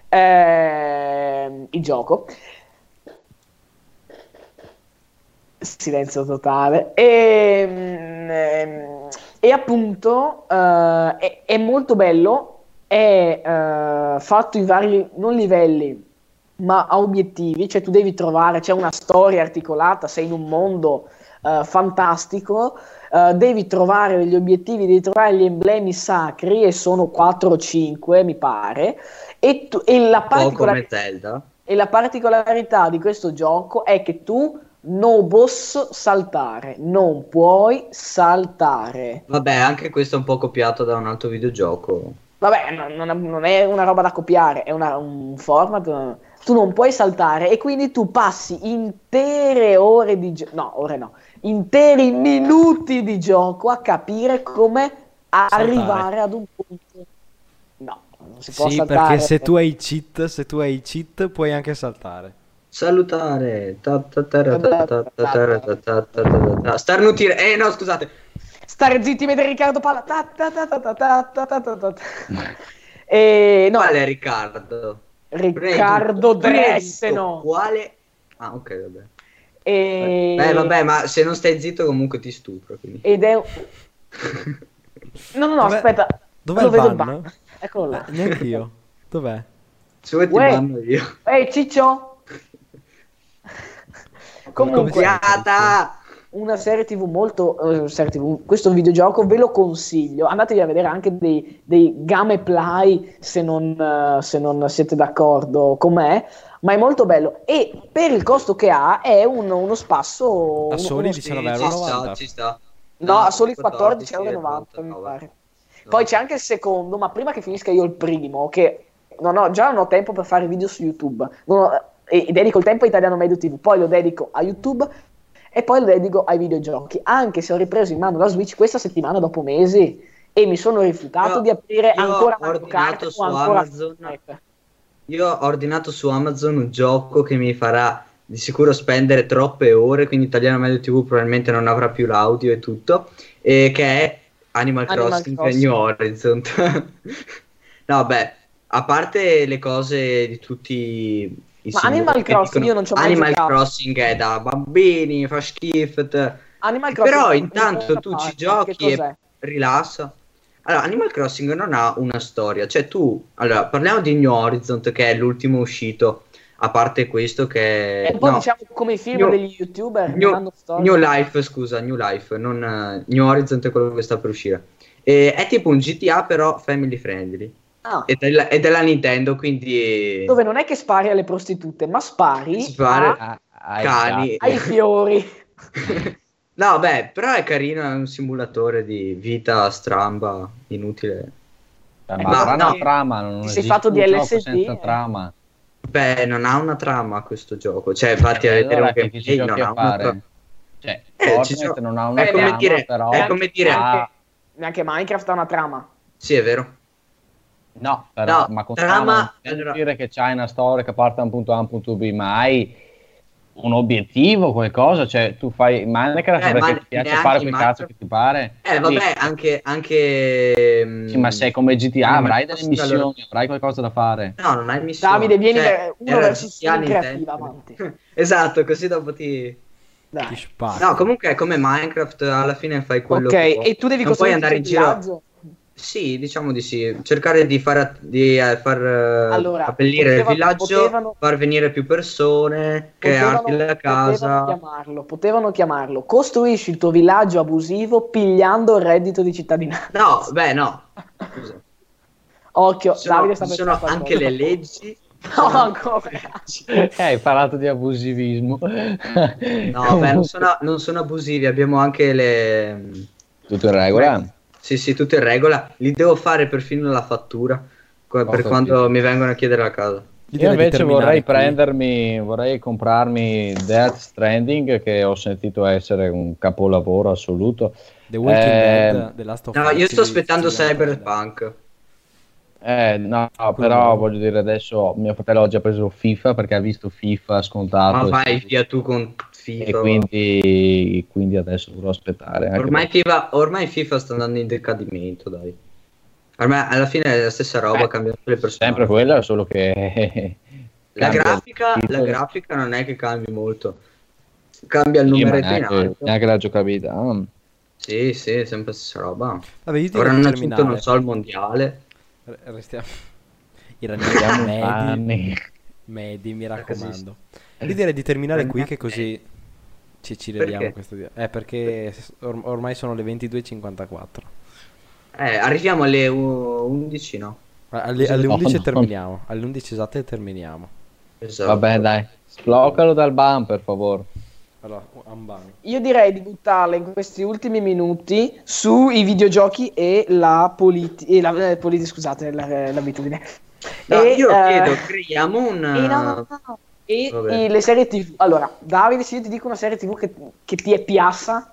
ehm, il gioco. Silenzio totale. E, mm, e appunto eh, è, è molto bello, è eh, fatto in vari, non livelli, ma a obiettivi, cioè tu devi trovare, c'è una storia articolata, sei in un mondo eh, fantastico, eh, devi trovare degli obiettivi, devi trovare gli emblemi sacri, e sono quattro o cinque mi pare, e, tu- e la Un po' come particolarità Zelda. e la particolarità di questo gioco è che tu non posso saltare, non puoi saltare. Vabbè, anche questo è un po' copiato da un altro videogioco. Vabbè, non, non- non è una roba da copiare, è una- un format. eh, Tu non puoi saltare e quindi tu passi intere ore di gioco, no, ore no, interi minuti di gioco a capire come arrivare ad un punto. No, non si può Sì, saltare. perché se tu hai cheat, se tu hai cheat puoi anche saltare. Salutare. Ta ta ta ra ta ta ta ta ra ta ta ta ta ta. Starnutire. Eh no, scusate. Stare zitti mentre Riccardo parla. Ta ta ta ta ta ta ta ta ta ta. E no, Quale è Riccardo? Riccardo Dresseno. Quale? Ah, ok, vabbè. E... Beh, vabbè, ma se non stai zitto comunque ti stupro, quindi. Ed è... No, no, no, Dov'è- aspetta. Dov'è Lo il vedo ban? il ban. Eccolo là. Eh, neanche io. Dov'è? Se vuoi ti Uè. banno io. Ehi, Ciccio. Comunque, Fiata! una serie tv molto... eh, serie tv, questo videogioco ve lo consiglio. Andatevi a vedere anche dei, dei gameplay se non, eh, se non siete d'accordo con me. Ma è molto bello. E per il costo che ha è un- uno spasso... A uno- soli uno- Sì, diciannove ci euro e sta, novanta. ci sta. No, a soli quattordici quattordici euro e novanta, mi novantanove. pare. Poi c'è anche il secondo, ma prima che finisca io il primo, che non ho, già non ho tempo per fare video su YouTube, non ho- e, e dedico il tempo a Italiano Medio ti vu, poi lo dedico a YouTube e poi lo dedico ai videogiochi, anche se ho ripreso in mano la Switch questa settimana dopo mesi e mi sono rifiutato Io- di aprire io ancora ho Mario ordinato Kart su o ancora Amazon. Fortnite. Io ho ordinato su Amazon un gioco che mi farà di sicuro spendere troppe ore, quindi Italiano Medio ti vu probabilmente non avrà più l'audio e tutto, e che è Animal, Animal Crossing Crossing. New Horizon. No, beh, a parte le cose di tutti i Ma signori Animal che Crossing dicono, io non ci ho mai Animal giocato. Crossing è da bambini, fa schifo, t- Animal Crossing però è intanto una tu ci parte, giochi che e cos'è? rilassa. Allora, Animal Crossing non ha una storia, cioè tu, allora, parliamo di New Horizon che è l'ultimo uscito, a parte questo che È un po' no, diciamo come i film New- degli youtuber, New, non hanno storia. New Life, scusa, New Life, non eh, New Horizon è quello che sta per uscire. E è tipo un G T A però family friendly. Ah, È della, è della Nintendo, quindi dove non è che spari alle prostitute, ma spari Spari- a- Ah, ai cani. ai fiori. No, beh, però è carino, è un simulatore di vita stramba, inutile. gatti. Ma Ma avrà no. una trama, non Ti sei esiste fatto un di gioco L S D, senza eh. trama. Beh, non ha una trama questo gioco, cioè infatti a E vedere allora un che, che ci gameplay non giochi ha a una trama. fare? Cioè, Eh, ci Fortnite gio- non ha una è come trama, dire- però è come dire- ha- Neanche Minecraft ha una trama. Sì, è vero. No, però, No, ma con trama- trama non allora- dire che c'hai una storia che parte da un punto A a un punto B, ma hai un obiettivo, qualcosa, cioè tu fai Minecraft Eh, perché ma ti piace neanche fare in quel Minecraft- cazzo che ti pare. Eh, vabbè, Sì, anche... anche mm, sì, ma sei come G T A, Animal avrai delle Crossing, missioni, allora- avrai qualcosa da fare. No, non hai missione. Davide, vieni Cioè, ver- uno era versus G T A uno creativa, Nintendo. avanti. Esatto, così dopo ti... Ti Dai. spacchi. No, comunque è come Minecraft, alla fine fai quello Ok, che vuoi. e tu devi Non puoi costruire andare in il giro. villaggio. Sì, diciamo di sì. Cercare di far, di, eh, far eh, Allora, abbellire il potevano- villaggio, potevano- far venire più persone, crearti la Potevano casa. chiamarlo, potevano chiamarlo costruisci il tuo villaggio abusivo pigliando il reddito di cittadinanza. No, beh, no. Scusa. Occhio, Ci sono, Davide sta ci per sono fare anche le qualcosa. leggi. No, ancora. Eh, hai parlato di abusivismo. No, beh, non sono, non sono abusivi, abbiamo anche le... Tutto in regola? Sì, sì, tutto in regola. Li devo fare perfino la fattura co- per Ho quando capito. mi vengono a chiedere la casa. Io Io direi di invece terminare vorrei qui. prendermi, vorrei comprarmi Death Stranding, che ho sentito essere un capolavoro assoluto. The Walking Eh, Dead, The Last of No, Us, io sto sì, aspettando sì, Cyberpunk. Eh, no, no, Quello però nuovo. voglio dire adesso mio fratello ha già preso FIFA perché ha visto FIFA scontato Ma e, vai via tu con FIFA. e quindi, quindi adesso dovrò aspettare. Anche Ormai perché- FIFA, ormai FIFA sta andando in decadimento, dai. Ormai alla fine è la stessa roba, Eh, cambiano le persone. sempre quella, solo che La cambia grafica, il la titolo. grafica non è che cambi molto. Cambia il Sì, ma numeretto in neanche, alto. neanche la giocabilità. Ah, Sì, sì, è sempre la stessa roba. Vabbè, io direi Ora di hanno aggiunto, terminare. non so, il mondiale. Re- Restiamo... I Siamo ragazzi medi, anni. medi, mi Così. raccomando. Io direi di terminare qui che così ci, ci Perché? vediamo questo dia- Eh, perché s- or- ormai sono le ventidue e cinquantaquattro. Eh, arriviamo alle uh, undici, no? Alle, alle No, undici no. terminiamo. Alle undici esatte terminiamo. Esatto. Vabbè, dai, sbloccalo dal ban, per favore. Allora, Ambani. Io direi di buttarla in questi ultimi minuti sui videogiochi e la politica, e la, eh, politi- scusate, la- l'abitudine. No, E, io eh, chiedo, creiamo un... E, no, no, no. E Vabbè. i- le serie tivù. Allora, Davide, se io ti dico una serie tivù che, che ti è piassa,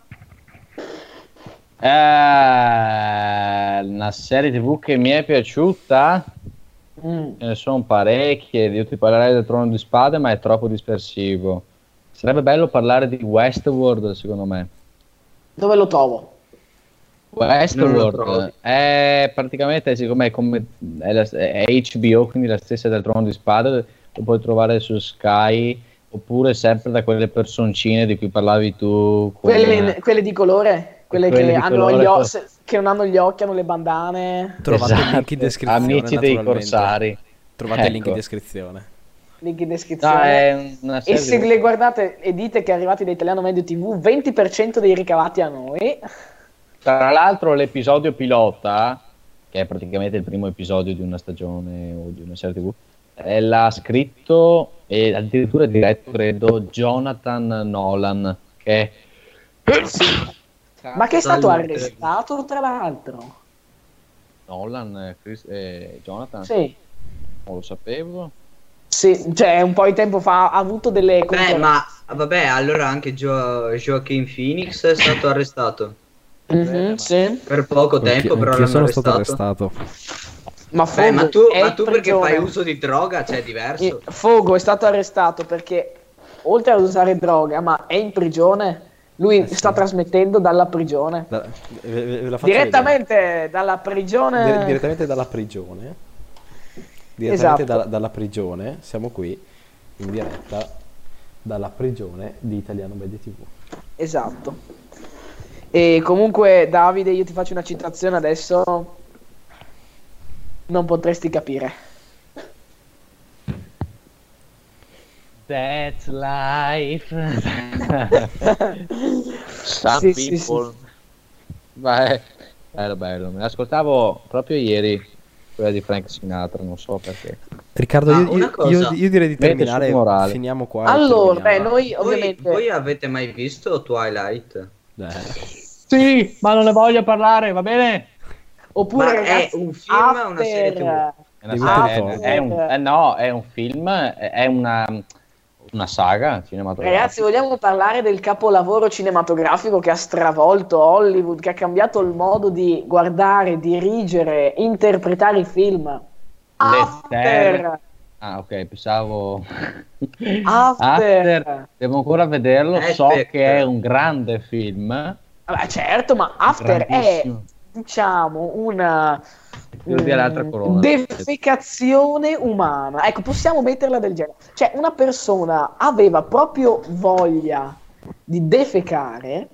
Eh, una serie tivù che mi è piaciuta. Mm. Ce ne sono parecchie, io ti parlerei del Trono di Spade, ma è troppo dispersivo. Sarebbe bello parlare di Westworld, secondo me. Dove lo trovo? Non lo Westworld trovi. è praticamente, siccome è, come, è, la- è H B O, quindi la stessa del Trono di Spade, lo puoi trovare su Sky, oppure sempre da quelle personcine di cui parlavi tu. con- Quelle, quelle di colore? Quelle, Quelle che, di hanno colore gli o- con- se- che non hanno gli occhi, hanno le bandane. Trovate il link in Esatto, descrizione. Amici dei naturalmente. corsari. Trovate il link in Ecco. descrizione. Link in No, descrizione. è una E serie se di- le guardate e dite che arrivati da Italiano Medio T V, venti per cento dei ricavati a noi. Tra l'altro l'episodio pilota, che è praticamente il primo episodio di una stagione o di una serie tivù, eh, l'ha scritto e addirittura diretto, credo, Jonathan Nolan, che Ma che è stato Salute. arrestato, tra l'altro. Nolan, eh, Chris- eh, Jonathan, Sì. non lo sapevo. Sì, cioè un po' di tempo fa ha avuto delle Beh, controversie. ma vabbè, allora anche Gio- Joaquin Phoenix è stato arrestato. Mhm, sì. Per poco tempo, Anch'io- però anch'io l'hanno sono stato arrestato. arrestato. Ma Beh, Fogo ma tu, è ma in tu perché prigione. fai uso di droga? Cioè, è diverso. Eh, Fogo è stato arrestato perché oltre ad usare droga, ma è in prigione. Lui Eh sì. sta trasmettendo dalla prigione. Da- ve- ve- ve la faccio Direttamente dalla prigione. vedere. Dire- direttamente dalla prigione. Direttamente Esatto. dalla, dalla prigione. Siamo qui in diretta dalla prigione di Italiano Media T V. Esatto. E comunque, Davide, io ti faccio una citazione adesso. Non potresti capire. That's life. Some Sì, sì, people. Beh, bello bello, me l'ascoltavo proprio ieri, quella di Frank Sinatra, non so perché. Riccardo, Ah, io, una io- cosa. io- io direi di Mette terminare. sul morale. Finiamo qua. e Allora, beh, terminiamo. noi Voi, ovviamente. voi avete mai visto Twilight? Eh. Sì, ma non ne voglio parlare, va bene? Oppure, Ma è ragazzi, un film o una serie After- tivù? È, Devi una- mettere è- il è un, eh, no, è un film, è è una, una saga cinematografica. Ragazzi, vogliamo parlare del capolavoro cinematografico che ha stravolto Hollywood, che ha cambiato il modo di guardare, dirigere, interpretare i film. After. terre- Ah, ok, pensavo. After. Devo ancora vederlo. So Aspetta. che è un grande film. Vabbè, certo, ma After è, grandissimo. diciamo, una Devo dire l'altra corona. defecazione umana. Ecco, possiamo metterla del genere. Cioè, una persona aveva proprio voglia di defecare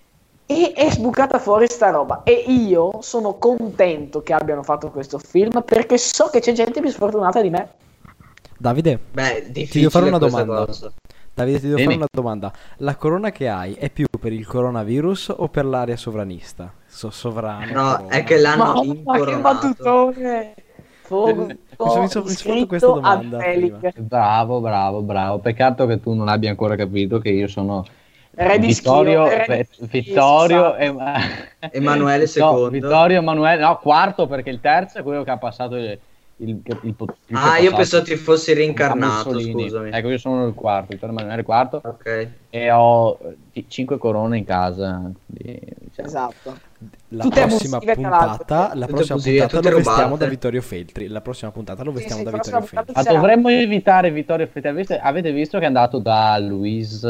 e è sbucata fuori sta roba. E io sono contento che abbiano fatto questo film perché so che c'è gente più sfortunata di me. Davide, Beh, ti difficile devo fare una questa domanda. cosa. Davide, ti devo Dimmi. fare una domanda. La corona che hai è più per il coronavirus o per l'area sovranista? So- sovrano. No, corona. è che l'hanno Ma che incoronato. battutone! Fogo, Mi sono- mi sono- mi sono fatto questa iscritto domanda a Zelig. Bravo, bravo, bravo. Peccato che tu non abbia ancora capito che io sono Re di Vittorio, Schio, re di Ve- Vittorio Schio, e Emanuele No, secondo. Vittorio Emanuele, no, quarto perché il terzo è quello che ha passato il, il, il, il Ah, io pensavo ti fossi reincarnato, Mussolini. scusami. Ecco, io sono il quarto, Vittorio Emanuele quarto Ok. e ho eh, cinque corone in casa. Quindi, diciamo. Esatto. La Tutte prossima abusive, tra l'altro. puntata, la Tutte prossima abusive, puntata tutte lo vestiamo rubate. da Vittorio Feltri. La prossima puntata lo Sì, vestiamo sì, da la Vittorio prossima Feltri. Ma puntata dovremmo evitare Vittorio Feltri. Avete, avete visto che è andato da Luis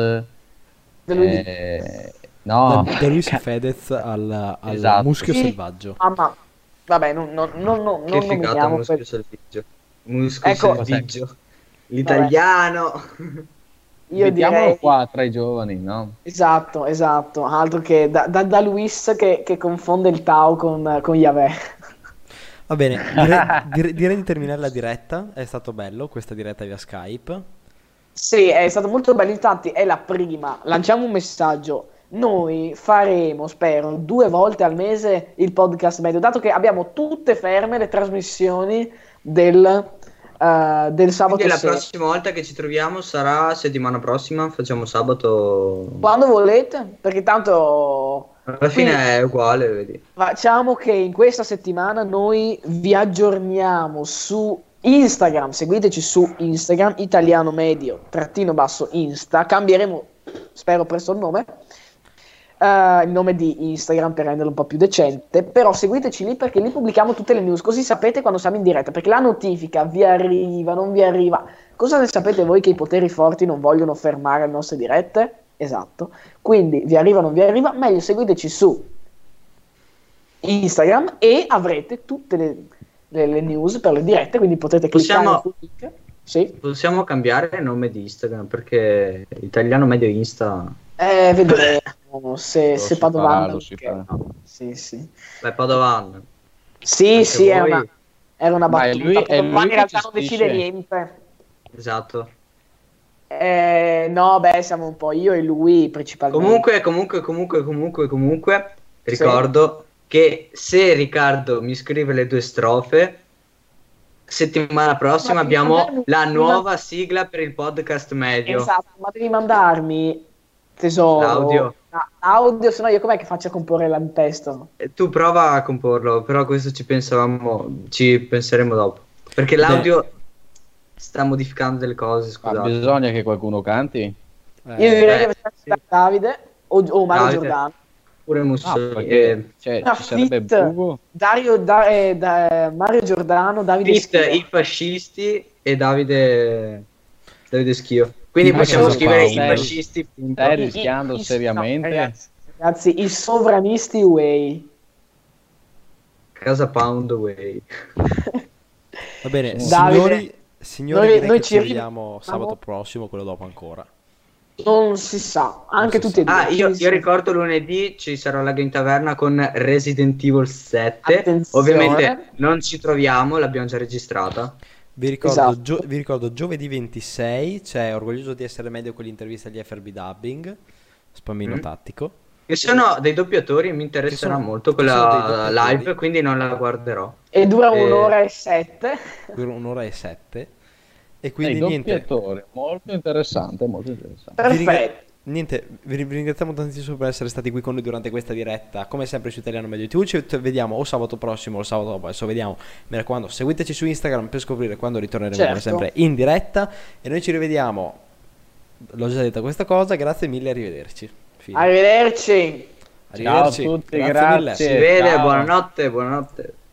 Da lui- eh, no, Da, da Luis Fedez al, al Esatto. muschio Sì. selvaggio. Mamma, vabbè, non, non, non, non, Che non figata, nominiamo muschio per- selvaggio. Muschio Ecco. selvaggio. L'italiano. Io mettiamolo direi qua tra i giovani, no? esatto, esatto, altro che da, da, da Luis che, che confonde il Tao con, con Yahweh. Va bene, direi, dire- direi di terminare la diretta. È stato bello questa diretta via Skype. Sì, è stato molto bello, infatti è la prima. Lanciamo un messaggio. Noi faremo, spero, due volte al mese il podcast medio, dato che abbiamo tutte ferme le trasmissioni del, eh, del sabato Quindi la sera. prossima volta che ci troviamo sarà settimana prossima, facciamo sabato. Quando volete, perché tanto Alla fine Quindi- è uguale, vedi. facciamo che in questa settimana noi vi aggiorniamo su Instagram, seguiteci su Instagram, italiano medio, trattino basso insta, cambieremo, spero presto il nome, eh, il nome di Instagram per renderlo un po' più decente, però seguiteci lì perché lì pubblichiamo tutte le news, così sapete quando siamo in diretta, perché la notifica vi arriva, non vi arriva. Cosa ne sapete voi che i poteri forti non vogliono fermare le nostre dirette? Esatto. Quindi vi arriva o non vi arriva, meglio seguiteci su Instagram e avrete tutte le, le, le news per le dirette, quindi potete cliccare Possiamo- sul link. Sì. Possiamo cambiare il nome di Instagram perché italiano medio Insta. Eh, vedremo se, Lo se si Padovan. farà, lo si perché- farà. Sì, sì. Beh, Padovan. Sì, Anche sì, era voi- una, era una Ma è battuta. lui- è Padovan lui in che realtà non gestisce- decide niente. Esatto. Eh, no, beh, siamo un po' io e lui principalmente. Comunque, comunque, comunque, comunque, comunque, Sì. ricordo che se Riccardo mi scrive le due strofe, settimana prossima Ma devi abbiamo mandarmi- la devi nuova man- sigla per il podcast medio. Esatto, ma devi mandarmi, tesoro, L'audio. a- audio, se no io com'è che faccio a comporre il testo? Eh, Tu prova a comporlo, però questo ci pensavamo, ci penseremo dopo. Perché l'audio sta modificando delle cose, Ma scusate. bisogna che qualcuno canti? Io direi eh, che faccio Davide o, o Mario Davide. Giordano. Pure Ah, Mussolini. perché cioè, Ah, ci sarebbe fit. Bugo. Dario, da, eh, da- Mario Giordano, Davide Fit, Schio. i fascisti e Davide Davide Schio. Quindi Ma possiamo cosa scrivere i Paolo? fascisti. punto. Stai I- i- rischiando i- seriamente? no, ragazzi, ragazzi, i sovranisti way. Casa Pound Way. Va bene, Davide, signori, signori noi- direi noi che ci ci ri- vediamo sabato prossimo, quello dopo ancora. Non si sa, anche si tutti e sa. due. Ah, io, Sì, io sì. ricordo lunedì ci sarà la Game Taverna con Resident Evil sette. Attenzione. Ovviamente non ci troviamo, l'abbiamo già registrata. Vi ricordo, Esatto. gio- vi ricordo giovedì ventisei, c'è Orgoglioso di essere medio con l'intervista agli F R B Dubbing, spammino Mm. tattico. Che sono dei doppiatori e mi interesserà Che sono- molto che sono dei quella doppiatori. live, quindi non la guarderò. E dura Eh, un'ora e sette. Dura un'ora e sette. E Sei quindi niente, doppiatore, molto interessante, molto interessante. vi, ringra- Perfetto. niente, vi ri- vi ringraziamo tantissimo per essere stati qui con noi durante questa diretta, come sempre su Italiano Medio tivù. Ci t- vediamo o sabato prossimo o sabato dopo, adesso vediamo. Mi raccomando, seguiteci su Instagram per scoprire quando ritorneremo come Certo. sempre in diretta. E noi ci rivediamo. L'ho già detta questa cosa, grazie mille, arrivederci. Fine. Arrivederci. Arrivederci. Ciao a tutti, Grazie grazie. mille. Si vede, ciao. buonanotte, buonanotte.